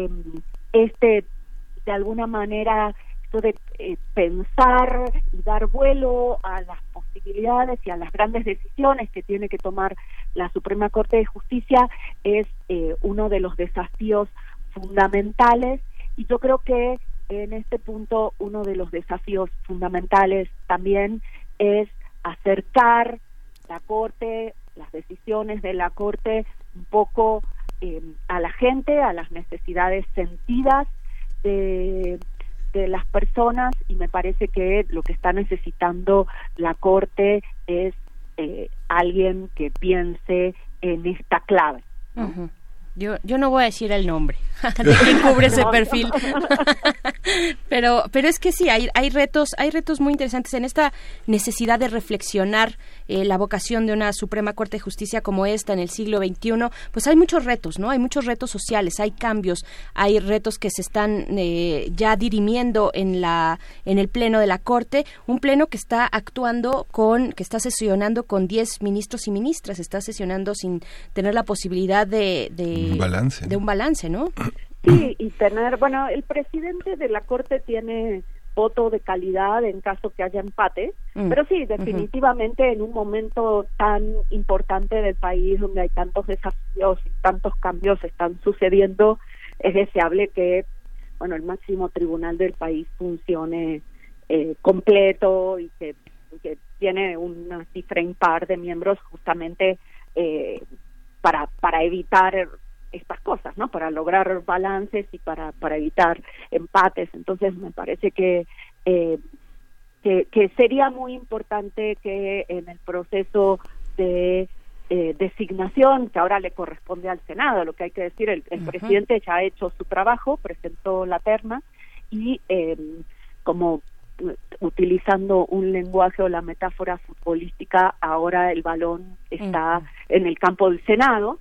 de alguna manera, esto de pensar y dar vuelo a las posibilidades y a las grandes decisiones que tiene que tomar la Suprema Corte de Justicia es uno de los desafíos fundamentales, y yo creo que en este punto uno de los desafíos fundamentales también es acercar la Corte, las decisiones de la Corte un poco a la gente, a las necesidades sentidas de las personas, y me parece que lo que está necesitando la Corte es alguien que piense en esta clave, ¿no? Uh-huh. Yo no voy a decir el nombre de quien cubre ese perfil. pero es que sí, hay retos muy interesantes en esta necesidad de reflexionar la vocación de una Suprema Corte de Justicia como esta en el siglo XXI. Pues hay muchos retos, ¿no? Hay muchos retos sociales, hay cambios, hay retos que se están ya dirimiendo en el pleno de la Corte, un pleno que está que está sesionando con 10 ministros y ministras, está sesionando sin tener la posibilidad de un balance, ¿no? Sí, y bueno, el presidente de la Corte tiene voto de calidad en caso que haya empate, pero sí, definitivamente en un momento tan importante del país, donde hay tantos desafíos y tantos cambios están sucediendo, es deseable que, bueno, el máximo tribunal del país funcione completo y que tiene una cifra impar de miembros justamente para evitar estas cosas, ¿no? Para lograr balances y para evitar empates. Entonces me parece que sería muy importante que en el proceso de designación, que ahora le corresponde al Senado, lo que hay que decir, el presidente ya ha hecho su trabajo, presentó la terna, y como utilizando un lenguaje o la metáfora futbolística, ahora el balón está en el campo del Senado.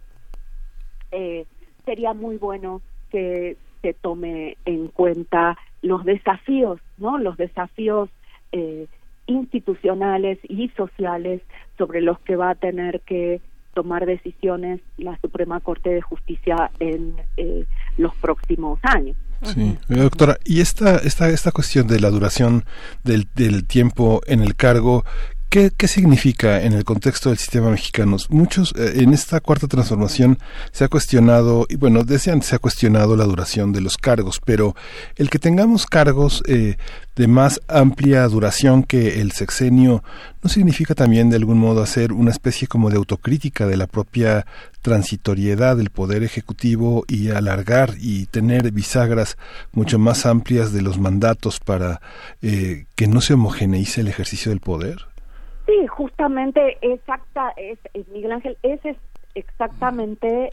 Sería muy bueno que se tome en cuenta los desafíos, ¿no? Los desafíos institucionales y sociales sobre los que va a tener que tomar decisiones la Suprema Corte de Justicia en los próximos años. Sí, doctora, y esta cuestión de la duración del tiempo en el cargo, ¿qué significa en el contexto del sistema mexicano? Muchos, en esta cuarta transformación se ha cuestionado, y bueno, desde antes se ha cuestionado la duración de los cargos, pero el que tengamos cargos de más amplia duración que el sexenio, ¿no significa también de algún modo hacer una especie como de autocrítica de la propia transitoriedad del Poder Ejecutivo y alargar y tener bisagras mucho más amplias de los mandatos para que no se homogeneice el ejercicio del poder? Sí, justamente, Miguel Ángel, ese es exactamente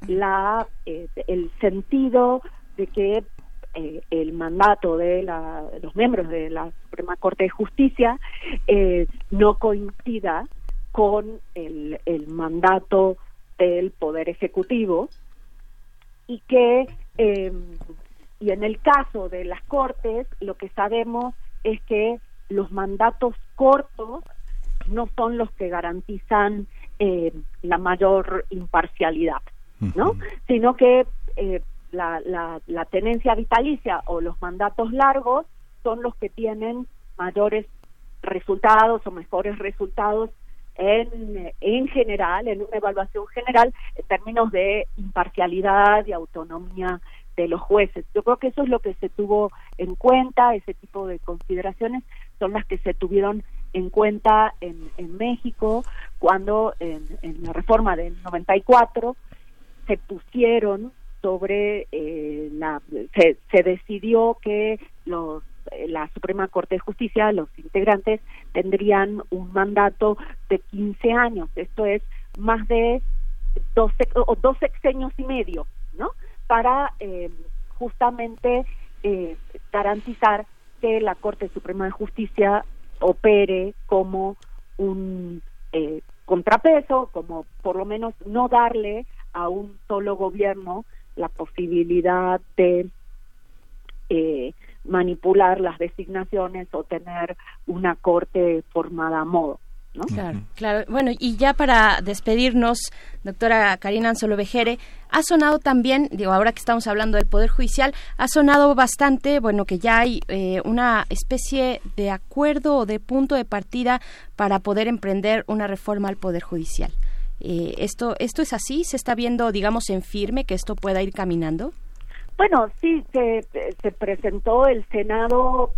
el sentido de que el mandato de los miembros de la Suprema Corte de Justicia no coincida con el mandato del Poder Ejecutivo, y que y en el caso de las Cortes lo que sabemos es que los mandatos cortos no son los que garantizan la mayor imparcialidad, ¿no? Sino que la tenencia vitalicia o los mandatos largos son los que tienen mayores resultados o mejores resultados en general, en una evaluación general, en términos de imparcialidad y autonomía de los jueces. Yo creo que eso es lo que se tuvo en cuenta, ese tipo de consideraciones son las que se tuvieron en cuenta en México cuando en la reforma del 94 se pusieron sobre se decidió que la Suprema Corte de Justicia, los integrantes, tendrían un mandato de 15 años, esto es más de 2 sexenios y medio, ¿no? Para justamente garantizar que la Corte Suprema de Justicia opere como un contrapeso, como por lo menos no darle a un solo gobierno la posibilidad de manipular las designaciones o tener una corte formada a modo, ¿no? Claro. Bueno, y ya para despedirnos, doctora Karina Anzolo-Vejere, ha sonado también, ahora que estamos hablando del Poder Judicial, ha sonado bastante, que ya hay una especie de acuerdo o de punto de partida para poder emprender una reforma al Poder Judicial. ¿Esto es así? ¿Se está viendo, digamos, en firme que esto pueda ir caminando? Bueno, sí, se presentó, el Senado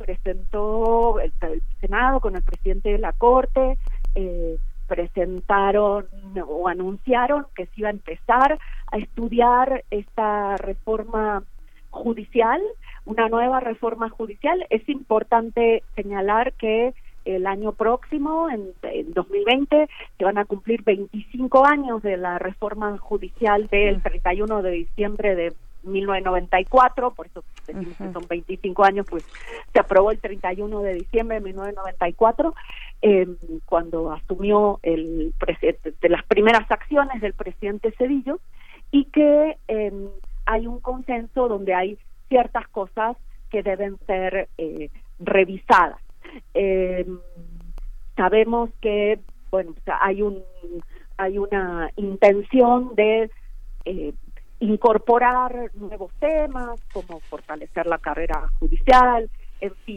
con el presidente de la Corte, presentaron o anunciaron que se iba a empezar a estudiar esta reforma judicial, una nueva reforma judicial. Es importante señalar que el año próximo, en 2020, se van a cumplir 25 años de la reforma judicial del 31 de diciembre de 1994, por eso decimos que son 25 años, pues se aprobó el 31 de diciembre de 1994, cuando asumió el presidente, de las primeras acciones del presidente Zedillo, y que hay un consenso donde hay ciertas cosas que deben ser revisadas. Sabemos que hay una intención de incorporar nuevos temas como fortalecer la carrera judicial, en fin,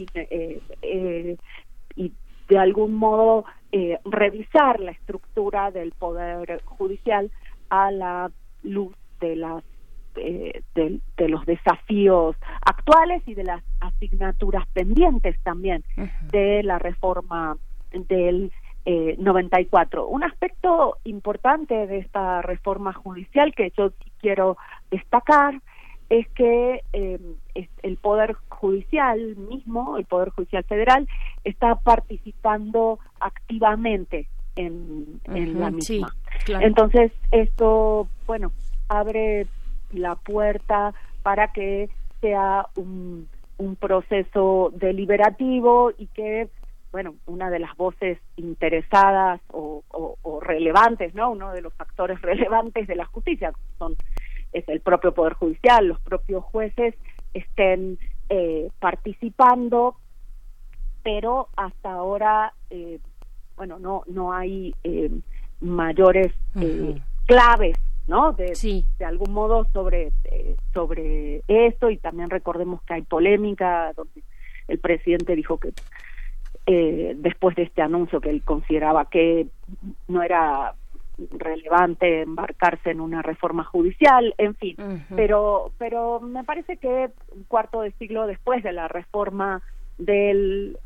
y de algún modo revisar la estructura del Poder Judicial a la luz de los desafíos actuales y de las asignaturas pendientes también de la reforma del 94. Un aspecto importante de esta reforma judicial que yo quiero destacar es que el Poder Judicial mismo, el Poder Judicial Federal, está participando activamente en la misma. Sí, claro. Entonces, esto, abre la puerta para que sea un proceso deliberativo y que, una de las voces interesadas o relevantes, ¿no? Uno de los actores relevantes de la justicia es el propio Poder Judicial, los propios jueces estén participando, pero hasta ahora, no hay mayores claves, ¿no? De algún modo sobre esto, y también recordemos que hay polémica donde el presidente dijo que después de este anuncio que él consideraba que no era relevante embarcarse en una reforma judicial, en fin, pero me parece que un cuarto de siglo después de la reforma del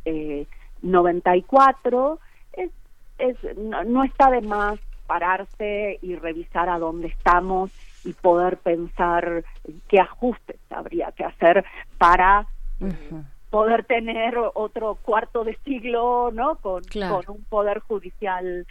94 no está de más pararse y revisar a dónde estamos y poder pensar qué ajustes habría que hacer para poder tener otro cuarto de siglo, ¿no? Con un poder judicial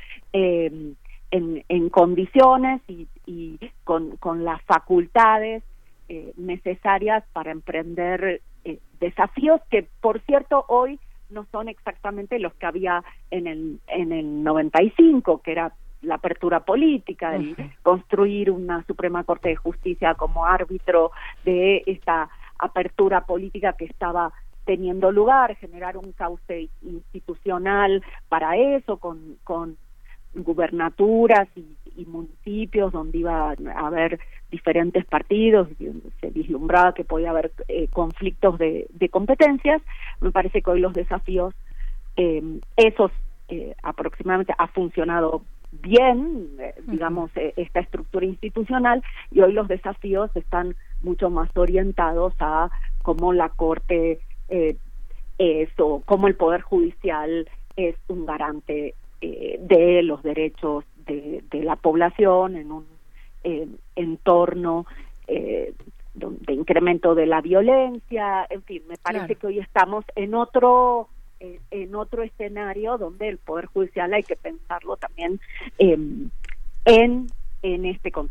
en condiciones y con las facultades necesarias para emprender desafíos que, por cierto, hoy no son exactamente los que había en el 95, que era la apertura política, el construir una Suprema Corte de Justicia como árbitro de esta apertura política que estaba teniendo lugar, generar un cauce institucional para eso, con gubernaturas y municipios donde iba a haber diferentes partidos, se vislumbraba que podía haber conflictos de competencias. Me parece que hoy los desafíos, esos aproximadamente ha funcionado bien, digamos, esta estructura institucional, y hoy los desafíos están mucho más orientados a cómo la Corte o cómo el Poder Judicial es un garante de los derechos de la población en un entorno de incremento de la violencia, en fin, me parece que hoy estamos en otro escenario donde el Poder Judicial hay que pensarlo también en este contexto.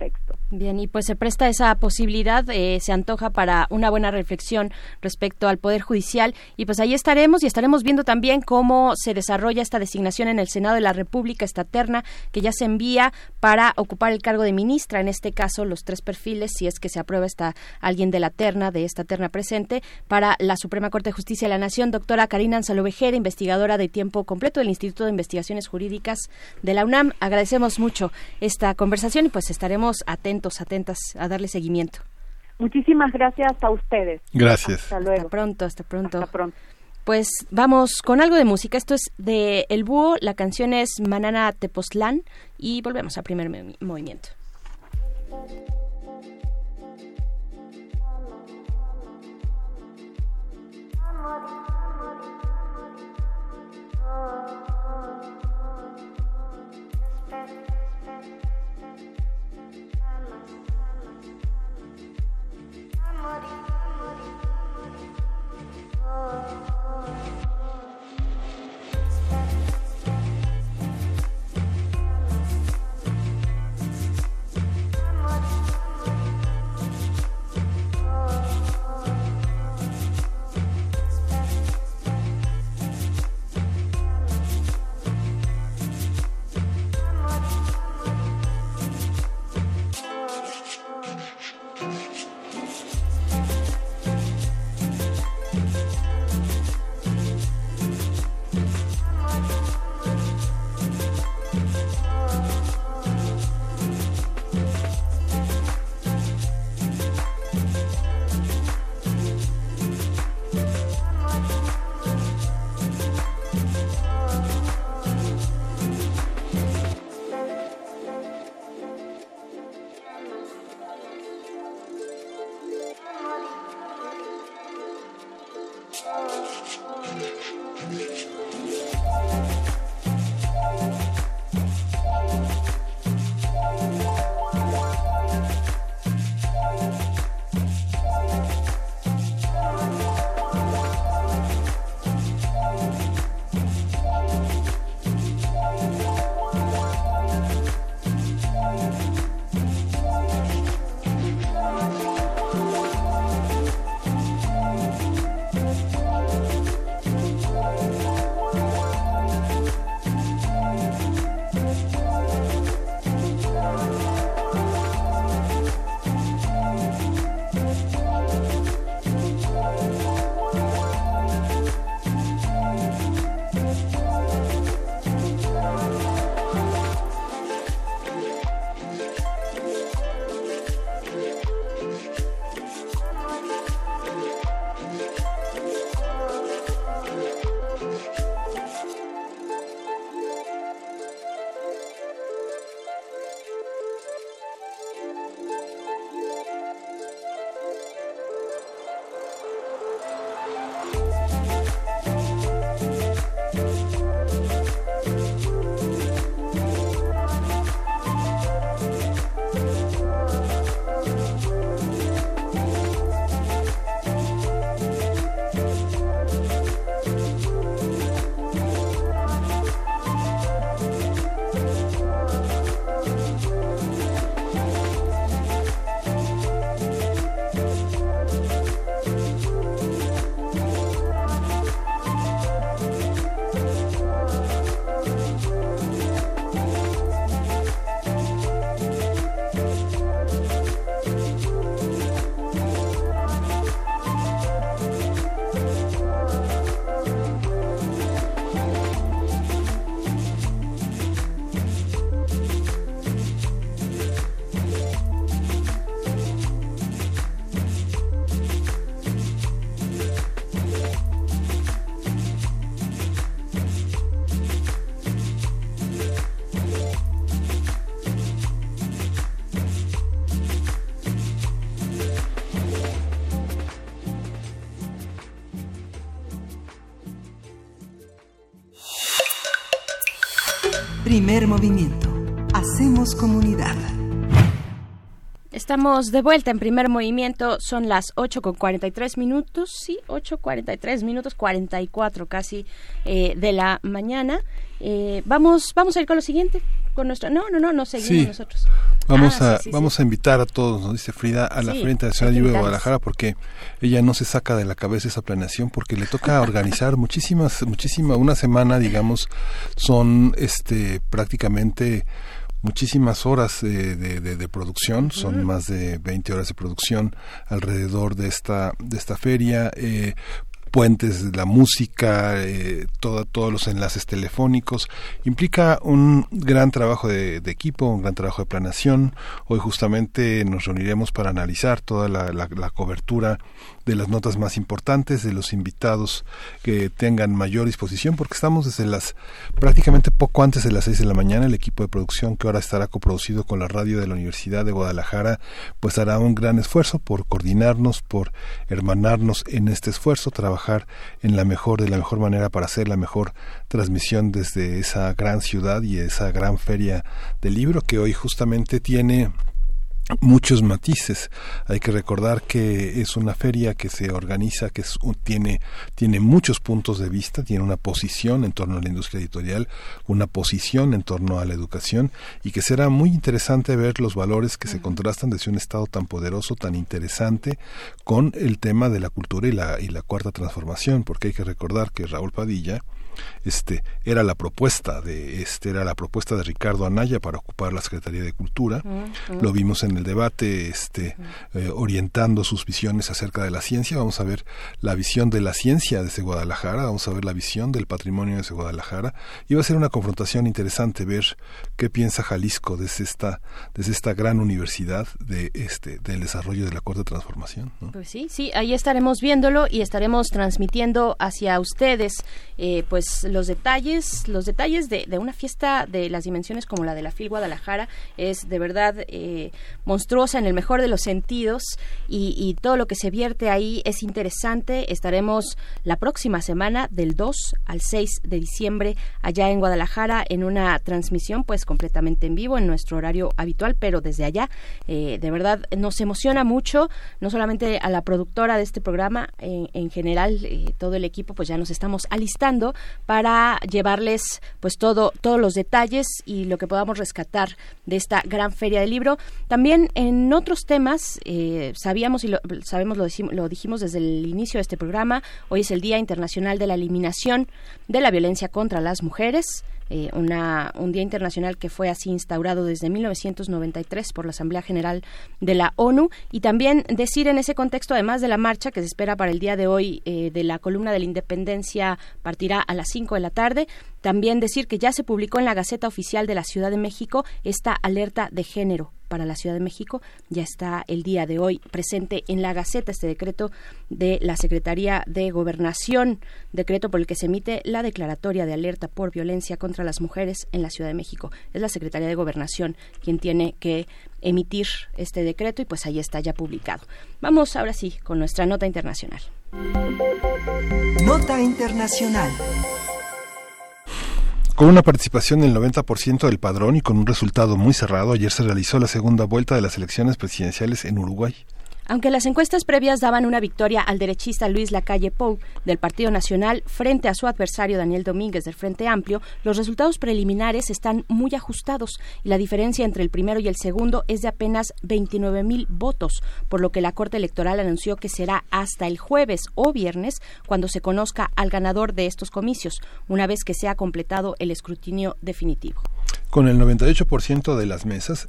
Bien, y pues se presta esa posibilidad, se antoja para una buena reflexión respecto al Poder Judicial, y pues ahí estaremos viendo también cómo se desarrolla esta designación en el Senado de la República, esta terna que ya se envía para ocupar el cargo de ministra, en este caso los 3 perfiles, si es que se aprueba alguien de esta terna presente, para la Suprema Corte de Justicia de la Nación. Doctora Karina Ansalo-Vejera, investigadora de tiempo completo del Instituto de Investigaciones Jurídicas de la UNAM, agradecemos mucho esta conversación y pues estaremos atentas a darle seguimiento. Muchísimas gracias a ustedes. Gracias. Hasta luego. Hasta pronto. Hasta pronto. Pues vamos con algo de música. Esto es de El Búho, la canción es Manana Tepoztlán y volvemos a Primer Movimiento. Primer movimiento. Hacemos comunidad. Estamos de vuelta en Primer Movimiento, son las 8:43 minutos, sí, 8:43 minutos, 44 casi de la mañana. Vamos a ir con lo siguiente. con nuestra... No seguimos nosotros. Vamos a invitar a todos, nos dice Frida, a la Feria Internacional del Libro de Guadalajara, porque ella no se saca de la cabeza esa planeación, porque le toca organizar una semana, digamos, son prácticamente muchísimas horas de producción, son más de 20 horas de producción alrededor de esta feria, puentes de la música, todos los enlaces telefónicos. Implica un gran trabajo de equipo, un gran trabajo de planeación. Hoy justamente nos reuniremos para analizar toda la cobertura de las notas más importantes, de los invitados que tengan mayor disposición, porque estamos desde prácticamente poco antes de las 6 de la mañana. El equipo de producción, que ahora estará coproducido con la radio de la Universidad de Guadalajara, pues hará un gran esfuerzo por coordinarnos, por hermanarnos en este esfuerzo, trabajar de la mejor manera para hacer la mejor transmisión desde esa gran ciudad y esa gran feria del libro, que hoy justamente tiene muchos matices. Hay que recordar que es una feria que se organiza, que tiene muchos puntos de vista, tiene una posición en torno a la industria editorial, una posición en torno a la educación, y que será muy interesante ver los valores que se contrastan desde un estado tan poderoso, tan interesante, con el tema de la cultura y la cuarta transformación, porque hay que recordar que Raúl Padilla era la propuesta de Ricardo Anaya para ocupar la Secretaría de Cultura. Lo vimos en el debate, orientando sus visiones acerca de la ciencia. Vamos a ver la visión de la ciencia desde Guadalajara, vamos a ver la visión del patrimonio desde Guadalajara, y va a ser una confrontación interesante ver qué piensa Jalisco desde esta gran universidad del desarrollo de la cuarta transformación, ¿no? Pues sí, ahí estaremos viéndolo y estaremos transmitiendo hacia ustedes pues los detalles de una fiesta de las dimensiones como la de la FIL Guadalajara. Es de verdad monstruosa en el mejor de los sentidos, y todo lo que se vierte ahí es interesante. Estaremos la próxima semana del 2 al 6 de diciembre allá en Guadalajara en una transmisión pues completamente en vivo en nuestro horario habitual, pero desde allá. De verdad nos emociona mucho, no solamente a la productora de este programa, en general todo el equipo, pues ya nos estamos alistando para llevarles pues todos los detalles y lo que podamos rescatar de esta gran feria del libro. También en otros temas, sabíamos y lo dijimos desde el inicio de este programa, hoy es el Día Internacional de la Eliminación de la Violencia contra las Mujeres. Un día internacional que fue así instaurado desde 1993 por la Asamblea General de la ONU, y también decir en ese contexto, además de la marcha que se espera para el día de hoy, de la columna de la Independencia partirá a las 5 de la tarde, también decir que ya se publicó en la Gaceta Oficial de la Ciudad de México esta alerta de género para la Ciudad de México. Ya está el día de hoy presente en la Gaceta este decreto de la Secretaría de Gobernación, decreto por el que se emite la declaratoria de alerta por violencia contra las mujeres en la Ciudad de México. Es la Secretaría de Gobernación quien tiene que emitir este decreto, y pues ahí está ya publicado. Vamos ahora sí con nuestra nota internacional. Nota internacional. Con una participación del 90% del padrón y con un resultado muy cerrado, ayer se realizó la segunda vuelta de las elecciones presidenciales en Uruguay. Aunque las encuestas previas daban una victoria al derechista Luis Lacalle Pou del Partido Nacional frente a su adversario Daniel Domínguez del Frente Amplio, los resultados preliminares están muy ajustados y la diferencia entre el primero y el segundo es de apenas 29,000 votos, por lo que la Corte Electoral anunció que será hasta el jueves o viernes cuando se conozca al ganador de estos comicios, una vez que sea completado el escrutinio definitivo. Con el 98% de las mesas,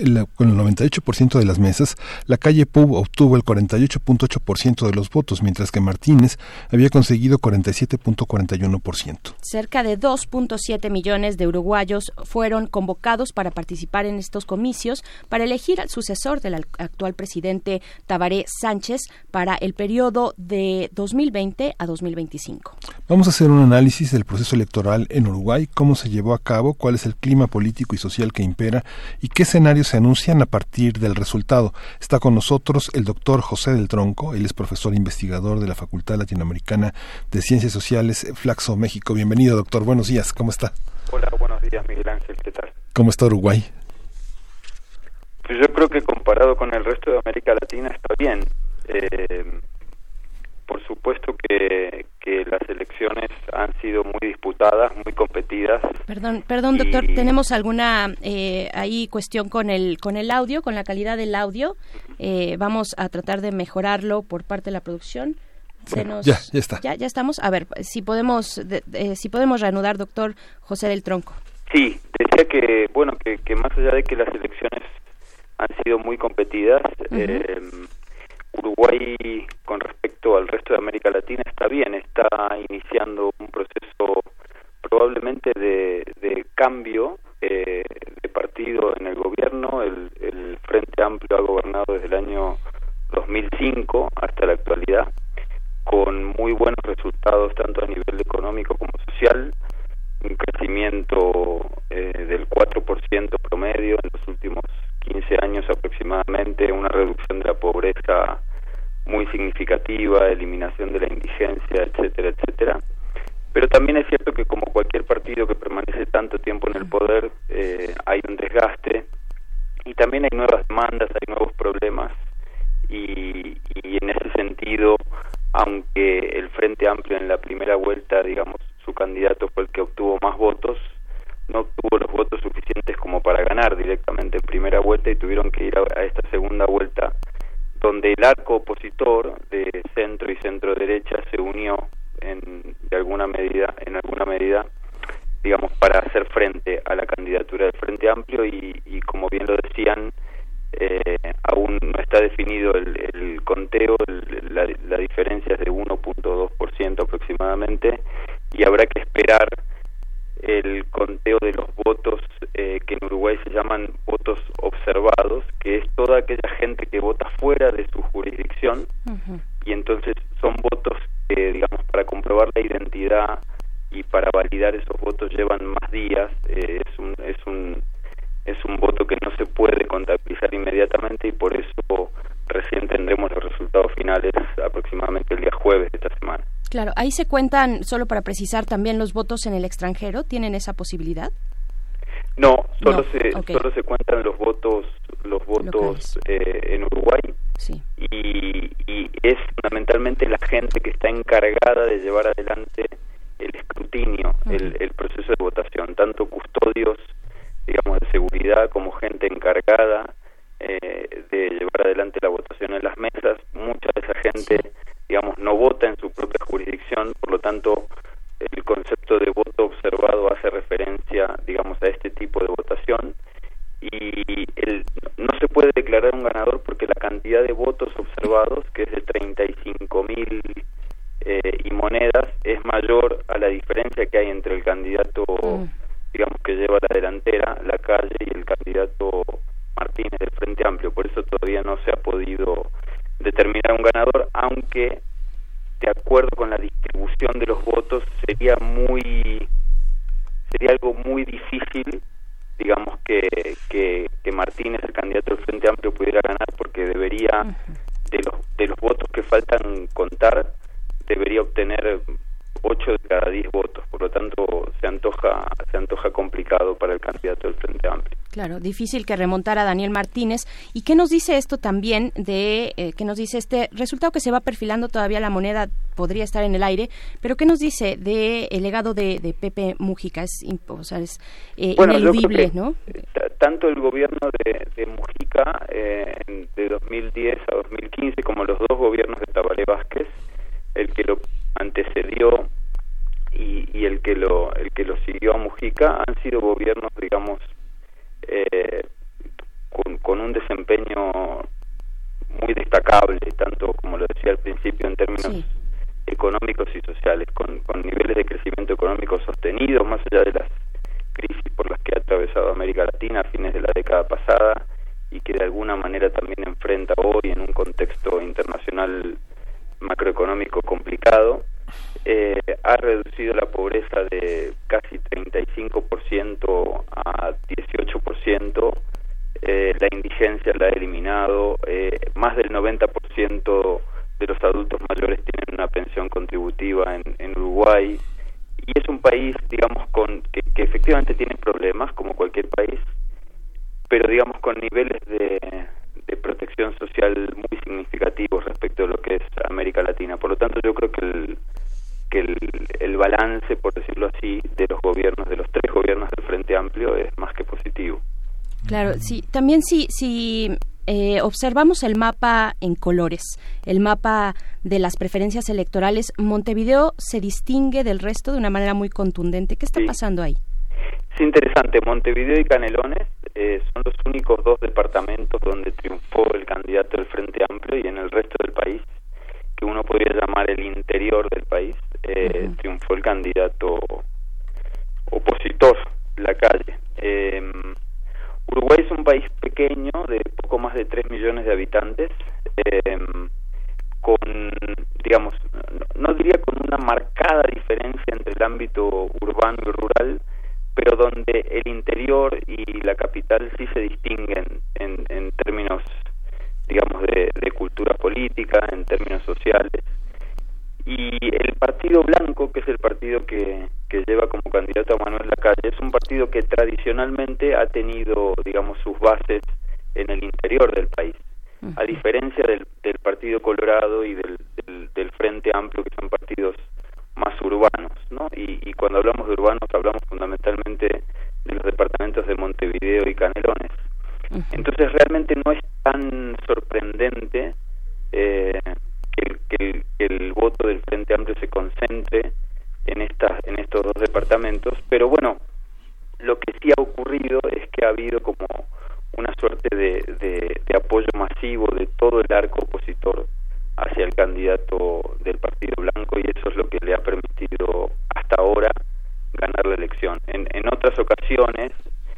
Lacalle Pou obtuvo el 48.8% de los votos, mientras que Martínez había conseguido 47.41%. Cerca de 2.7 millones de uruguayos fueron convocados para participar en estos comicios para elegir al sucesor del actual presidente Tabaré Sánchez para el periodo de 2020 a 2025. Vamos a hacer un análisis del proceso electoral en Uruguay, cómo se llevó a cabo, cuál es el clima político y social que impera y qué escenarios se anuncian a partir del resultado. Está con nosotros el doctor José del Tronco, él es profesor investigador de la Facultad Latinoamericana de Ciencias Sociales, Flaxo, México. Bienvenido, doctor, buenos días, ¿cómo está? Hola, buenos días, Miguel Ángel, ¿qué tal? ¿Cómo está Uruguay? Pues yo creo que comparado con el resto de América Latina está bien. Por supuesto que las elecciones han sido muy disputadas disputadas, muy competidas. Perdón, doctor, tenemos alguna ahí cuestión con el audio, con la calidad del audio. Vamos a tratar de mejorarlo por parte de la producción. Ya está. Ya estamos. A ver, si podemos reanudar, doctor José del Tronco. Sí, decía que más allá de que las elecciones han sido muy competidas, Uruguay, con respecto al resto de América Latina, está bien, está iniciando un proceso probablemente de cambio de partido en el gobierno. El Frente Amplio ha gobernado desde el año 2005 hasta la actualidad, con muy buenos resultados tanto a nivel económico como social, un crecimiento del 4% promedio en los últimos 15 años aproximadamente, una reducción de la pobreza muy significativa, eliminación de la indigencia, etcétera, etcétera. Pero también es cierto que como cualquier partido que permanece tanto tiempo en el poder, hay un desgaste y también hay nuevas demandas, hay nuevos problemas y en ese sentido, aunque el Frente Amplio en la primera vuelta, digamos, su candidato fue el que obtuvo más votos, no obtuvo los votos suficientes como para ganar directamente en primera vuelta y tuvieron que ir a esta segunda vuelta, donde el arco opositor de centro y centro derecha se unió en alguna medida, digamos, para hacer frente a la candidatura del Frente Amplio y como bien lo decían, aún no está definido el conteo, la diferencia es de 1.2% aproximadamente y habrá que esperar el conteo de los votos que en Uruguay se llaman votos observados, que es toda aquella gente que vota fuera de su jurisdicción y entonces son votos que, digamos, para comprobar la identidad y para validar esos votos llevan más días, es un voto que no se puede contabilizar inmediatamente y por eso recién tendremos los resultados finales aproximadamente el día jueves de esta semana. Claro, ahí se cuentan, solo para precisar, también los votos en el extranjero, ¿tienen esa posibilidad? No, solo se cuentan los votos en Uruguay. Sí. Y es fundamentalmente la gente que está encargada de llevar adelante el escrutinio, el proceso de votación, tanto custodios, digamos, de seguridad como gente encargada de llevar adelante la votación en las mesas. Mucha de esa gente, digamos, no vota en su propia jurisdicción, por lo tanto el concepto de voto observado hace referencia, digamos, a este tipo de votación y no se puede declarar un ganador porque la cantidad de votos observados, que es de 35.000 y monedas, es mayor a la diferencia que hay entre el candidato digamos que lleva la delantera, la calle, y el candidato Martínez del Frente Amplio. Por eso todavía no se ha podido determinar un ganador, aunque de acuerdo con la distribución de los votos sería algo muy difícil, digamos, que Martínez, el candidato del Frente Amplio, pudiera ganar, porque debería, de los votos que faltan contar, debería obtener 8 de cada 10 votos, por lo tanto se antoja complicado para el candidato del Frente Amplio. Claro, difícil que remontara a Daniel Martínez. ¿Y qué nos dice esto también qué nos dice este resultado que se va perfilando? Todavía la moneda podría estar en el aire, pero qué nos dice de el legado de Pepe Mujica? Es ineludible, ¿no? Tanto el gobierno de Mujica de 2010 a 2015 como los dos gobiernos de Tabaré Vázquez, el que lo antecedió y el que lo siguió a Mujica, han sido gobiernos, digamos, con un desempeño muy destacable, tanto como lo decía al principio en términos económicos y sociales, con niveles de crecimiento económico sostenidos, más allá de las crisis por las que ha atravesado América Latina a fines de la década pasada y que de alguna manera también enfrenta hoy en un contexto internacional macroeconómico complicado. Ha reducido la pobreza de casi 35% a 18%, la indigencia la ha eliminado, más del 90% de los adultos mayores tienen una pensión contributiva en Uruguay, y es un país, digamos, que efectivamente tiene problemas como cualquier país, pero digamos con niveles de protección social muy significativos respecto de lo que es América Latina. Por lo tanto, yo creo que el balance, por decirlo así, de los gobiernos, de los 3 gobiernos del Frente Amplio es más que positivo. Claro, sí. También si observamos el mapa en colores, el mapa de las preferencias electorales, Montevideo se distingue del resto de una manera muy contundente. ¿Qué está pasando ahí? Es interesante. Montevideo y Canelones son los únicos 2 departamentos donde triunfó el candidato del Frente Amplio, y en el resto del país, que uno podría llamar el interior del país, triunfó el candidato opositor, Lacalle. Uruguay es un país pequeño, de poco más de 3 millones de habitantes, con, digamos, no diría con una marcada diferencia entre el ámbito urbano y rural, pero donde el interior y la capital sí se distinguen en términos, digamos, de cultura política, en términos sociales. Y el Partido Blanco, que es el partido que lleva como candidato a Manuel Lacalle, es un partido que tradicionalmente ha tenido, digamos, sus bases en el interior del país, a diferencia del Partido Colorado y del Frente Amplio, que son partidos más urbanos, ¿no? Y cuando hablamos de urbanos hablamos fundamentalmente de los departamentos de Montevideo y Canelones. Entonces realmente no es tan sorprendente que el voto del Frente Amplio se concentre en estos 2 departamentos, pero bueno, lo que sí ha ocurrido es que ha habido como una suerte de apoyo masivo de todo el arco opositor hacia el candidato del Partido Blanco, y eso es lo que le ha permitido hasta ahora ganar la elección. En otras ocasiones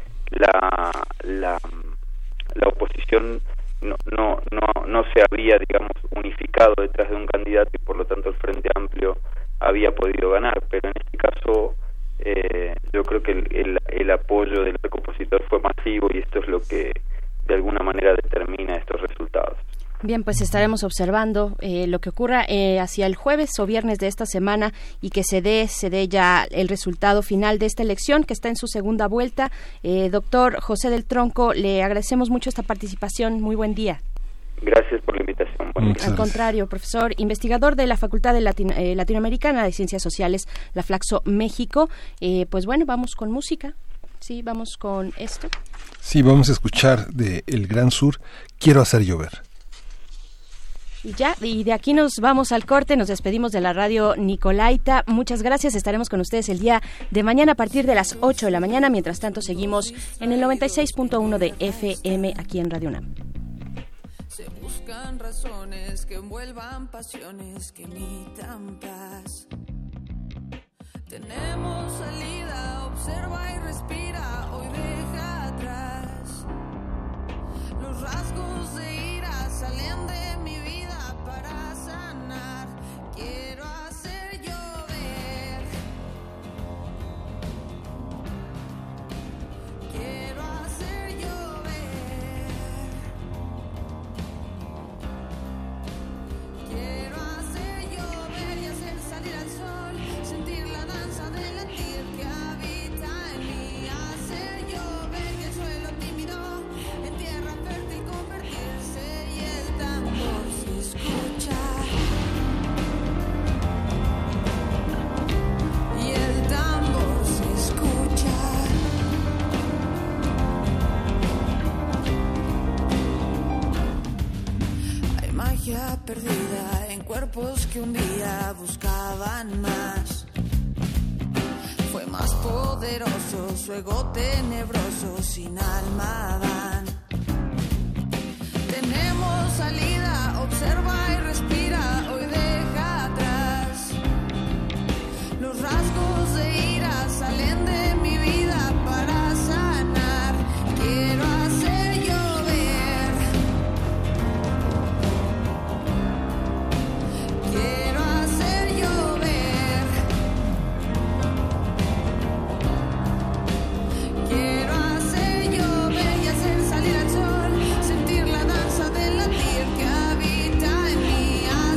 la oposición no se había, digamos, unificado detrás de un candidato, y por lo tanto el Frente Amplio había podido ganar, pero en este caso yo creo que el apoyo del arco opositor fue masivo, y esto es lo que de alguna manera determina estos resultados. Bien, pues estaremos observando lo que ocurra hacia el jueves o viernes de esta semana, y que se dé ya el resultado final de esta elección, que está en su segunda vuelta. Doctor José del Tronco, le agradecemos mucho esta participación. Muy buen día. Gracias por la invitación. Al contrario, profesor, investigador de la Facultad de Latinoamericana de Ciencias Sociales, la Flaxo México. Pues bueno, vamos con música. Sí, vamos con esto. Sí, vamos a escuchar de El Gran Sur, Quiero hacer llover. Y de aquí nos vamos al corte, nos despedimos de la radio Nicolaita. Muchas gracias, estaremos con ustedes el día de mañana a partir de las 8 de la mañana. Mientras tanto, seguimos en el 96.1 de FM aquí en Radio UNAM. Se buscan razones que envuelvan pasiones que imitan paz. Tenemos salida, observa y respira, hoy deja atrás. Los rasgos de ira salen de mi vida para sanar. Quiero hacer llover. Quiero hacer llover. Quiero hacer llover y hacer salir al sol. Sentir la danza del latir que habita en mí. Hacer llover y el suelo tímido en tierra fértil convertirse, y el tambor se escucha. Y el tambor se escucha. Hay magia perdida en cuerpos que un día buscaban más. Fue más poderoso, su ego tenebroso, sin alma van. Tenemos salida, observa y respira, hoy deja atrás. Los rasgos de ira salen de mi vida para sanar. Quiero hacer llover. Quiero hacer llover. Quiero hacer llover y hacer salir al sol. Sentir la danza del latir que habita en mí.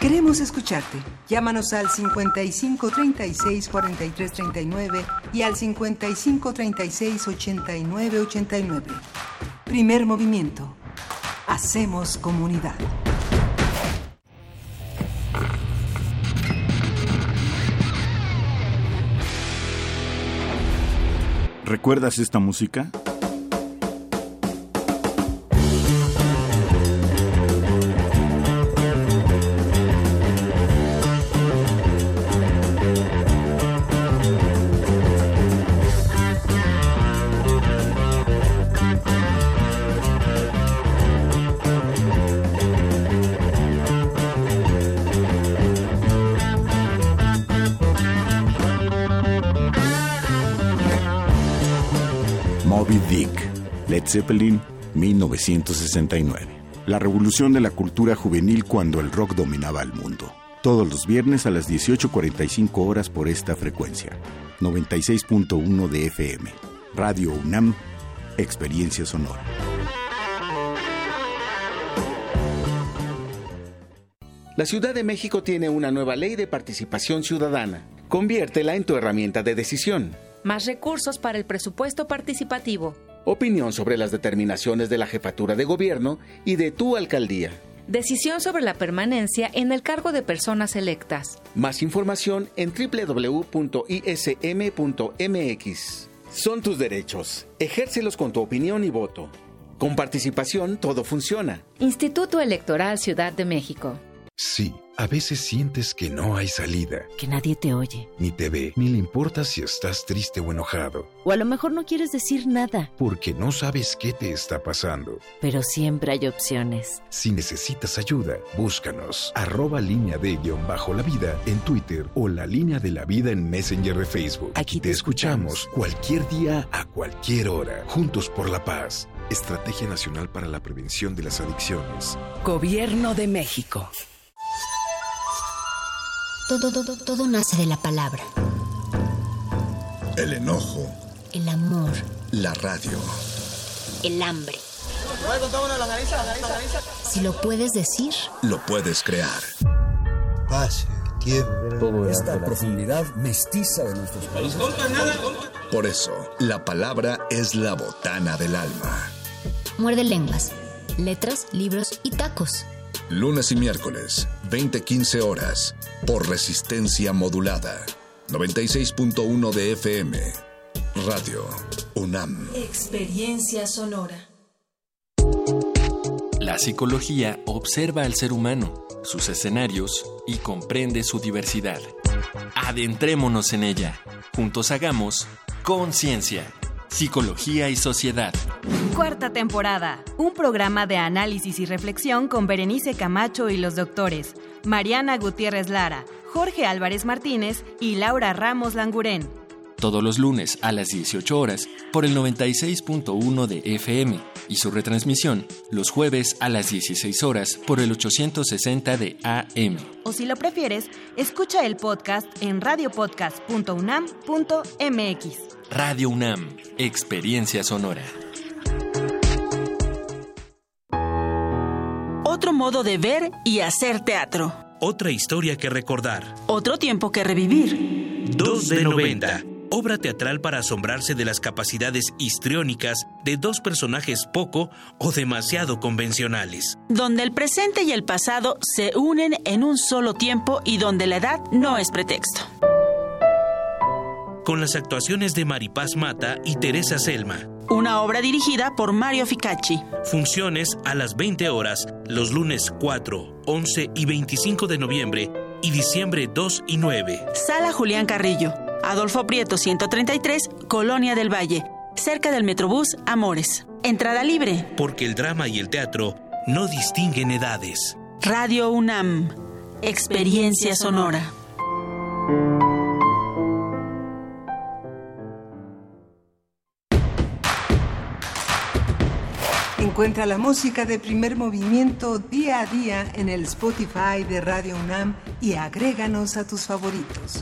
Queremos escucharte. Llámanos al 55 36 43 39 y al 55 36 89 89. Primer movimiento. Hacemos comunidad. ¿Recuerdas esta música? Moby Dick, Led Zeppelin, 1969. La revolución de la cultura juvenil cuando el rock dominaba el mundo. Todos los viernes a las 18:45 horas por esta frecuencia. 96.1 de FM. Radio UNAM, Experiencia Sonora. La Ciudad de México tiene una nueva ley de participación ciudadana. Conviértela en tu herramienta de decisión. Más recursos para el presupuesto participativo. Opinión sobre las determinaciones de la jefatura de gobierno y de tu alcaldía. Decisión sobre la permanencia en el cargo de personas electas. Más información en www.ism.mx. Son tus derechos. Ejércelos con tu opinión y voto. Con participación todo funciona. Instituto Electoral Ciudad de México. Sí, a veces sientes que no hay salida. Que nadie te oye. Ni te ve, ni le importa si estás triste o enojado. O a lo mejor no quieres decir nada. Porque no sabes qué te está pasando. Pero siempre hay opciones. Si necesitas ayuda, búscanos. @LíneaD_la vida en Twitter o La Línea de la Vida en Messenger de Facebook. Aquí te escuchamos cualquier día, a cualquier hora. Juntos por la paz. Estrategia Nacional para la Prevención de las Adicciones. Gobierno de México. Todo nace de la palabra. El enojo. El amor. La radio. El hambre. Si lo puedes decir, lo puedes crear. Paz, tiempo. Todo esta profundidad mestiza de nuestros países. Por eso, la palabra es la botana del alma. Muerde lenguas, letras, libros y tacos. Lunes y miércoles, 20:15 horas, por resistencia modulada. 96.1 de FM. Radio UNAM. Experiencia sonora. La psicología observa al ser humano, sus escenarios y comprende su diversidad. Adentrémonos en ella. Juntos hagamos conciencia, psicología y sociedad. Cuarta temporada. Un programa de análisis y reflexión con Berenice Camacho y los doctores Mariana Gutiérrez Lara, Jorge Álvarez Martínez y Laura Ramos Langurén. Todos los lunes a las 18 horas por el 96.1 de FM y su retransmisión los jueves a las 16 horas por el 860 de AM. O si lo prefieres, escucha el podcast en radiopodcast.unam.mx. Radio UNAM, Experiencia Sonora. Otro modo de ver y hacer teatro. Otra historia que recordar. Otro tiempo que revivir. 2 de 90. Obra teatral para asombrarse de las capacidades histriónicas de dos personajes poco o demasiado convencionales. Donde el presente y el pasado se unen en un solo tiempo y donde la edad no es pretexto. Con las actuaciones de Maripaz Mata y Teresa Selma. Una obra dirigida por Mario Ficacci. Funciones a las 20 horas, los lunes 4, 11 y 25 de noviembre y diciembre 2 y 9. Sala Julián Carrillo, Adolfo Prieto 133, Colonia del Valle, cerca del Metrobús Amores. Entrada libre. Porque el drama y el teatro no distinguen edades. Radio UNAM, Experiencia Sonora. Encuentra la música de Primer Movimiento día a día en el Spotify de Radio UNAM y agréganos a tus favoritos.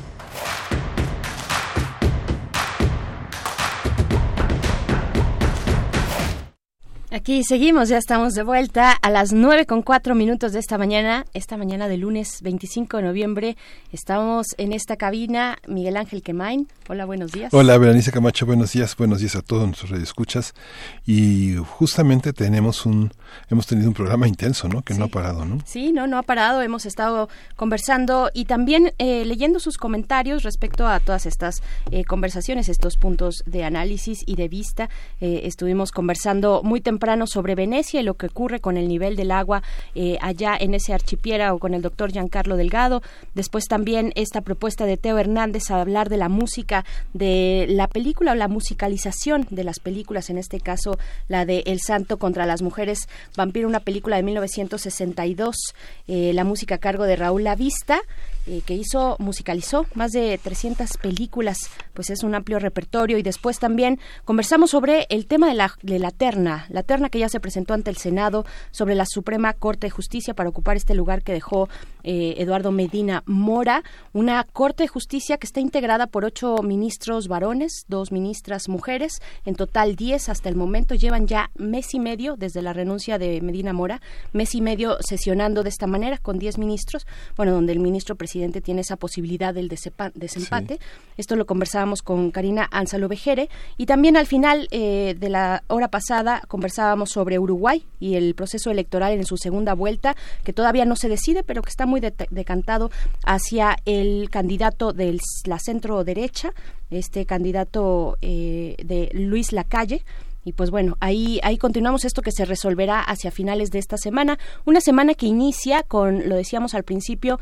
Aquí seguimos, ya estamos de vuelta a las 9:04 de esta mañana de lunes 25 de noviembre. Estamos en esta cabina, Miguel Ángel Quemain. Hola, buenos días. Hola, Berenice Camacho, buenos días a todos nuestros radioescuchas. Y justamente hemos tenido un programa intenso, ¿no? Que sí. No ha parado, ¿no? Sí, no ha parado. Hemos estado conversando y también leyendo sus comentarios respecto a todas estas conversaciones, estos puntos de análisis y de vista. Estuvimos conversando muy temprano sobre Venecia y lo que ocurre con el nivel del agua allá en ese archipiélago con el doctor Giancarlo Delgado. Después también esta propuesta de Teo Hernández a hablar de la música, de la película o la musicalización de las películas, en este caso la de El Santo contra las Mujeres Vampiro, una película de 1962, la música a cargo de Raúl Lavista, que musicalizó más de 300 películas, pues es un amplio repertorio. Y después también conversamos sobre el tema de la terna que ya se presentó ante el Senado sobre la Suprema Corte de Justicia para ocupar este lugar que dejó Eduardo Medina Mora, una Corte de Justicia que está integrada por 8 ministros varones, 2 ministras mujeres, en total 10 hasta el momento. Llevan ya mes y medio desde la renuncia de Medina Mora, mes y medio sesionando de esta manera con 10 ministros, donde el ministro presidente tiene esa posibilidad del desempate. Sí. Esto lo conversábamos con Karina Ansalo Vejere, y también al final de la hora pasada conversábamos sobre Uruguay y el proceso electoral en su segunda vuelta, que todavía no se decide, pero que está muy decantado hacia el candidato de la centro derecha, este candidato de Luis Lacalle. Y pues ahí continuamos esto que se resolverá hacia finales de esta semana, una semana que inicia con, lo decíamos al principio,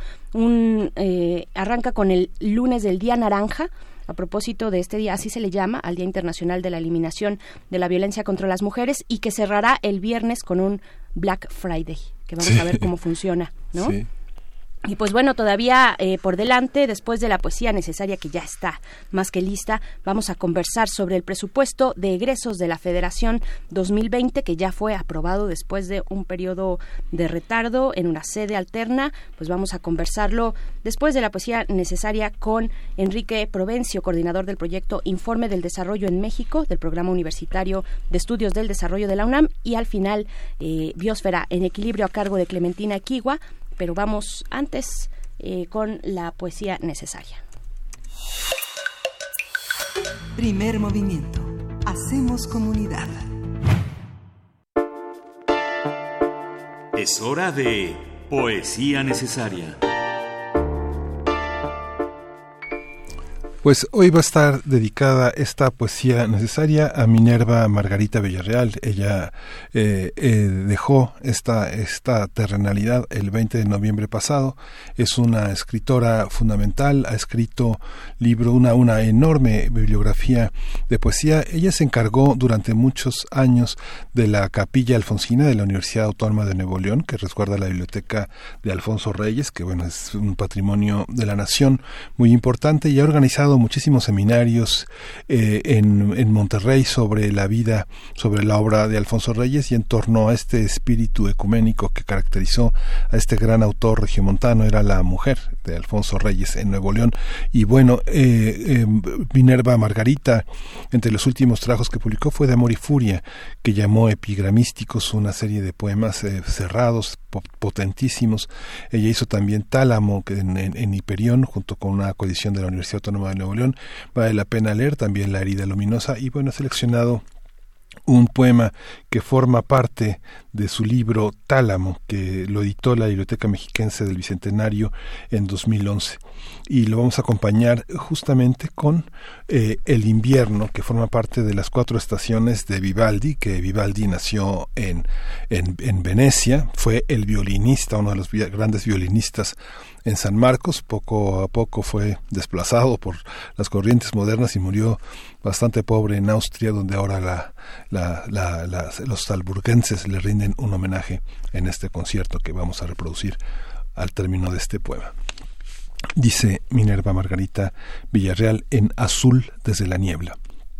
arranca con el lunes del Día Naranja. A propósito de este día, así se le llama, al Día Internacional de la Eliminación de la Violencia contra las Mujeres, y que cerrará el viernes con un Black Friday, que vamos a ver cómo funciona, ¿no? Sí. Y pues todavía por delante, después de la poesía necesaria que ya está más que lista, vamos a conversar sobre el presupuesto de egresos de la Federación 2020, que ya fue aprobado después de un periodo de retardo en una sede alterna. Pues vamos a conversarlo después de la poesía necesaria con Enrique Provencio, coordinador del proyecto Informe del Desarrollo en México, del Programa Universitario de Estudios del Desarrollo de la UNAM, y al final Biosfera en Equilibrio a cargo de Clementina Equigua. Pero vamos antes con la poesía necesaria. Primer movimiento. Hacemos comunidad. Es hora de poesía necesaria. Pues hoy va a estar dedicada esta poesía necesaria a Minerva Margarita Villarreal. Ella dejó esta terrenalidad el 20 de noviembre pasado. Es una escritora fundamental, ha escrito una enorme bibliografía de poesía. Ella se encargó durante muchos años de la Capilla Alfonsina de la Universidad Autónoma de Nuevo León, que resguarda la biblioteca de Alfonso Reyes, que es un patrimonio de la nación muy importante, y ha organizado muchísimos seminarios en Monterrey sobre la vida, sobre la obra de Alfonso Reyes, y en torno a este espíritu ecuménico que caracterizó a este gran autor regiomontano. Era la mujer de Alfonso Reyes en Nuevo León. Y Minerva Margarita, entre los últimos trabajos que publicó fue de Amor y Furia, que llamó Epigramísticos, una serie de poemas cerrados, potentísimos. Ella hizo también Tálamo en Hiperión, junto con una coedición de la Universidad Autónoma de Nuevo León. Vale la pena leer también La herida luminosa, y he seleccionado un poema que forma parte de su libro Tálamo, que lo editó la Biblioteca Mexiquense del Bicentenario en 2011, y lo vamos a acompañar justamente con El invierno, que forma parte de las 4 estaciones de Vivaldi, que Vivaldi nació en Venecia, fue el violinista, uno de los grandes violinistas en San Marcos. Poco a poco fue desplazado por las corrientes modernas y murió bastante pobre en Austria, donde ahora los salburgenses le rinden un homenaje en este concierto que vamos a reproducir al término de este poema. Dice Minerva Margarita Villarreal en Azul desde la niebla.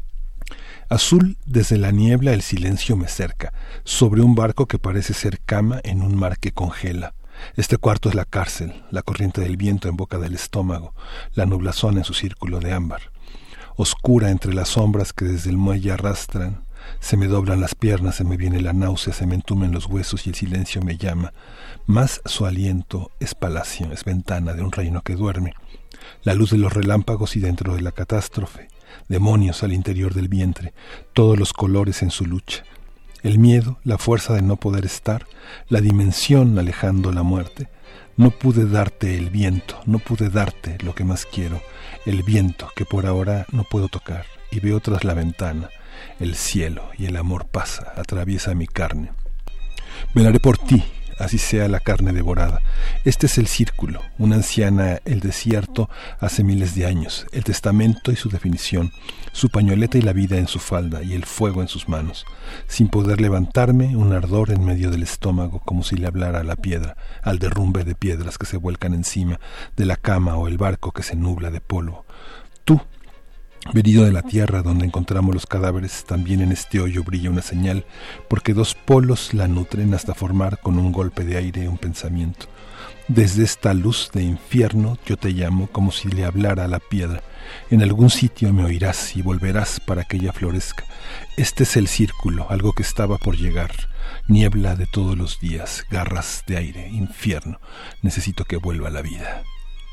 Azul desde la niebla el silencio me cerca, sobre un barco que parece ser cama en un mar que congela. Este cuarto es la cárcel, la corriente del viento en boca del estómago, la nublazón en su círculo de ámbar. Oscura entre las sombras que desde el muelle arrastran, Se me doblan las piernas, se me viene la náusea, se me entumen los huesos y el silencio me llama. Mas su aliento es palacio, es ventana de un reino que duerme. La luz de los relámpagos y dentro de la catástrofe. Demonios al interior del vientre, todos los colores en su lucha. El miedo, la fuerza de no poder estar, la dimensión alejando la muerte. No pude darte el viento, no pude darte lo que más quiero, el viento que por ahora no puedo tocar, y veo tras la ventana el cielo y el amor pasa, atraviesa mi carne. Velaré por ti, así sea la carne devorada. Este es el círculo, una anciana, el desierto hace miles de años, el testamento y su definición, su pañoleta y la vida en su falda y el fuego en sus manos. Sin poder levantarme, un ardor en medio del estómago, como si le hablara a la piedra, al derrumbe de piedras que se vuelcan encima de la cama o el barco que se nubla de polvo. Tú, venido de la tierra donde encontramos los cadáveres, también en este hoyo brilla una señal, porque dos polos la nutren hasta formar con un golpe de aire un pensamiento. Desde esta luz de infierno yo te llamo como si le hablara a la piedra. En algún sitio me oirás y volverás para que ella florezca. Este es el círculo, algo que estaba por llegar. Niebla de todos los días, garras de aire, infierno. Necesito que vuelva la vida.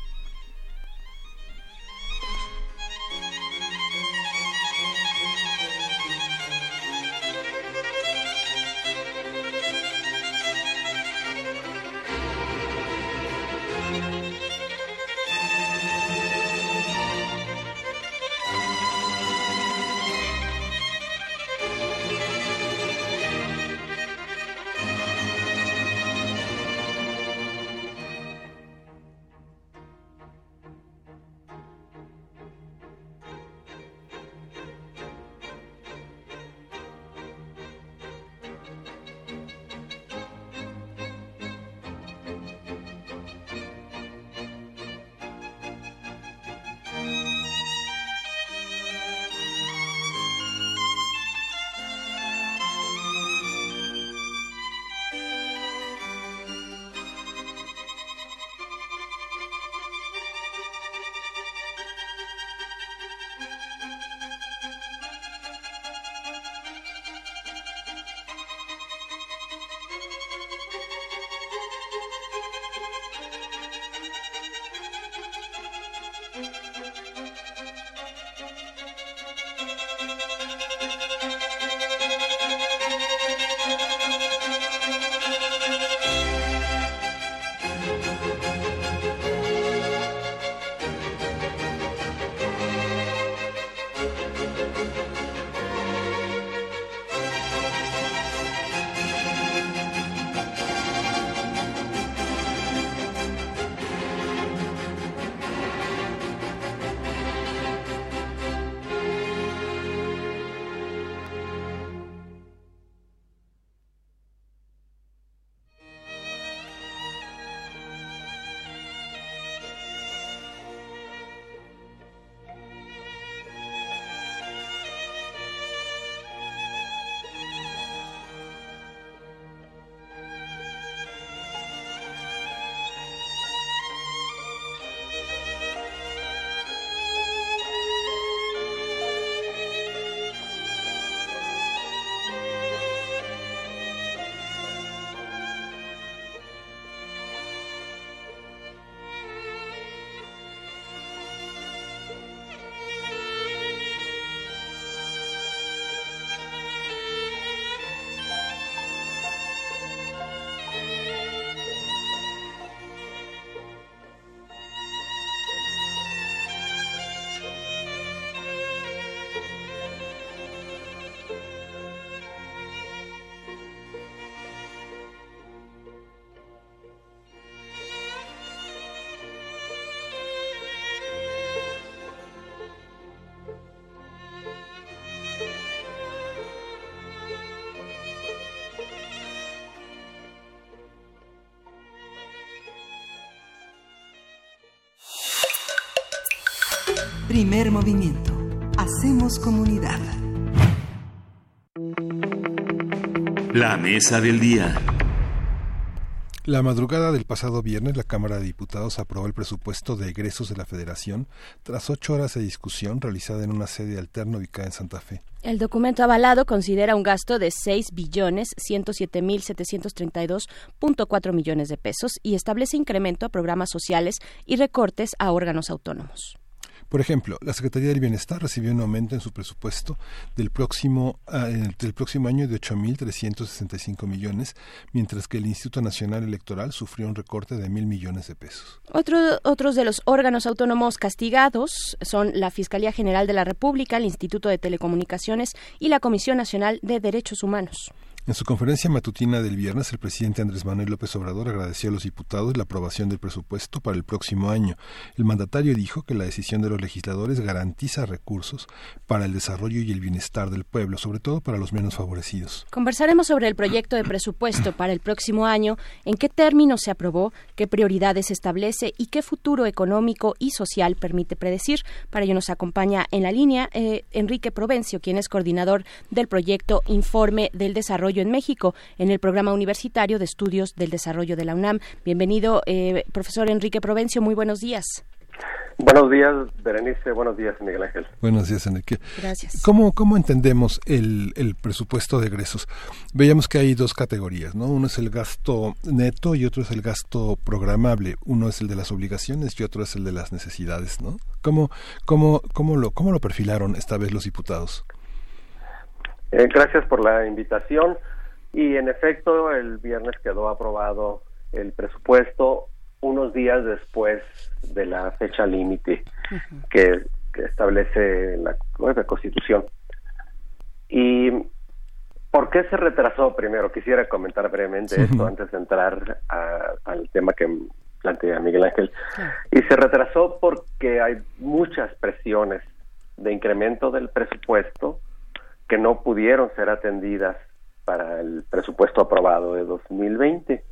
Primer movimiento. Hacemos comunidad. La mesa del día. La madrugada del pasado viernes, la Cámara de Diputados aprobó el presupuesto de egresos de la Federación tras 8 horas de discusión realizada en una sede alterna ubicada en Santa Fe. El documento avalado considera un gasto de 6.107.732.4 millones de pesos y establece incremento a programas sociales y recortes a órganos autónomos. Por ejemplo, la Secretaría del Bienestar recibió un aumento en su presupuesto del próximo año de 8.365 millones, mientras que el Instituto Nacional Electoral sufrió un recorte de 1.000 millones de pesos. Otros de los órganos autónomos castigados son la Fiscalía General de la República, el Instituto de Telecomunicaciones y la Comisión Nacional de Derechos Humanos. En su conferencia matutina del viernes, el presidente Andrés Manuel López Obrador agradeció a los diputados la aprobación del presupuesto para el próximo año. El mandatario dijo que la decisión de los legisladores garantiza recursos para el desarrollo y el bienestar del pueblo, sobre todo para los menos favorecidos. Conversaremos sobre el proyecto de presupuesto para el próximo año, en qué términos se aprobó, qué prioridades establece y qué futuro económico y social permite predecir. Para ello nos acompaña en la línea Enrique Provencio, quien es coordinador del proyecto Informe del Desarrollo en México en el Programa Universitario de Estudios del Desarrollo de la UNAM. Bienvenido, profesor Enrique Provencio, muy buenos días. Buenos días, Berenice, buenos días, Miguel Ángel. Buenos días, Enrique. Gracias. ¿Cómo entendemos el presupuesto de egresos? Veíamos que hay dos categorías, ¿no? Uno es el gasto neto y otro es el gasto programable. Uno es el de las obligaciones y otro es el de las necesidades, ¿no? ¿Cómo lo perfilaron esta vez los diputados? Gracias por la invitación y en efecto el viernes quedó aprobado el presupuesto unos días después de la fecha límite que establece la Constitución. ¿Y por qué se retrasó? Primero quisiera comentar brevemente esto antes de entrar al tema que plantea Miguel Ángel. Y se retrasó porque hay muchas presiones de incremento del presupuesto que no pudieron ser atendidas para el presupuesto aprobado de 2020.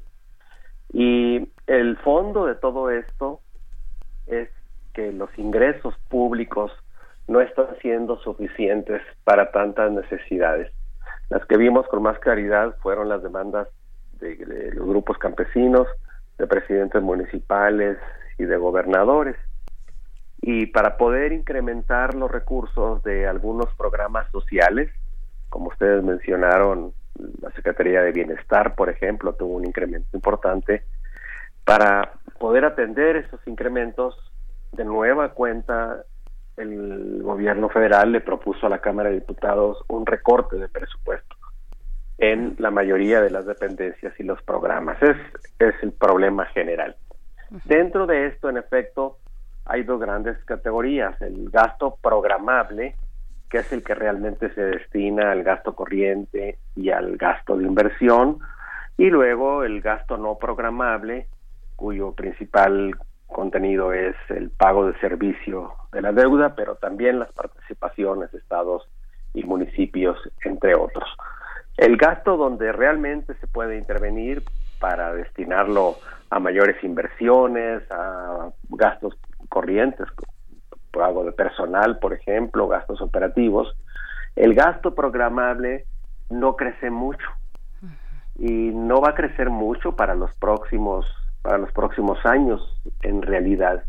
Y el fondo de todo esto es que los ingresos públicos no están siendo suficientes para tantas necesidades. Las que vimos con más claridad fueron las demandas de los grupos campesinos, de presidentes municipales y de gobernadores. Y para poder incrementar los recursos de algunos programas sociales, como ustedes mencionaron, la Secretaría de Bienestar, por ejemplo, tuvo un incremento importante. Para poder atender esos incrementos, de nueva cuenta, el gobierno federal le propuso a la Cámara de Diputados un recorte de presupuesto en la mayoría de las dependencias y los programas. Es el problema general. Dentro de esto, en efecto, hay dos grandes categorías: el gasto programable, que es el que realmente se destina al gasto corriente y al gasto de inversión, y luego el gasto no programable, cuyo principal contenido es el pago de servicio de la deuda, pero también las participaciones de estados y municipios, entre otros. El gasto donde realmente se puede intervenir para destinarlo a mayores inversiones, a gastos corrientes, pago de personal, por ejemplo, gastos operativos. El gasto programable no crece mucho y no va a crecer mucho para los próximos años, en realidad.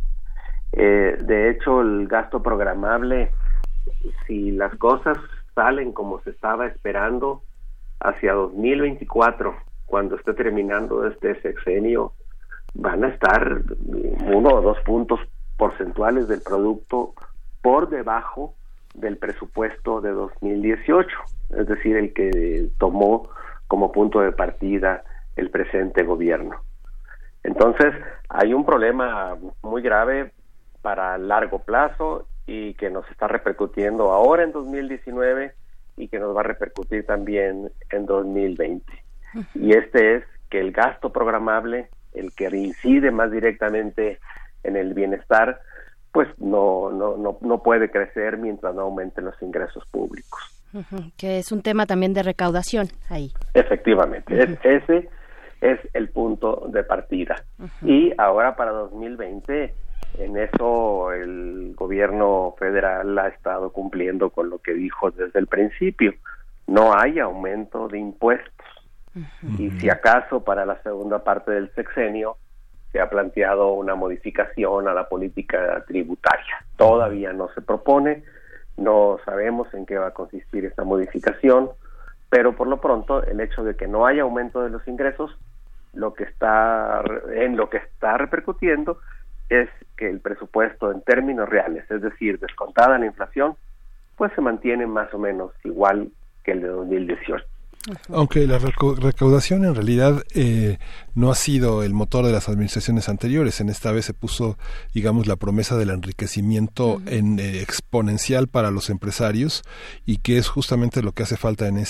De hecho, el gasto programable, si las cosas salen como se estaba esperando, hacia 2024, cuando esté terminando este sexenio, van a estar 1 o 2 puntos porcentuales del producto por debajo del presupuesto de 2018, es decir, el que tomó como punto de partida el presente gobierno. Entonces, hay un problema muy grave para largo plazo y que nos está repercutiendo ahora en 2019 y que nos va a repercutir también en 2020. Y este es que el gasto programable, el que incide más directamente en el bienestar, pues no puede crecer mientras no aumenten los ingresos públicos. Que es un tema también de recaudación ahí. Efectivamente, ese es el punto de partida. Y ahora para 2020, en eso el gobierno federal ha estado cumpliendo con lo que dijo desde el principio: no hay aumento de impuestos. Y si acaso para la segunda parte del sexenio se ha planteado una modificación a la política tributaria. Todavía no se propone, no sabemos en qué va a consistir esta modificación, pero por lo pronto el hecho de que no haya aumento de los ingresos, lo que está repercutiendo es que el presupuesto en términos reales, es decir, descontada la inflación, pues se mantiene más o menos igual que el de 2018. Aunque la recaudación en realidad no ha sido el motor de las administraciones anteriores. En esta vez se puso, digamos, la promesa del enriquecimiento exponencial para los empresarios, y que es justamente lo que hace falta en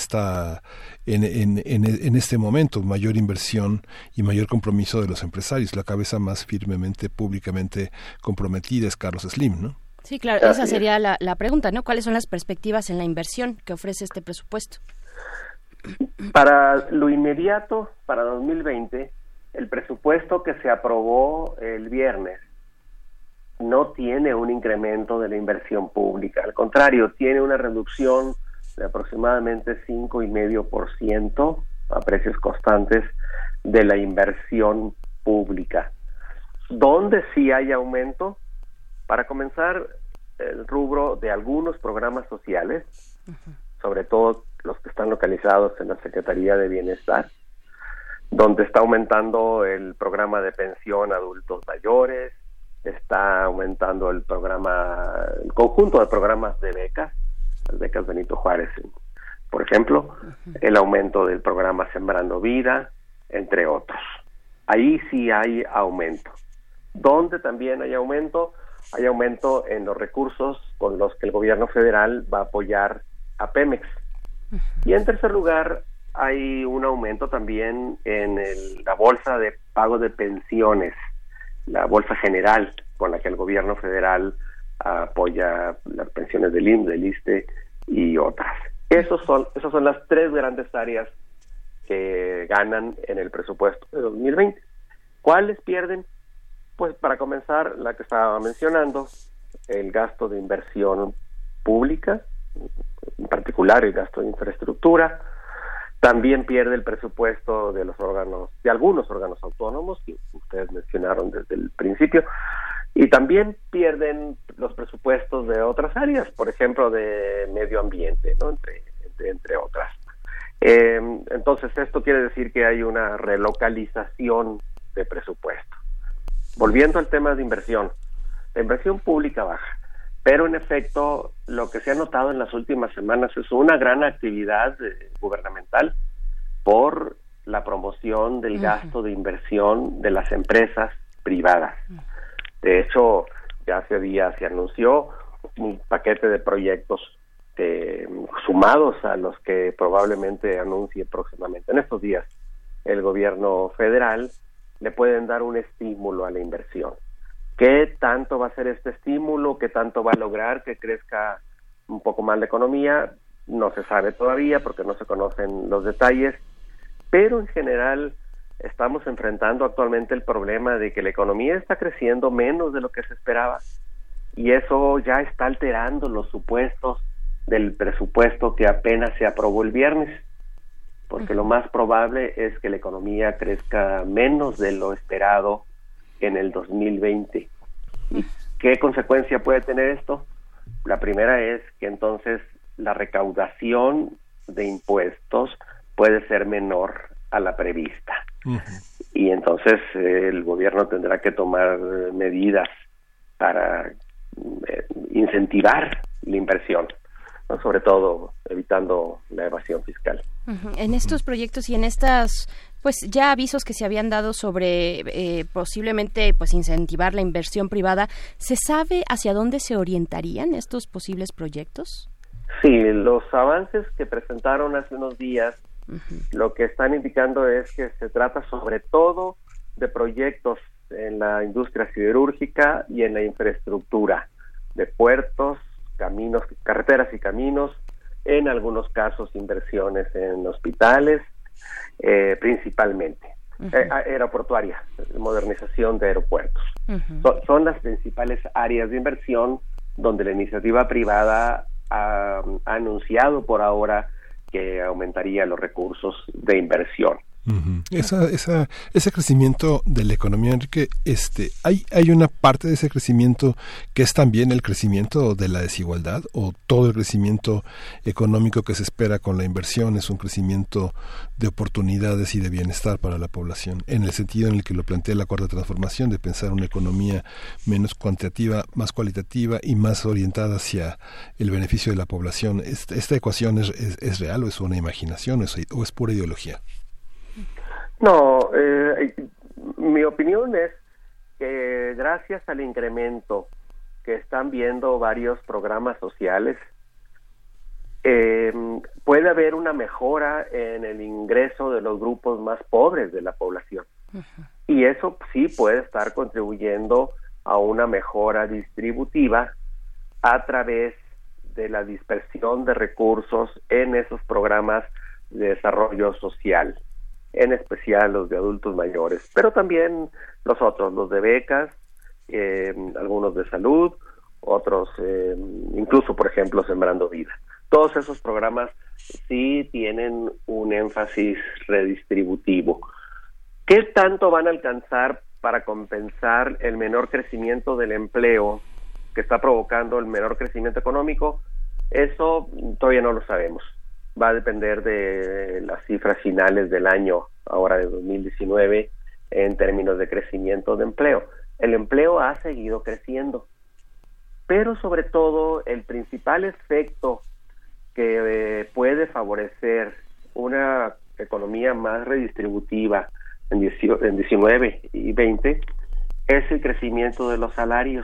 este momento: mayor inversión y mayor compromiso de los empresarios. La cabeza más firmemente, públicamente comprometida es Carlos Slim, ¿no? Sí, claro, esa sería la pregunta, ¿no? ¿Cuáles son las perspectivas en la inversión que ofrece este presupuesto? Para lo inmediato, para 2020, el presupuesto que se aprobó el viernes no tiene un incremento de la inversión pública. Al contrario, tiene una reducción de aproximadamente 5,5% a precios constantes de la inversión pública. ¿Dónde sí hay aumento? Para comenzar, el rubro de algunos programas sociales, sobre todo los que están localizados en la Secretaría de Bienestar, donde está aumentando el programa de pensión a adultos mayores, está aumentando el conjunto de programas de becas, las becas Benito Juárez, por ejemplo, el aumento del programa Sembrando Vida, entre otros. Ahí sí hay aumento. ¿Dónde también hay aumento? Hay aumento en los recursos con los que el gobierno federal va a apoyar a Pemex. Y en tercer lugar, hay un aumento también en la bolsa de pago de pensiones, la bolsa general con la que el gobierno federal apoya las pensiones del IMSS, del ISSSTE y otras. Esas son las tres grandes áreas que ganan en el presupuesto de 2020. ¿Cuáles pierden? Pues para comenzar, la que estaba mencionando, el gasto de inversión pública, en particular el gasto de infraestructura. También pierde el presupuesto de algunos órganos autónomos que ustedes mencionaron desde el principio, y también pierden los presupuestos de otras áreas, por ejemplo de medio ambiente, ¿no? entre otras. Entonces esto quiere decir que hay una relocalización de presupuesto. Volviendo al tema de inversión, la inversión pública baja, pero en efecto lo que se ha notado en las últimas semanas es una gran actividad gubernamental por la promoción del gasto de inversión de las empresas privadas. De hecho, ya hace días se anunció un paquete de proyectos sumados a los que probablemente anuncie próximamente en estos días el gobierno federal. Le pueden dar un estímulo a la inversión. ¿Qué tanto va a ser este estímulo? ¿Qué tanto va a lograr que crezca un poco más la economía? No se sabe todavía porque no se conocen los detalles, pero en general estamos enfrentando actualmente el problema de que la economía está creciendo menos de lo que se esperaba, y eso ya está alterando los supuestos del presupuesto que apenas se aprobó el viernes, porque lo más probable es que la economía crezca menos de lo esperado en el 2020. ¿Y qué consecuencia puede tener esto? La primera es que entonces la recaudación de impuestos puede ser menor a la prevista. Y entonces el gobierno tendrá que tomar medidas para incentivar la inversión, ¿no? Sobre todo evitando la evasión fiscal. En estos proyectos y en estas ya avisos que se habían dado sobre posiblemente incentivar la inversión privada, ¿se sabe hacia dónde se orientarían estos posibles proyectos? Sí, los avances que presentaron hace unos días lo que están indicando es que se trata sobre todo de proyectos en la industria siderúrgica y en la infraestructura de puertos, caminos, carreteras y caminos, en algunos casos inversiones en hospitales, principalmente, aeroportuaria, modernización de aeropuertos. Son las principales áreas de inversión donde la iniciativa privada ha anunciado por ahora que aumentaría los recursos de inversión. Uh-huh. Ese crecimiento de la economía, Enrique, hay una parte de ese crecimiento que es también el crecimiento de la desigualdad, o todo el crecimiento económico que se espera con la inversión es un crecimiento de oportunidades y de bienestar para la población, en el sentido en el que lo plantea la Cuarta Transformación, de pensar una economía menos cuantitativa, más cualitativa y más orientada hacia el beneficio de la población. ¿Esta ecuación es real o es una imaginación o es pura ideología? No, mi opinión es que gracias al incremento que están viendo varios programas sociales, puede haber una mejora en el ingreso de los grupos más pobres de la población. Uh-huh. Y eso sí puede estar contribuyendo a una mejora distributiva a través de la dispersión de recursos en esos programas de desarrollo social, en especial los de adultos mayores, pero también los otros, los de becas, algunos de salud, otros incluso, por ejemplo, Sembrando Vida. Todos esos programas sí tienen un énfasis redistributivo. ¿Qué tanto van a alcanzar para compensar el menor crecimiento del empleo que está provocando el menor crecimiento económico? Eso todavía no lo sabemos. Va a depender de las cifras finales del año, ahora de 2019, en términos de crecimiento de empleo. El empleo ha seguido creciendo, pero sobre todo el principal efecto que puede favorecer una economía más redistributiva en 19 y 20 es el crecimiento de los salarios.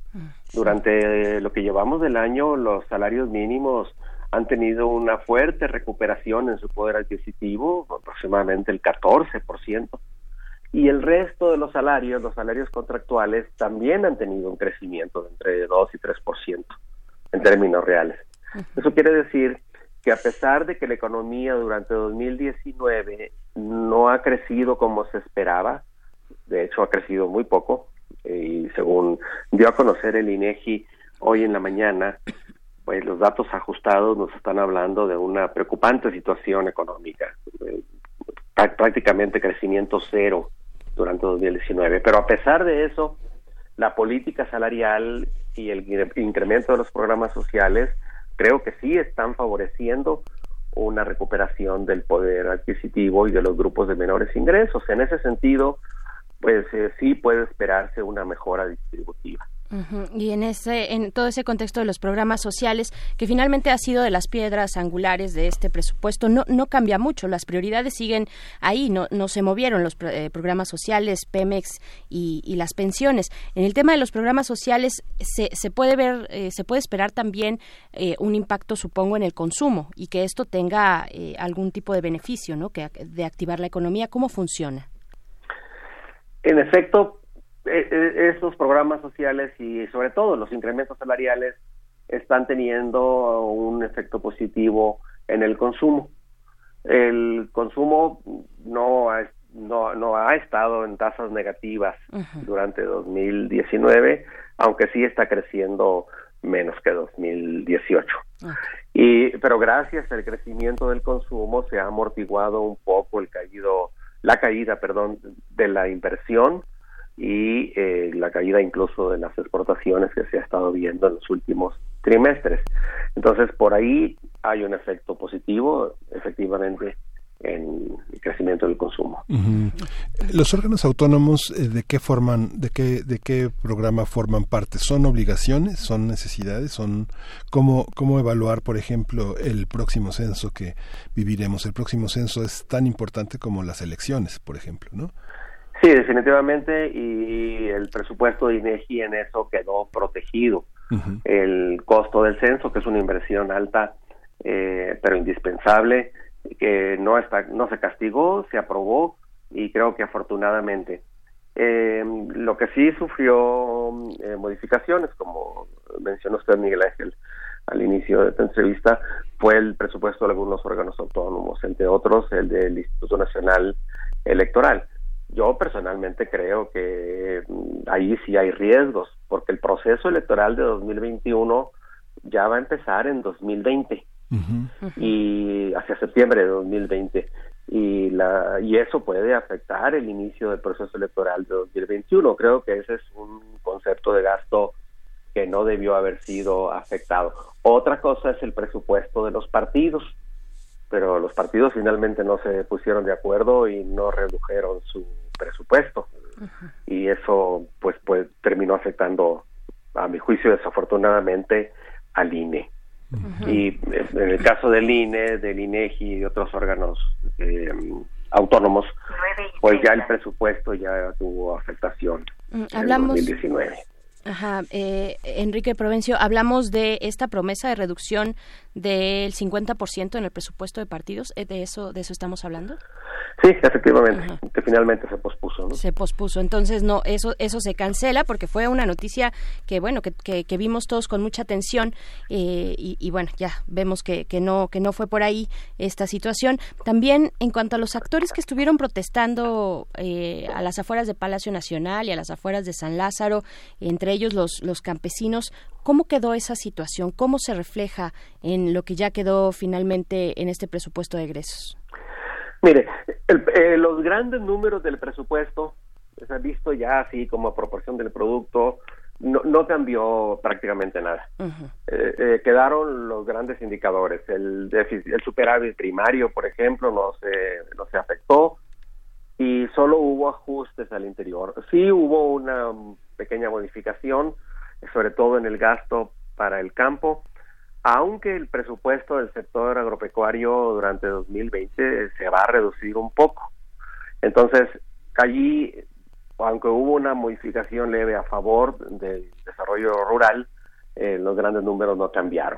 Durante lo que llevamos del año, los salarios mínimos han tenido una fuerte recuperación en su poder adquisitivo, aproximadamente el 14%, y el resto de los salarios contractuales, también han tenido un crecimiento de entre 2 y 3% en términos reales. Eso quiere decir que a pesar de que la economía durante 2019 no ha crecido como se esperaba, de hecho ha crecido muy poco, y según dio a conocer el INEGI hoy en la mañana, pues los datos ajustados nos están hablando de una preocupante situación económica, prácticamente crecimiento cero durante 2019. Pero a pesar de eso, la política salarial y el incremento de los programas sociales creo que sí están favoreciendo una recuperación del poder adquisitivo y de los grupos de menores ingresos. En ese sentido, pues sí puede esperarse una mejora distributiva. Uh-huh. Y en todo ese contexto de los programas sociales, que finalmente ha sido de las piedras angulares de este presupuesto, no cambia mucho, las prioridades siguen ahí, no se movieron los programas sociales, Pemex y las pensiones. En el tema de los programas sociales se puede esperar también un impacto, supongo, en el consumo, y que esto tenga algún tipo de beneficio, ¿no?, de activar la economía. ¿Cómo funciona? En efecto, estos programas sociales y sobre todo los incrementos salariales están teniendo un efecto positivo en el consumo. El consumo no ha estado en tasas negativas durante 2019, aunque sí está creciendo menos que 2018. Pero gracias al crecimiento del consumo se ha amortiguado un poco la caída de la inversión y la caída incluso de las exportaciones que se ha estado viendo en los últimos trimestres. Entonces, por ahí hay un efecto positivo, efectivamente, en el crecimiento del consumo. Uh-huh. Los órganos autónomos, ¿de qué programa forman parte? ¿Son obligaciones? ¿Son necesidades? ¿Cómo evaluar, por ejemplo, el próximo censo que viviremos? El próximo censo es tan importante como las elecciones, por ejemplo, ¿no? Sí, definitivamente, y el presupuesto de INEGI en eso quedó protegido. Uh-huh. El costo del censo, que es una inversión alta, pero indispensable, que no se castigó, se aprobó, y creo que afortunadamente. Lo que sí sufrió modificaciones, como mencionó usted, Miguel Ángel, al inicio de esta entrevista, fue el presupuesto de algunos órganos autónomos, entre otros el del Instituto Nacional Electoral. Yo personalmente creo que ahí sí hay riesgos, porque el proceso electoral de 2021 ya va a empezar en 2020. y hacia septiembre de 2020. Y eso puede afectar el inicio del proceso electoral de 2021. Creo que ese es un concepto de gasto que no debió haber sido afectado. Otra cosa es el presupuesto de los partidos, pero los partidos finalmente no se pusieron de acuerdo y no redujeron su presupuesto. Y eso pues terminó afectando, a mi juicio, desafortunadamente, al INE. Y en el caso del INE, del INEGI y de otros órganos autónomos, pues ya el presupuesto ya tuvo afectación en 2019. Ajá, Enrique Provencio, hablamos de esta promesa de reducción del 50% en el presupuesto de partidos. ¿De eso estamos hablando? Sí, efectivamente, que finalmente se pospuso, ¿no? Se pospuso, entonces no, eso se cancela porque fue una noticia que bueno que vimos todos con mucha atención y bueno, ya vemos que no fue por ahí esta situación. También en cuanto a los actores que estuvieron protestando a las afueras de Palacio Nacional y a las afueras de San Lázaro, entre ellos los campesinos, ¿cómo quedó esa situación? ¿Cómo se refleja en lo que ya quedó finalmente en este presupuesto de egresos? Mire, los grandes números del presupuesto, se ha visto ya así como a proporción del producto, no cambió prácticamente nada. Quedaron los grandes indicadores. El déficit, el superávit primario, por ejemplo, no se afectó y solo hubo ajustes al interior. Sí hubo una pequeña modificación, sobre todo en el gasto para el campo, aunque el presupuesto del sector agropecuario durante 2020 se va a reducir un poco. Entonces, allí, aunque hubo una modificación leve a favor del desarrollo rural, los grandes números no cambiaron.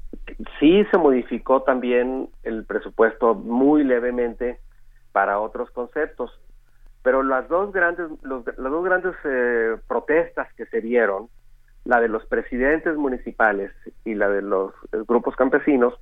Sí se modificó también el presupuesto muy levemente para otros conceptos, pero las dos grandes protestas que se dieron, la de los presidentes municipales y la de los grupos campesinos,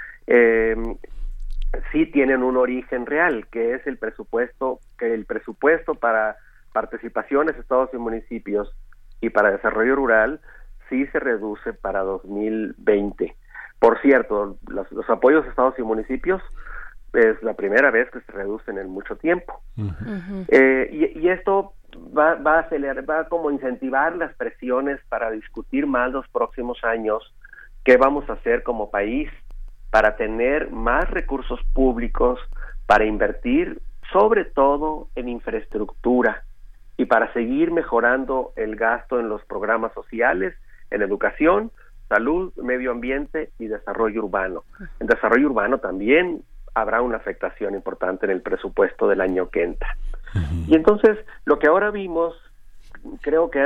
sí tienen un origen real, que es el presupuesto para participaciones, estados y municipios y para desarrollo rural sí se reduce para 2020. Por cierto, los apoyos a estados y municipios es la primera vez que se reducen en mucho tiempo. Y esto va a acelerar, va a como incentivar las presiones para discutir más los próximos años qué vamos a hacer como país para tener más recursos públicos, para invertir sobre todo en infraestructura y para seguir mejorando el gasto en los programas sociales, en educación, salud, medio ambiente y desarrollo urbano. En desarrollo urbano también habrá una afectación importante en el presupuesto del año que entra. Y entonces, lo que ahora vimos, creo que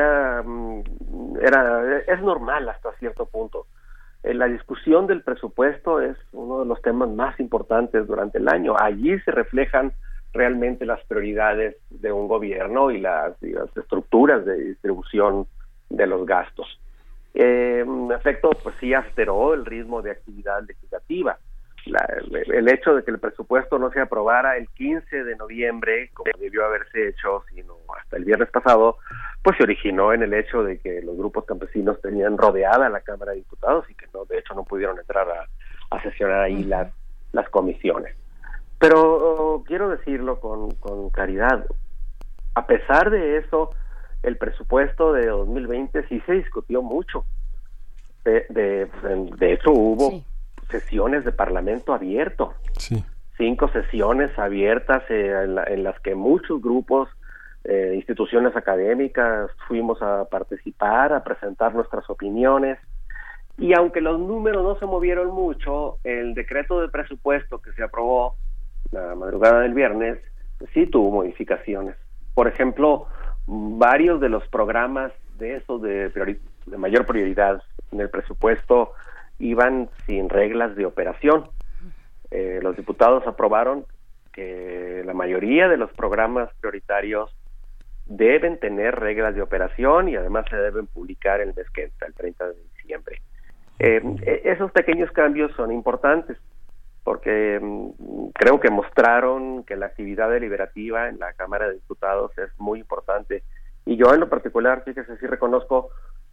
es normal hasta cierto punto. La discusión del presupuesto es uno de los temas más importantes durante el año. Allí se reflejan realmente las prioridades de un gobierno y las estructuras de distribución de los gastos. En efecto, pues sí alteró el ritmo de actividad legislativa. El hecho de que el presupuesto no se aprobara el 15 de noviembre, como debió haberse hecho, sino hasta el viernes pasado, pues se originó en el hecho de que los grupos campesinos tenían rodeada la Cámara de Diputados y que de hecho no pudieron entrar a sesionar ahí las comisiones. Pero quiero decirlo con claridad, a pesar de eso, el presupuesto de 2020 sí se discutió mucho. De hecho hubo sesiones de Parlamento abierto, 5 sesiones abiertas en las que muchos grupos, instituciones académicas fuimos a participar, a presentar nuestras opiniones, y aunque los números no se movieron mucho, el decreto de presupuesto que se aprobó la madrugada del viernes sí tuvo modificaciones. Por ejemplo, varios de los programas de esos de mayor prioridad en el presupuesto iban sin reglas de operación. Los diputados aprobaron que la mayoría de los programas prioritarios deben tener reglas de operación y además se deben publicar el mes que entra, el 30 de diciembre. Esos pequeños cambios son importantes porque creo que mostraron que la actividad deliberativa en la Cámara de Diputados es muy importante. Y yo en lo particular, fíjese, sí reconozco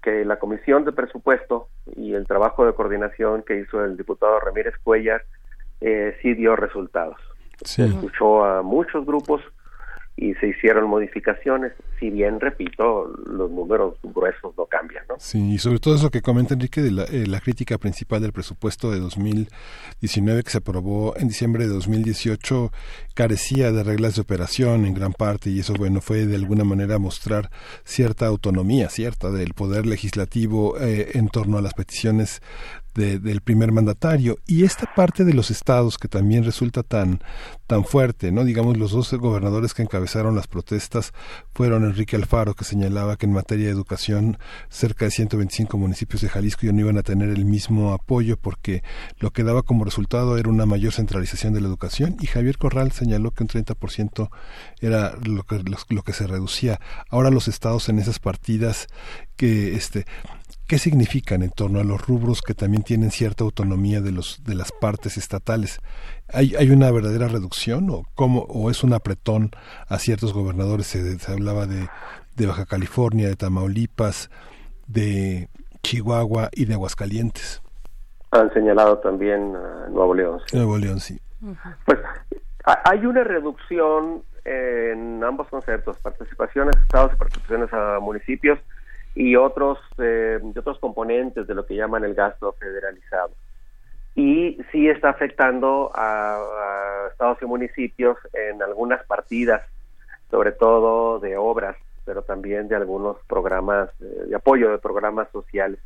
que la Comisión de Presupuesto y el trabajo de coordinación que hizo el diputado Ramírez Cuellar sí dio resultados. Sí. Se escuchó a muchos grupos y se hicieron modificaciones, si bien, repito, los números gruesos no cambian, ¿no? Sí, y sobre todo eso que comenta Enrique de la crítica principal del presupuesto de 2019 que se aprobó en diciembre de 2018 carecía de reglas de operación en gran parte, y eso, bueno, fue de alguna manera mostrar cierta autonomía, cierta del poder legislativo en torno a las peticiones del primer mandatario, y esta parte de los estados que también resulta tan fuerte, ¿no? Digamos, los dos gobernadores que encabezaron las protestas fueron Enrique Alfaro, que señalaba que en materia de educación cerca de 125 municipios de Jalisco ya no iban a tener el mismo apoyo porque lo que daba como resultado era una mayor centralización de la educación, y Javier Corral señaló que un 30% era lo que se reducía. Ahora los estados en esas partidas que ¿qué significan en torno a los rubros que también tienen cierta autonomía de las partes estatales? ¿Hay una verdadera reducción o es un apretón a ciertos gobernadores? Se hablaba de Baja California, de Tamaulipas, de Chihuahua y de Aguascalientes. Han señalado también a Nuevo León. ¿Sí? Nuevo León, sí. Pues hay una reducción en ambos conceptos, participaciones a estados y participaciones a municipios, y otros componentes de lo que llaman el gasto federalizado. Y sí está afectando a estados y municipios en algunas partidas, sobre todo de obras, pero también de algunos programas de apoyo, de programas sociales.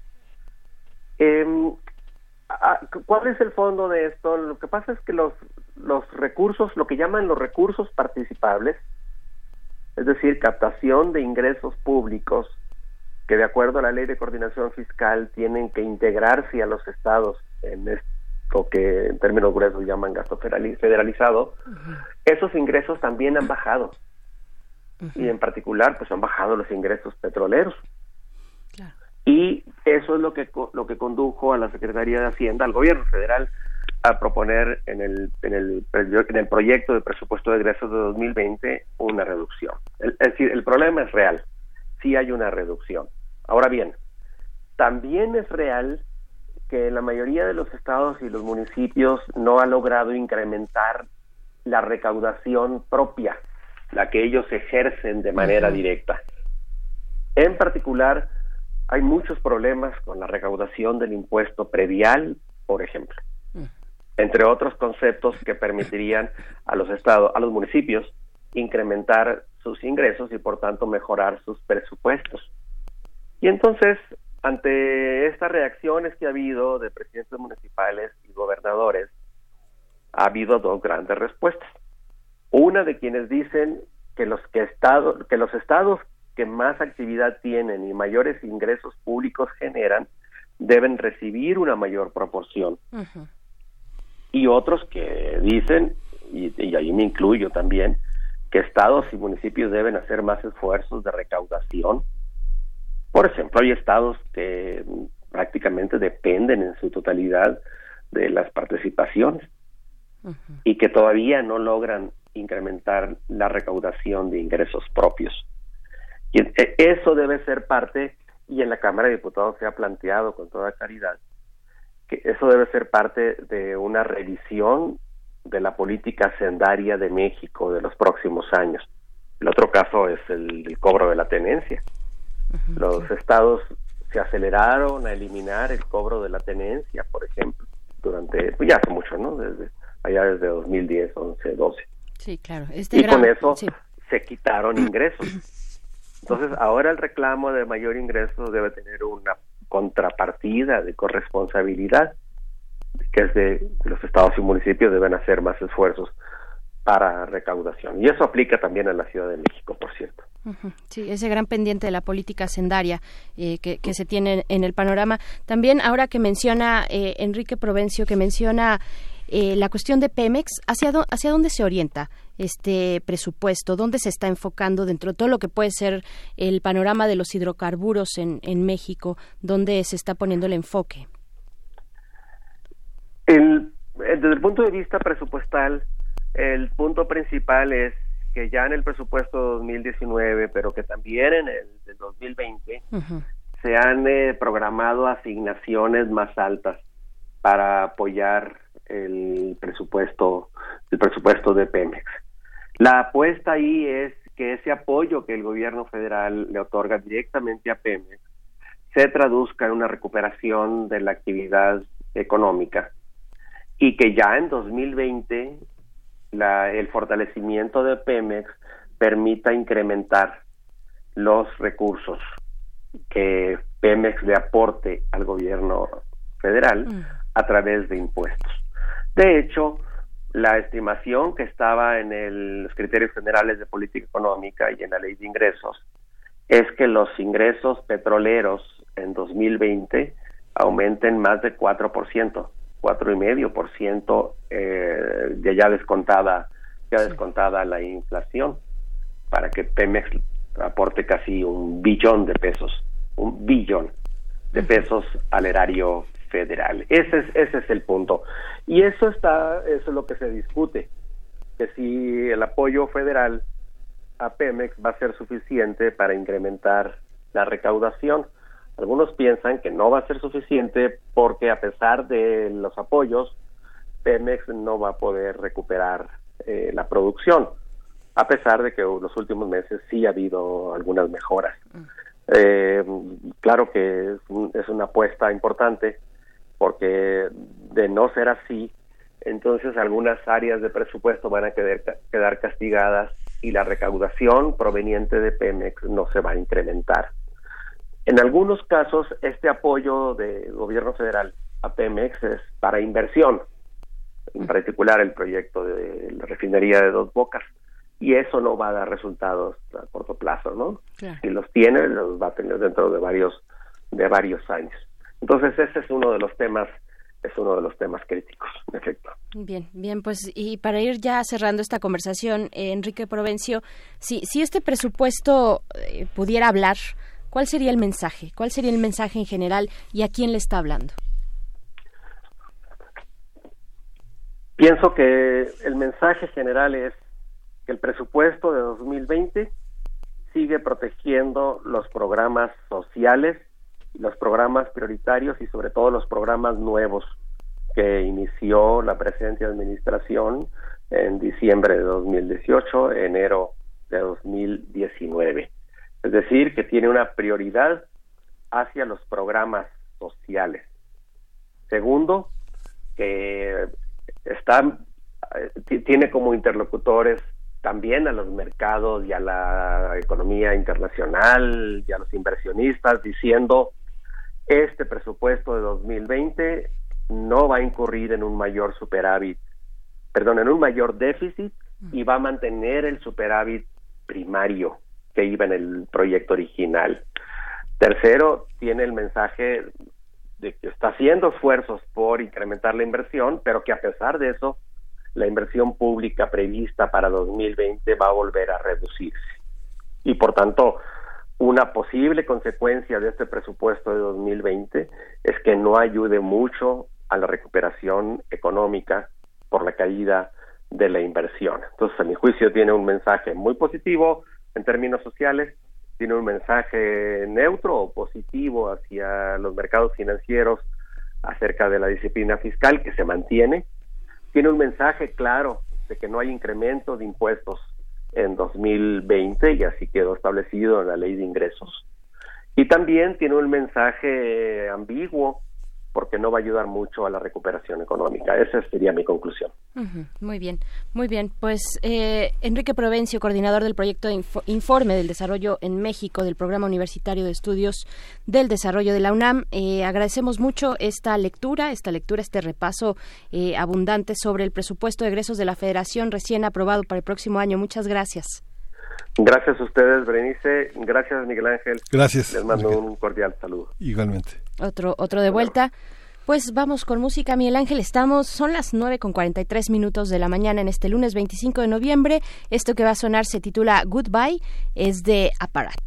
¿Cuál es el fondo de esto? Lo que pasa es que los recursos, lo que llaman los recursos participables, es decir, captación de ingresos públicos, que de acuerdo a la Ley de Coordinación Fiscal tienen que integrarse a los estados en esto que en términos gruesos llaman gasto federalizado, esos ingresos también han bajado. Y en particular, pues han bajado los ingresos petroleros. Claro. Y eso es lo que condujo a la Secretaría de Hacienda, al gobierno federal, a proponer en el proyecto de presupuesto de egresos de 2020 una reducción. Es decir, el problema es real. Sí hay una reducción. Ahora bien, también es real que la mayoría de los estados y los municipios no ha logrado incrementar la recaudación propia, la que ellos ejercen de manera directa. En particular, hay muchos problemas con la recaudación del impuesto predial, por ejemplo, entre otros conceptos que permitirían a los estados, a los municipios, incrementar sus ingresos y por tanto mejorar sus presupuestos. Y entonces, ante estas reacciones que ha habido de presidentes municipales y gobernadores, ha habido dos grandes respuestas. Una de quienes dicen que los estados que más actividad tienen y mayores ingresos públicos generan deben recibir una mayor proporción. Y otros que dicen, y ahí me incluyo también, que estados y municipios deben hacer más esfuerzos de recaudación. Por ejemplo, hay estados que prácticamente dependen en su totalidad de las participaciones y que todavía no logran incrementar la recaudación de ingresos propios. Y eso debe ser parte, y en la Cámara de Diputados se ha planteado con toda claridad, que eso debe ser parte de una revisión de la política hacendaria de México de los próximos años. El otro caso es el cobro de la tenencia. Los estados se aceleraron a eliminar el cobro de la tenencia, por ejemplo, durante, pues ya hace mucho, ¿no? Desde 2010, 11, 12. Sí, claro. Con eso se quitaron ingresos. Entonces, ahora el reclamo de mayor ingreso debe tener una contrapartida de corresponsabilidad, que es de los estados y municipios deben hacer más esfuerzos para recaudación. Y eso aplica también a la Ciudad de México, por cierto. Sí, ese gran pendiente de la política hacendaria que se tiene en el panorama. También, ahora que menciona Enrique Provencio, que menciona la cuestión de Pemex, ¿hacia dónde se orienta este presupuesto? ¿Dónde se está enfocando dentro de todo lo que puede ser el panorama de los hidrocarburos en México? ¿Dónde se está poniendo el enfoque? Desde el punto de vista presupuestal, el punto principal es que ya en el presupuesto 2019, pero que también en el del 2020, se han programado asignaciones más altas para apoyar el presupuesto de Pemex. La apuesta ahí es que ese apoyo que el gobierno federal le otorga directamente a Pemex se traduzca en una recuperación de la actividad económica y que ya en 2020 el fortalecimiento de Pemex permita incrementar los recursos que Pemex le aporte al gobierno federal a través de impuestos. De hecho, la estimación que estaba en los criterios generales de política económica y en la ley de ingresos es que los ingresos petroleros en 2020 aumenten más de 4%, 4,5%, ya descontada la inflación, para que Pemex aporte casi $1 billón de pesos al erario federal. Ese es el punto. Y eso es lo que se discute, que si el apoyo federal a Pemex va a ser suficiente para incrementar la recaudación. Algunos piensan que no va a ser suficiente porque a pesar de los apoyos, Pemex no va a poder recuperar la producción, a pesar de que en los últimos meses sí ha habido algunas mejoras. Claro que es una apuesta importante, porque de no ser así, entonces algunas áreas de presupuesto van a quedar castigadas y la recaudación proveniente de Pemex no se va a incrementar. En algunos casos, este apoyo del gobierno federal a Pemex es para inversión, en particular el proyecto de la refinería de Dos Bocas, y eso no va a dar resultados a corto plazo, ¿no? Claro. Si los tiene, los va a tener dentro de varios años. Entonces ese es uno de los temas críticos, en efecto. Bien, pues y para ir ya cerrando esta conversación, Enrique Provencio, si este presupuesto pudiera hablar, ¿cuál sería el mensaje? ¿Cuál sería el mensaje en general y a quién le está hablando? Pienso que el mensaje general es que el presupuesto de 2020 sigue protegiendo los programas sociales, los programas prioritarios y sobre todo los programas nuevos que inició la presente administración en diciembre de 2018, enero de 2019. Es decir, que tiene una prioridad hacia los programas sociales. Segundo, que tiene como interlocutores también a los mercados y a la economía internacional y a los inversionistas diciendo: este presupuesto de 2020 no va a incurrir en un mayor déficit y va a mantener el superávit primario que iba en el proyecto original. Tercero, tiene el mensaje de que está haciendo esfuerzos por incrementar la inversión, pero que a pesar de eso, la inversión pública prevista para 2020 va a volver a reducirse. Y por tanto, una posible consecuencia de este presupuesto de 2020 es que no ayude mucho a la recuperación económica por la caída de la inversión. Entonces, a mi juicio, tiene un mensaje muy positivo en términos sociales, tiene un mensaje neutro o positivo hacia los mercados financieros acerca de la disciplina fiscal que se mantiene, tiene un mensaje claro de que no hay incremento de impuestos en 2020 y así quedó establecido en la ley de ingresos. Y también tiene un mensaje ambiguo porque no va a ayudar mucho a la recuperación económica. Esa sería mi conclusión. Muy bien. Pues Enrique Provencio, coordinador del proyecto Informe del Desarrollo en México del Programa Universitario de Estudios del Desarrollo de la UNAM, agradecemos mucho esta lectura, este repaso abundante sobre el presupuesto de egresos de la Federación recién aprobado para el próximo año. Muchas gracias. Gracias a ustedes, Berenice. Gracias, Miguel Ángel. Gracias. Les mando un cordial saludo. Igualmente. Otro de vuelta. Pues vamos con música, Miguel Ángel. Son las 9:43 de la mañana en este lunes 25 de noviembre. Esto que va a sonar se titula Goodbye, es de Aparat.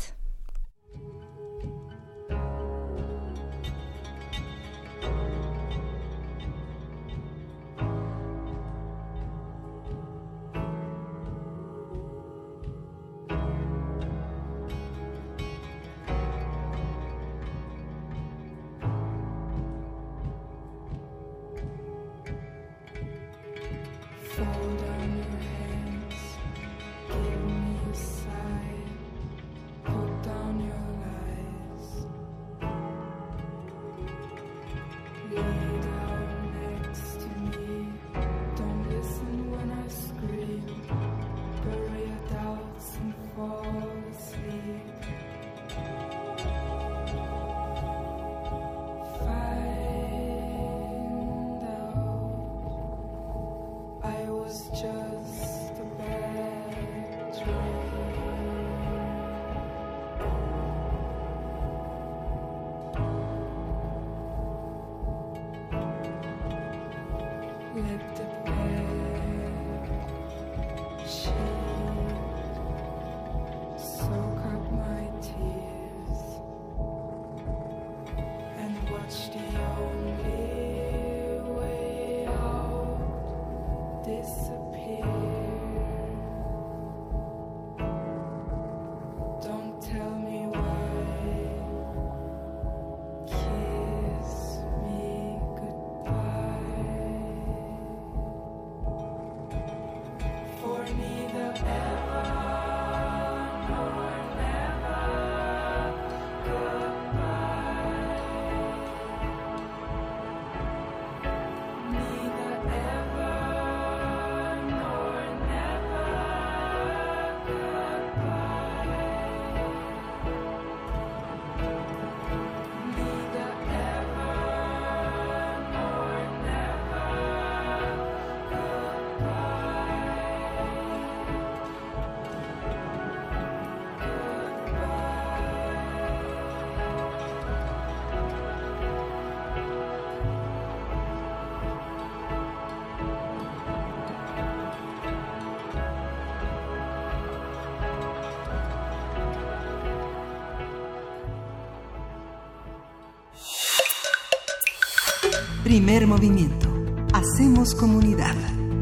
Primer movimiento. Hacemos comunidad.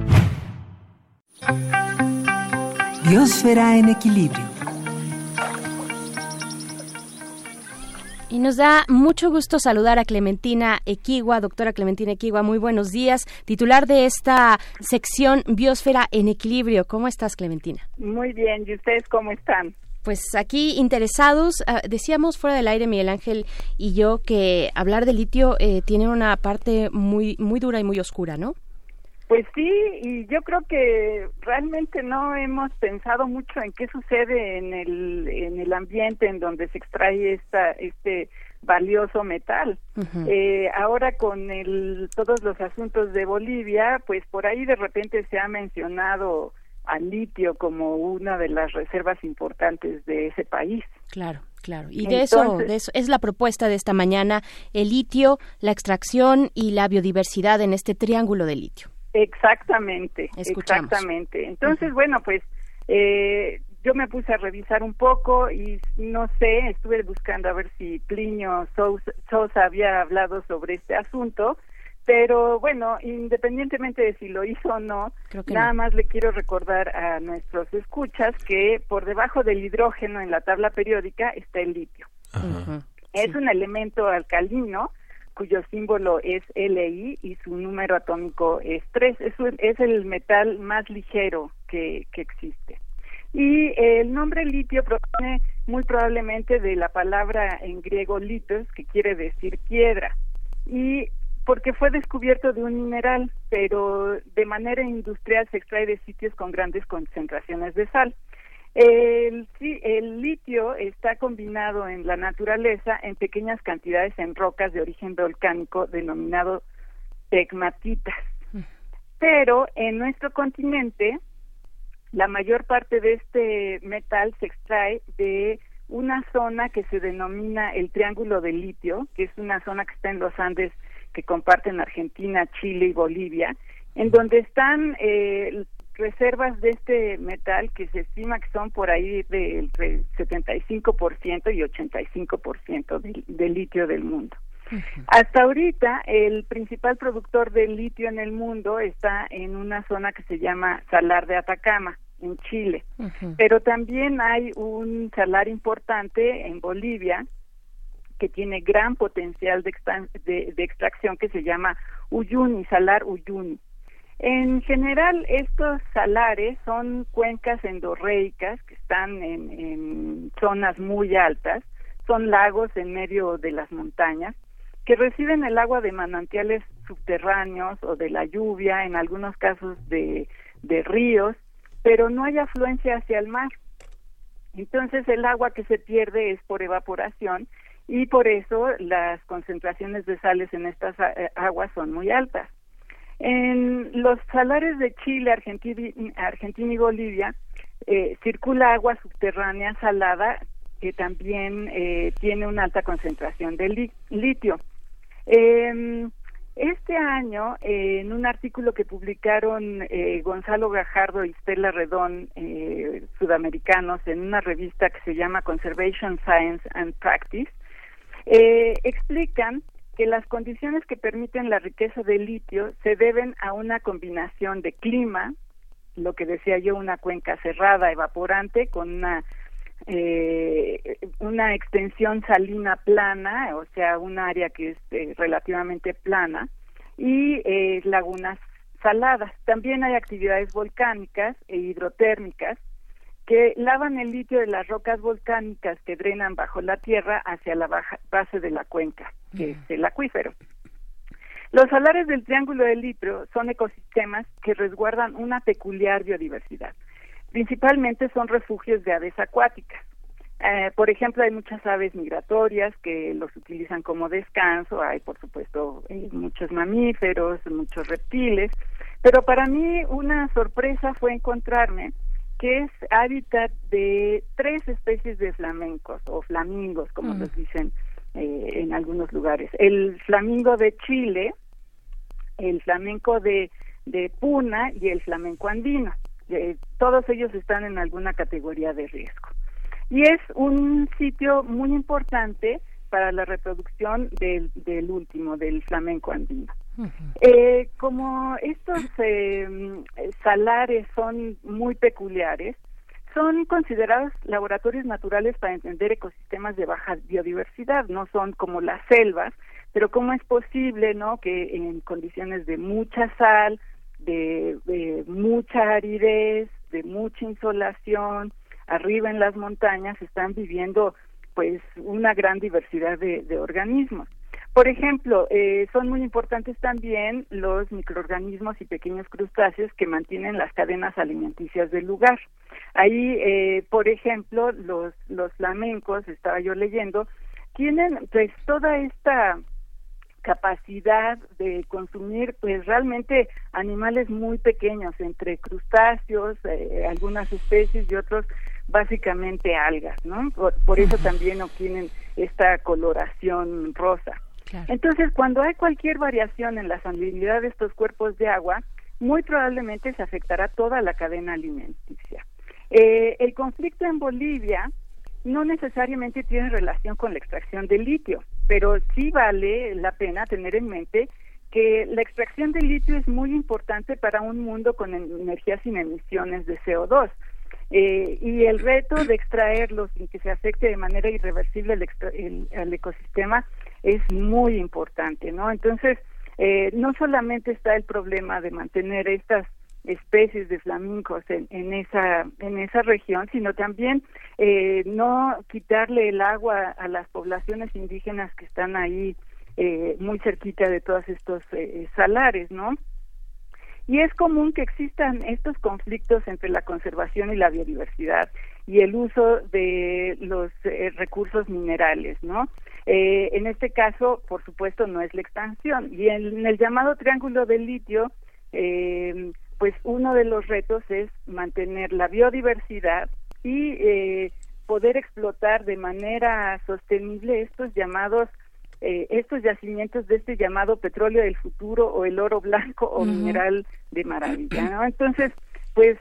Biosfera en equilibrio. Y nos da mucho gusto saludar a Clementina Equigua, doctora Clementina Equigua, muy buenos días, titular de esta sección Biosfera en Equilibrio. ¿Cómo estás, Clementina? Muy bien, ¿y ustedes cómo están? Pues aquí interesados, decíamos fuera del aire Miguel Ángel y yo que hablar de litio tiene una parte muy dura y muy oscura, ¿no? Pues sí, y yo creo que realmente no hemos pensado mucho en qué sucede en el ambiente en donde se extrae este valioso metal. Uh-huh. Ahora con todos los asuntos de Bolivia, pues por ahí de repente se ha mencionado al litio como una de las reservas importantes de ese país. Claro. Y de eso es la propuesta de esta mañana, el litio, la extracción y la biodiversidad en este triángulo de litio. Exactamente. Entonces, uh-huh. Bueno, pues yo me puse a revisar un poco y no sé, estuve buscando a ver si Plinio Sosa había hablado sobre este asunto. Pero bueno, independientemente de si lo hizo o no, nada más le quiero recordar a nuestros escuchas que por debajo del hidrógeno en la tabla periódica está el litio. Uh-huh. Es un elemento alcalino cuyo símbolo es Li y su número atómico es 3. Es el metal más ligero que existe. Y el nombre litio proviene muy probablemente de la palabra en griego litos, que quiere decir piedra. Y porque fue descubierto de un mineral, pero de manera industrial se extrae de sitios con grandes concentraciones de sal. El litio está combinado en la naturaleza en pequeñas cantidades en rocas de origen volcánico denominado pegmatitas. Pero en nuestro continente, la mayor parte de este metal se extrae de una zona que se denomina el Triángulo del Litio, que es una zona que está en los Andes que comparten Argentina, Chile y Bolivia, en donde están reservas de este metal que se estima que son por ahí de entre 75% y 85% del litio del mundo. Uh-huh. Hasta ahorita, el principal productor de litio en el mundo está en una zona que se llama Salar de Atacama, en Chile. Uh-huh. Pero también hay un salar importante en Bolivia que tiene gran potencial de extracción, que se llama Uyuni, Salar Uyuni. En general, estos salares son cuencas endorreicas que están en zonas muy altas, son lagos en medio de las montañas, que reciben el agua de manantiales subterráneos o de la lluvia, en algunos casos de ríos, pero no hay afluencia hacia el mar. Entonces el agua que se pierde es por evaporación y por eso las concentraciones de sales en estas aguas son muy altas. En los salares de Chile, Argentina y Bolivia circula agua subterránea salada que también tiene una alta concentración de litio. Este año, en un artículo que publicaron Gonzalo Gajardo y Stella Redón, sudamericanos, en una revista que se llama Conservation Science and Practice, explican que las condiciones que permiten la riqueza de litio se deben a una combinación de clima, lo que decía yo, una cuenca cerrada, evaporante, con una extensión salina plana, o sea, un área que es relativamente plana, y lagunas saladas. También hay actividades volcánicas e hidrotérmicas que lavan el litio de las rocas volcánicas que drenan bajo la tierra hacia la base de la cuenca, que es el acuífero. Los salares del Triángulo del Litio son ecosistemas que resguardan una peculiar biodiversidad. Principalmente son refugios de aves acuáticas. Por ejemplo, hay muchas aves migratorias que los utilizan como descanso, hay por supuesto muchos mamíferos, muchos reptiles, pero para mí una sorpresa fue encontrarme que es hábitat de 3 especies de flamencos o flamingos, como los dicen en algunos lugares. El flamingo de Chile, el flamenco de Puna y el flamenco andino. Todos ellos están en alguna categoría de riesgo. Y es un sitio muy importante para la reproducción del último, del flamenco andino. Como estos salares son muy peculiares, son considerados laboratorios naturales para entender ecosistemas de baja biodiversidad, no son como las selvas, pero cómo es posible, ¿no?, que en condiciones de mucha sal, de mucha aridez, de mucha insolación, arriba en las montañas están viviendo pues una gran diversidad de organismos. Por ejemplo, son muy importantes también los microorganismos y pequeños crustáceos que mantienen las cadenas alimenticias del lugar. Ahí, por ejemplo, los flamencos, estaba yo leyendo, tienen pues toda esta capacidad de consumir pues realmente animales muy pequeños, entre crustáceos, algunas especies y otros básicamente algas, ¿no? Por eso también obtienen esta coloración rosa. Claro. Entonces, cuando hay cualquier variación en la salinidad de estos cuerpos de agua, muy probablemente se afectará toda la cadena alimenticia. El conflicto en Bolivia no necesariamente tiene relación con la extracción de litio, pero sí vale la pena tener en mente que la extracción de litio es muy importante para un mundo con energía sin emisiones de CO2. Y el reto de extraerlo sin que se afecte de manera irreversible el ecosistema es muy importante, ¿no? Entonces, no solamente está el problema de mantener estas especies de flamingos en esa región, sino también no quitarle el agua a las poblaciones indígenas que están ahí muy cerquita de todos estos salares, ¿no? Y es común que existan estos conflictos entre la conservación y la biodiversidad y el uso de los recursos minerales, ¿no? En este caso, por supuesto, no es la extracción. Y en el llamado Triángulo del Litio, pues uno de los retos es mantener la biodiversidad y poder explotar de manera sostenible estos yacimientos de este llamado petróleo del futuro o el oro blanco o mineral de maravilla, ¿no? Entonces, pues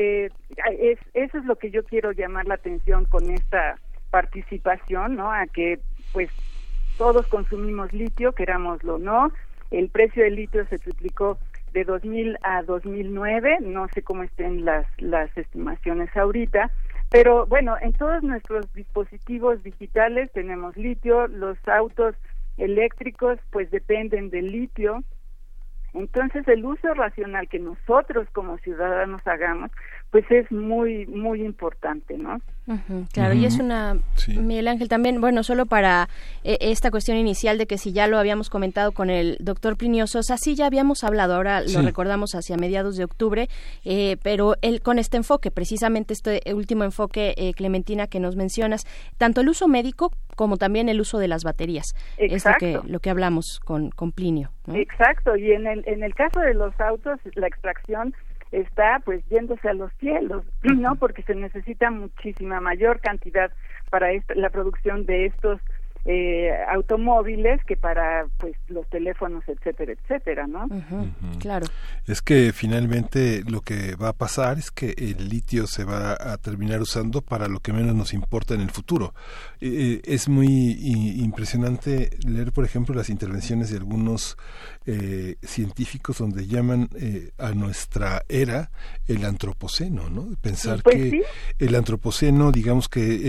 eso es lo que yo quiero llamar la atención con esta participación, ¿no? A que pues todos consumimos litio, querámoslo o no. El precio del litio se triplicó de 2000 a 2009, no sé cómo estén las estimaciones ahorita, pero bueno, en todos nuestros dispositivos digitales tenemos litio, los autos eléctricos pues dependen del litio, Entonces el uso racional que nosotros como ciudadanos hagamos, pues es muy, muy importante, ¿no? Claro, y es una, Miguel Ángel, también, bueno, solo para esta cuestión inicial de que si ya lo habíamos comentado con el doctor Plinio Sosa, sí ya habíamos hablado, ahora lo recordamos hacia mediados de octubre, pero él con este enfoque, precisamente este último enfoque, Clementina, que nos mencionas, tanto el uso médico como también el uso de las baterías. Exacto. Es lo que hablamos con Plinio, ¿no? Exacto, y en el caso de los autos, la extracción está pues yéndose a los cielos, ¿no? Porque se necesita muchísima mayor cantidad para la producción de estos automóviles que para pues los teléfonos, etcétera, etcétera, ¿no? Claro. Es que finalmente lo que va a pasar es que el litio se va a terminar usando para lo que menos nos importa en el futuro. Es muy impresionante leer, por ejemplo, las intervenciones de algunos científicos donde llaman a nuestra era el antropoceno, ¿no? Pensar que el antropoceno, digamos que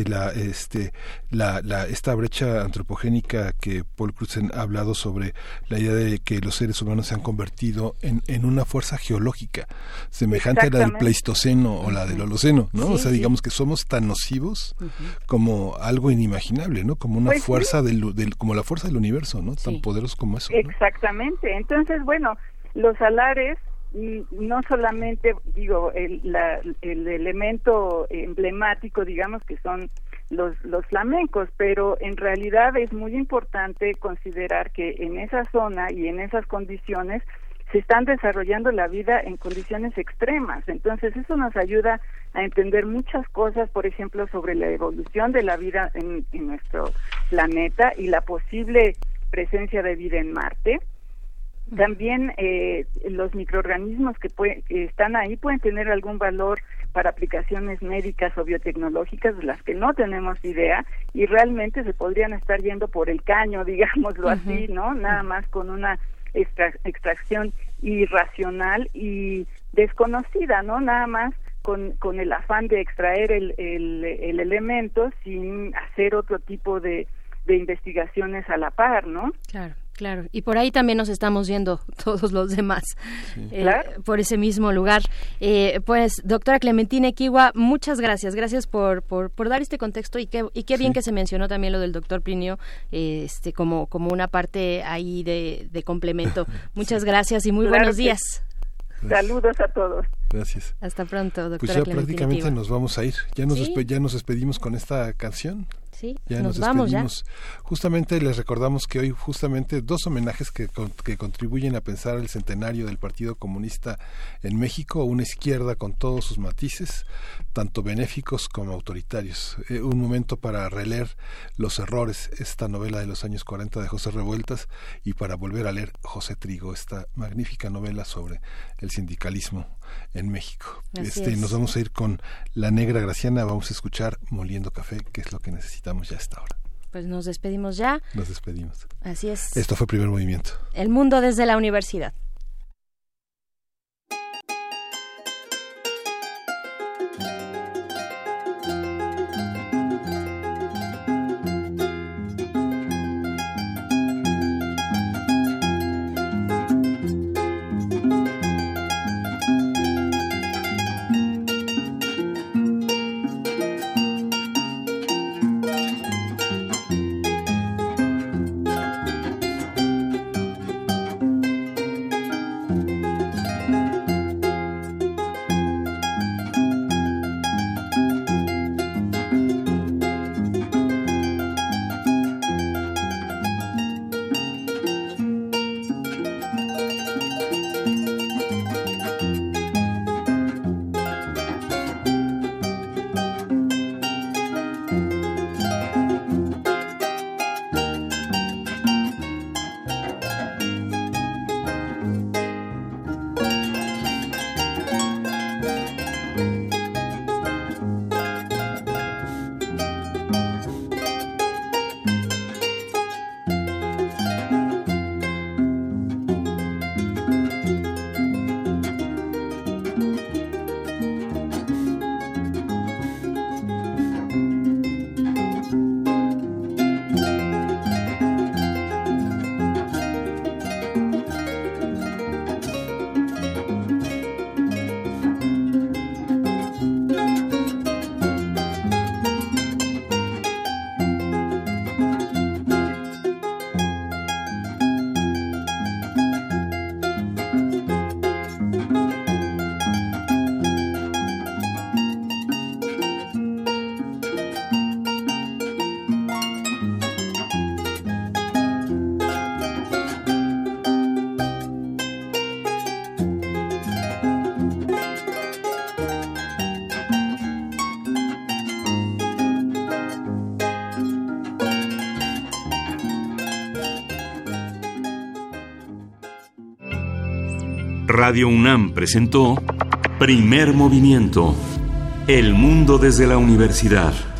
esta brecha antropogénica que Paul Crutzen ha hablado sobre la idea de que los seres humanos se han convertido en una fuerza geológica semejante a la del Pleistoceno o la del Holoceno, ¿no? O sea, digamos que somos tan nocivos como algo inimaginable, ¿no? Como una fuerza como la fuerza del universo, ¿no? Tan poderoso como eso, ¿no? Exactamente. Entonces, bueno, los salares no solamente, digo, el elemento emblemático, digamos, que son los flamencos, pero en realidad es muy importante considerar que en esa zona y en esas condiciones se están desarrollando la vida en condiciones extremas. Entonces eso nos ayuda a entender muchas cosas, por ejemplo, sobre la evolución de la vida en nuestro planeta y la posible presencia de vida en Marte. También los microorganismos que están ahí pueden tener algún valor para aplicaciones médicas o biotecnológicas de las que no tenemos idea y realmente se podrían estar yendo por el caño, digámoslo así, ¿no? Nada más con una extracción irracional y desconocida, ¿no? Nada más con el afán de extraer el elemento sin hacer otro tipo de investigaciones a la par, ¿no? Claro, y por ahí también nos estamos yendo todos los demás, por ese mismo lugar. Pues, doctora Clementina Equihua, muchas gracias por dar este contexto y qué bien que se mencionó también lo del doctor Plinio, como una parte ahí de complemento. Muchas gracias y muy buenos días. Saludos a todos. Gracias. Hasta pronto, doctora Pues ya Clementina prácticamente Equihua. nos vamos a ir. Ya nos despedimos con esta canción. Sí, ya nos vamos ya. Justamente les recordamos que hoy justamente dos homenajes que contribuyen a pensar el centenario del Partido Comunista en México, una izquierda con todos sus matices, tanto benéficos como autoritarios. Un momento para releer Los errores, esta novela de los años 40 de José Revueltas, y para volver a leer José Trigo, esta magnífica novela sobre el sindicalismo en México. Nos vamos a ir con La Negra Graciana, vamos a escuchar Moliendo Café, que es lo que necesitamos ya hasta ahora. Pues nos despedimos ya. Nos despedimos. Así es. Esto fue Primer Movimiento. El mundo desde la universidad. Radio UNAM presentó Primer Movimiento. El mundo desde la universidad.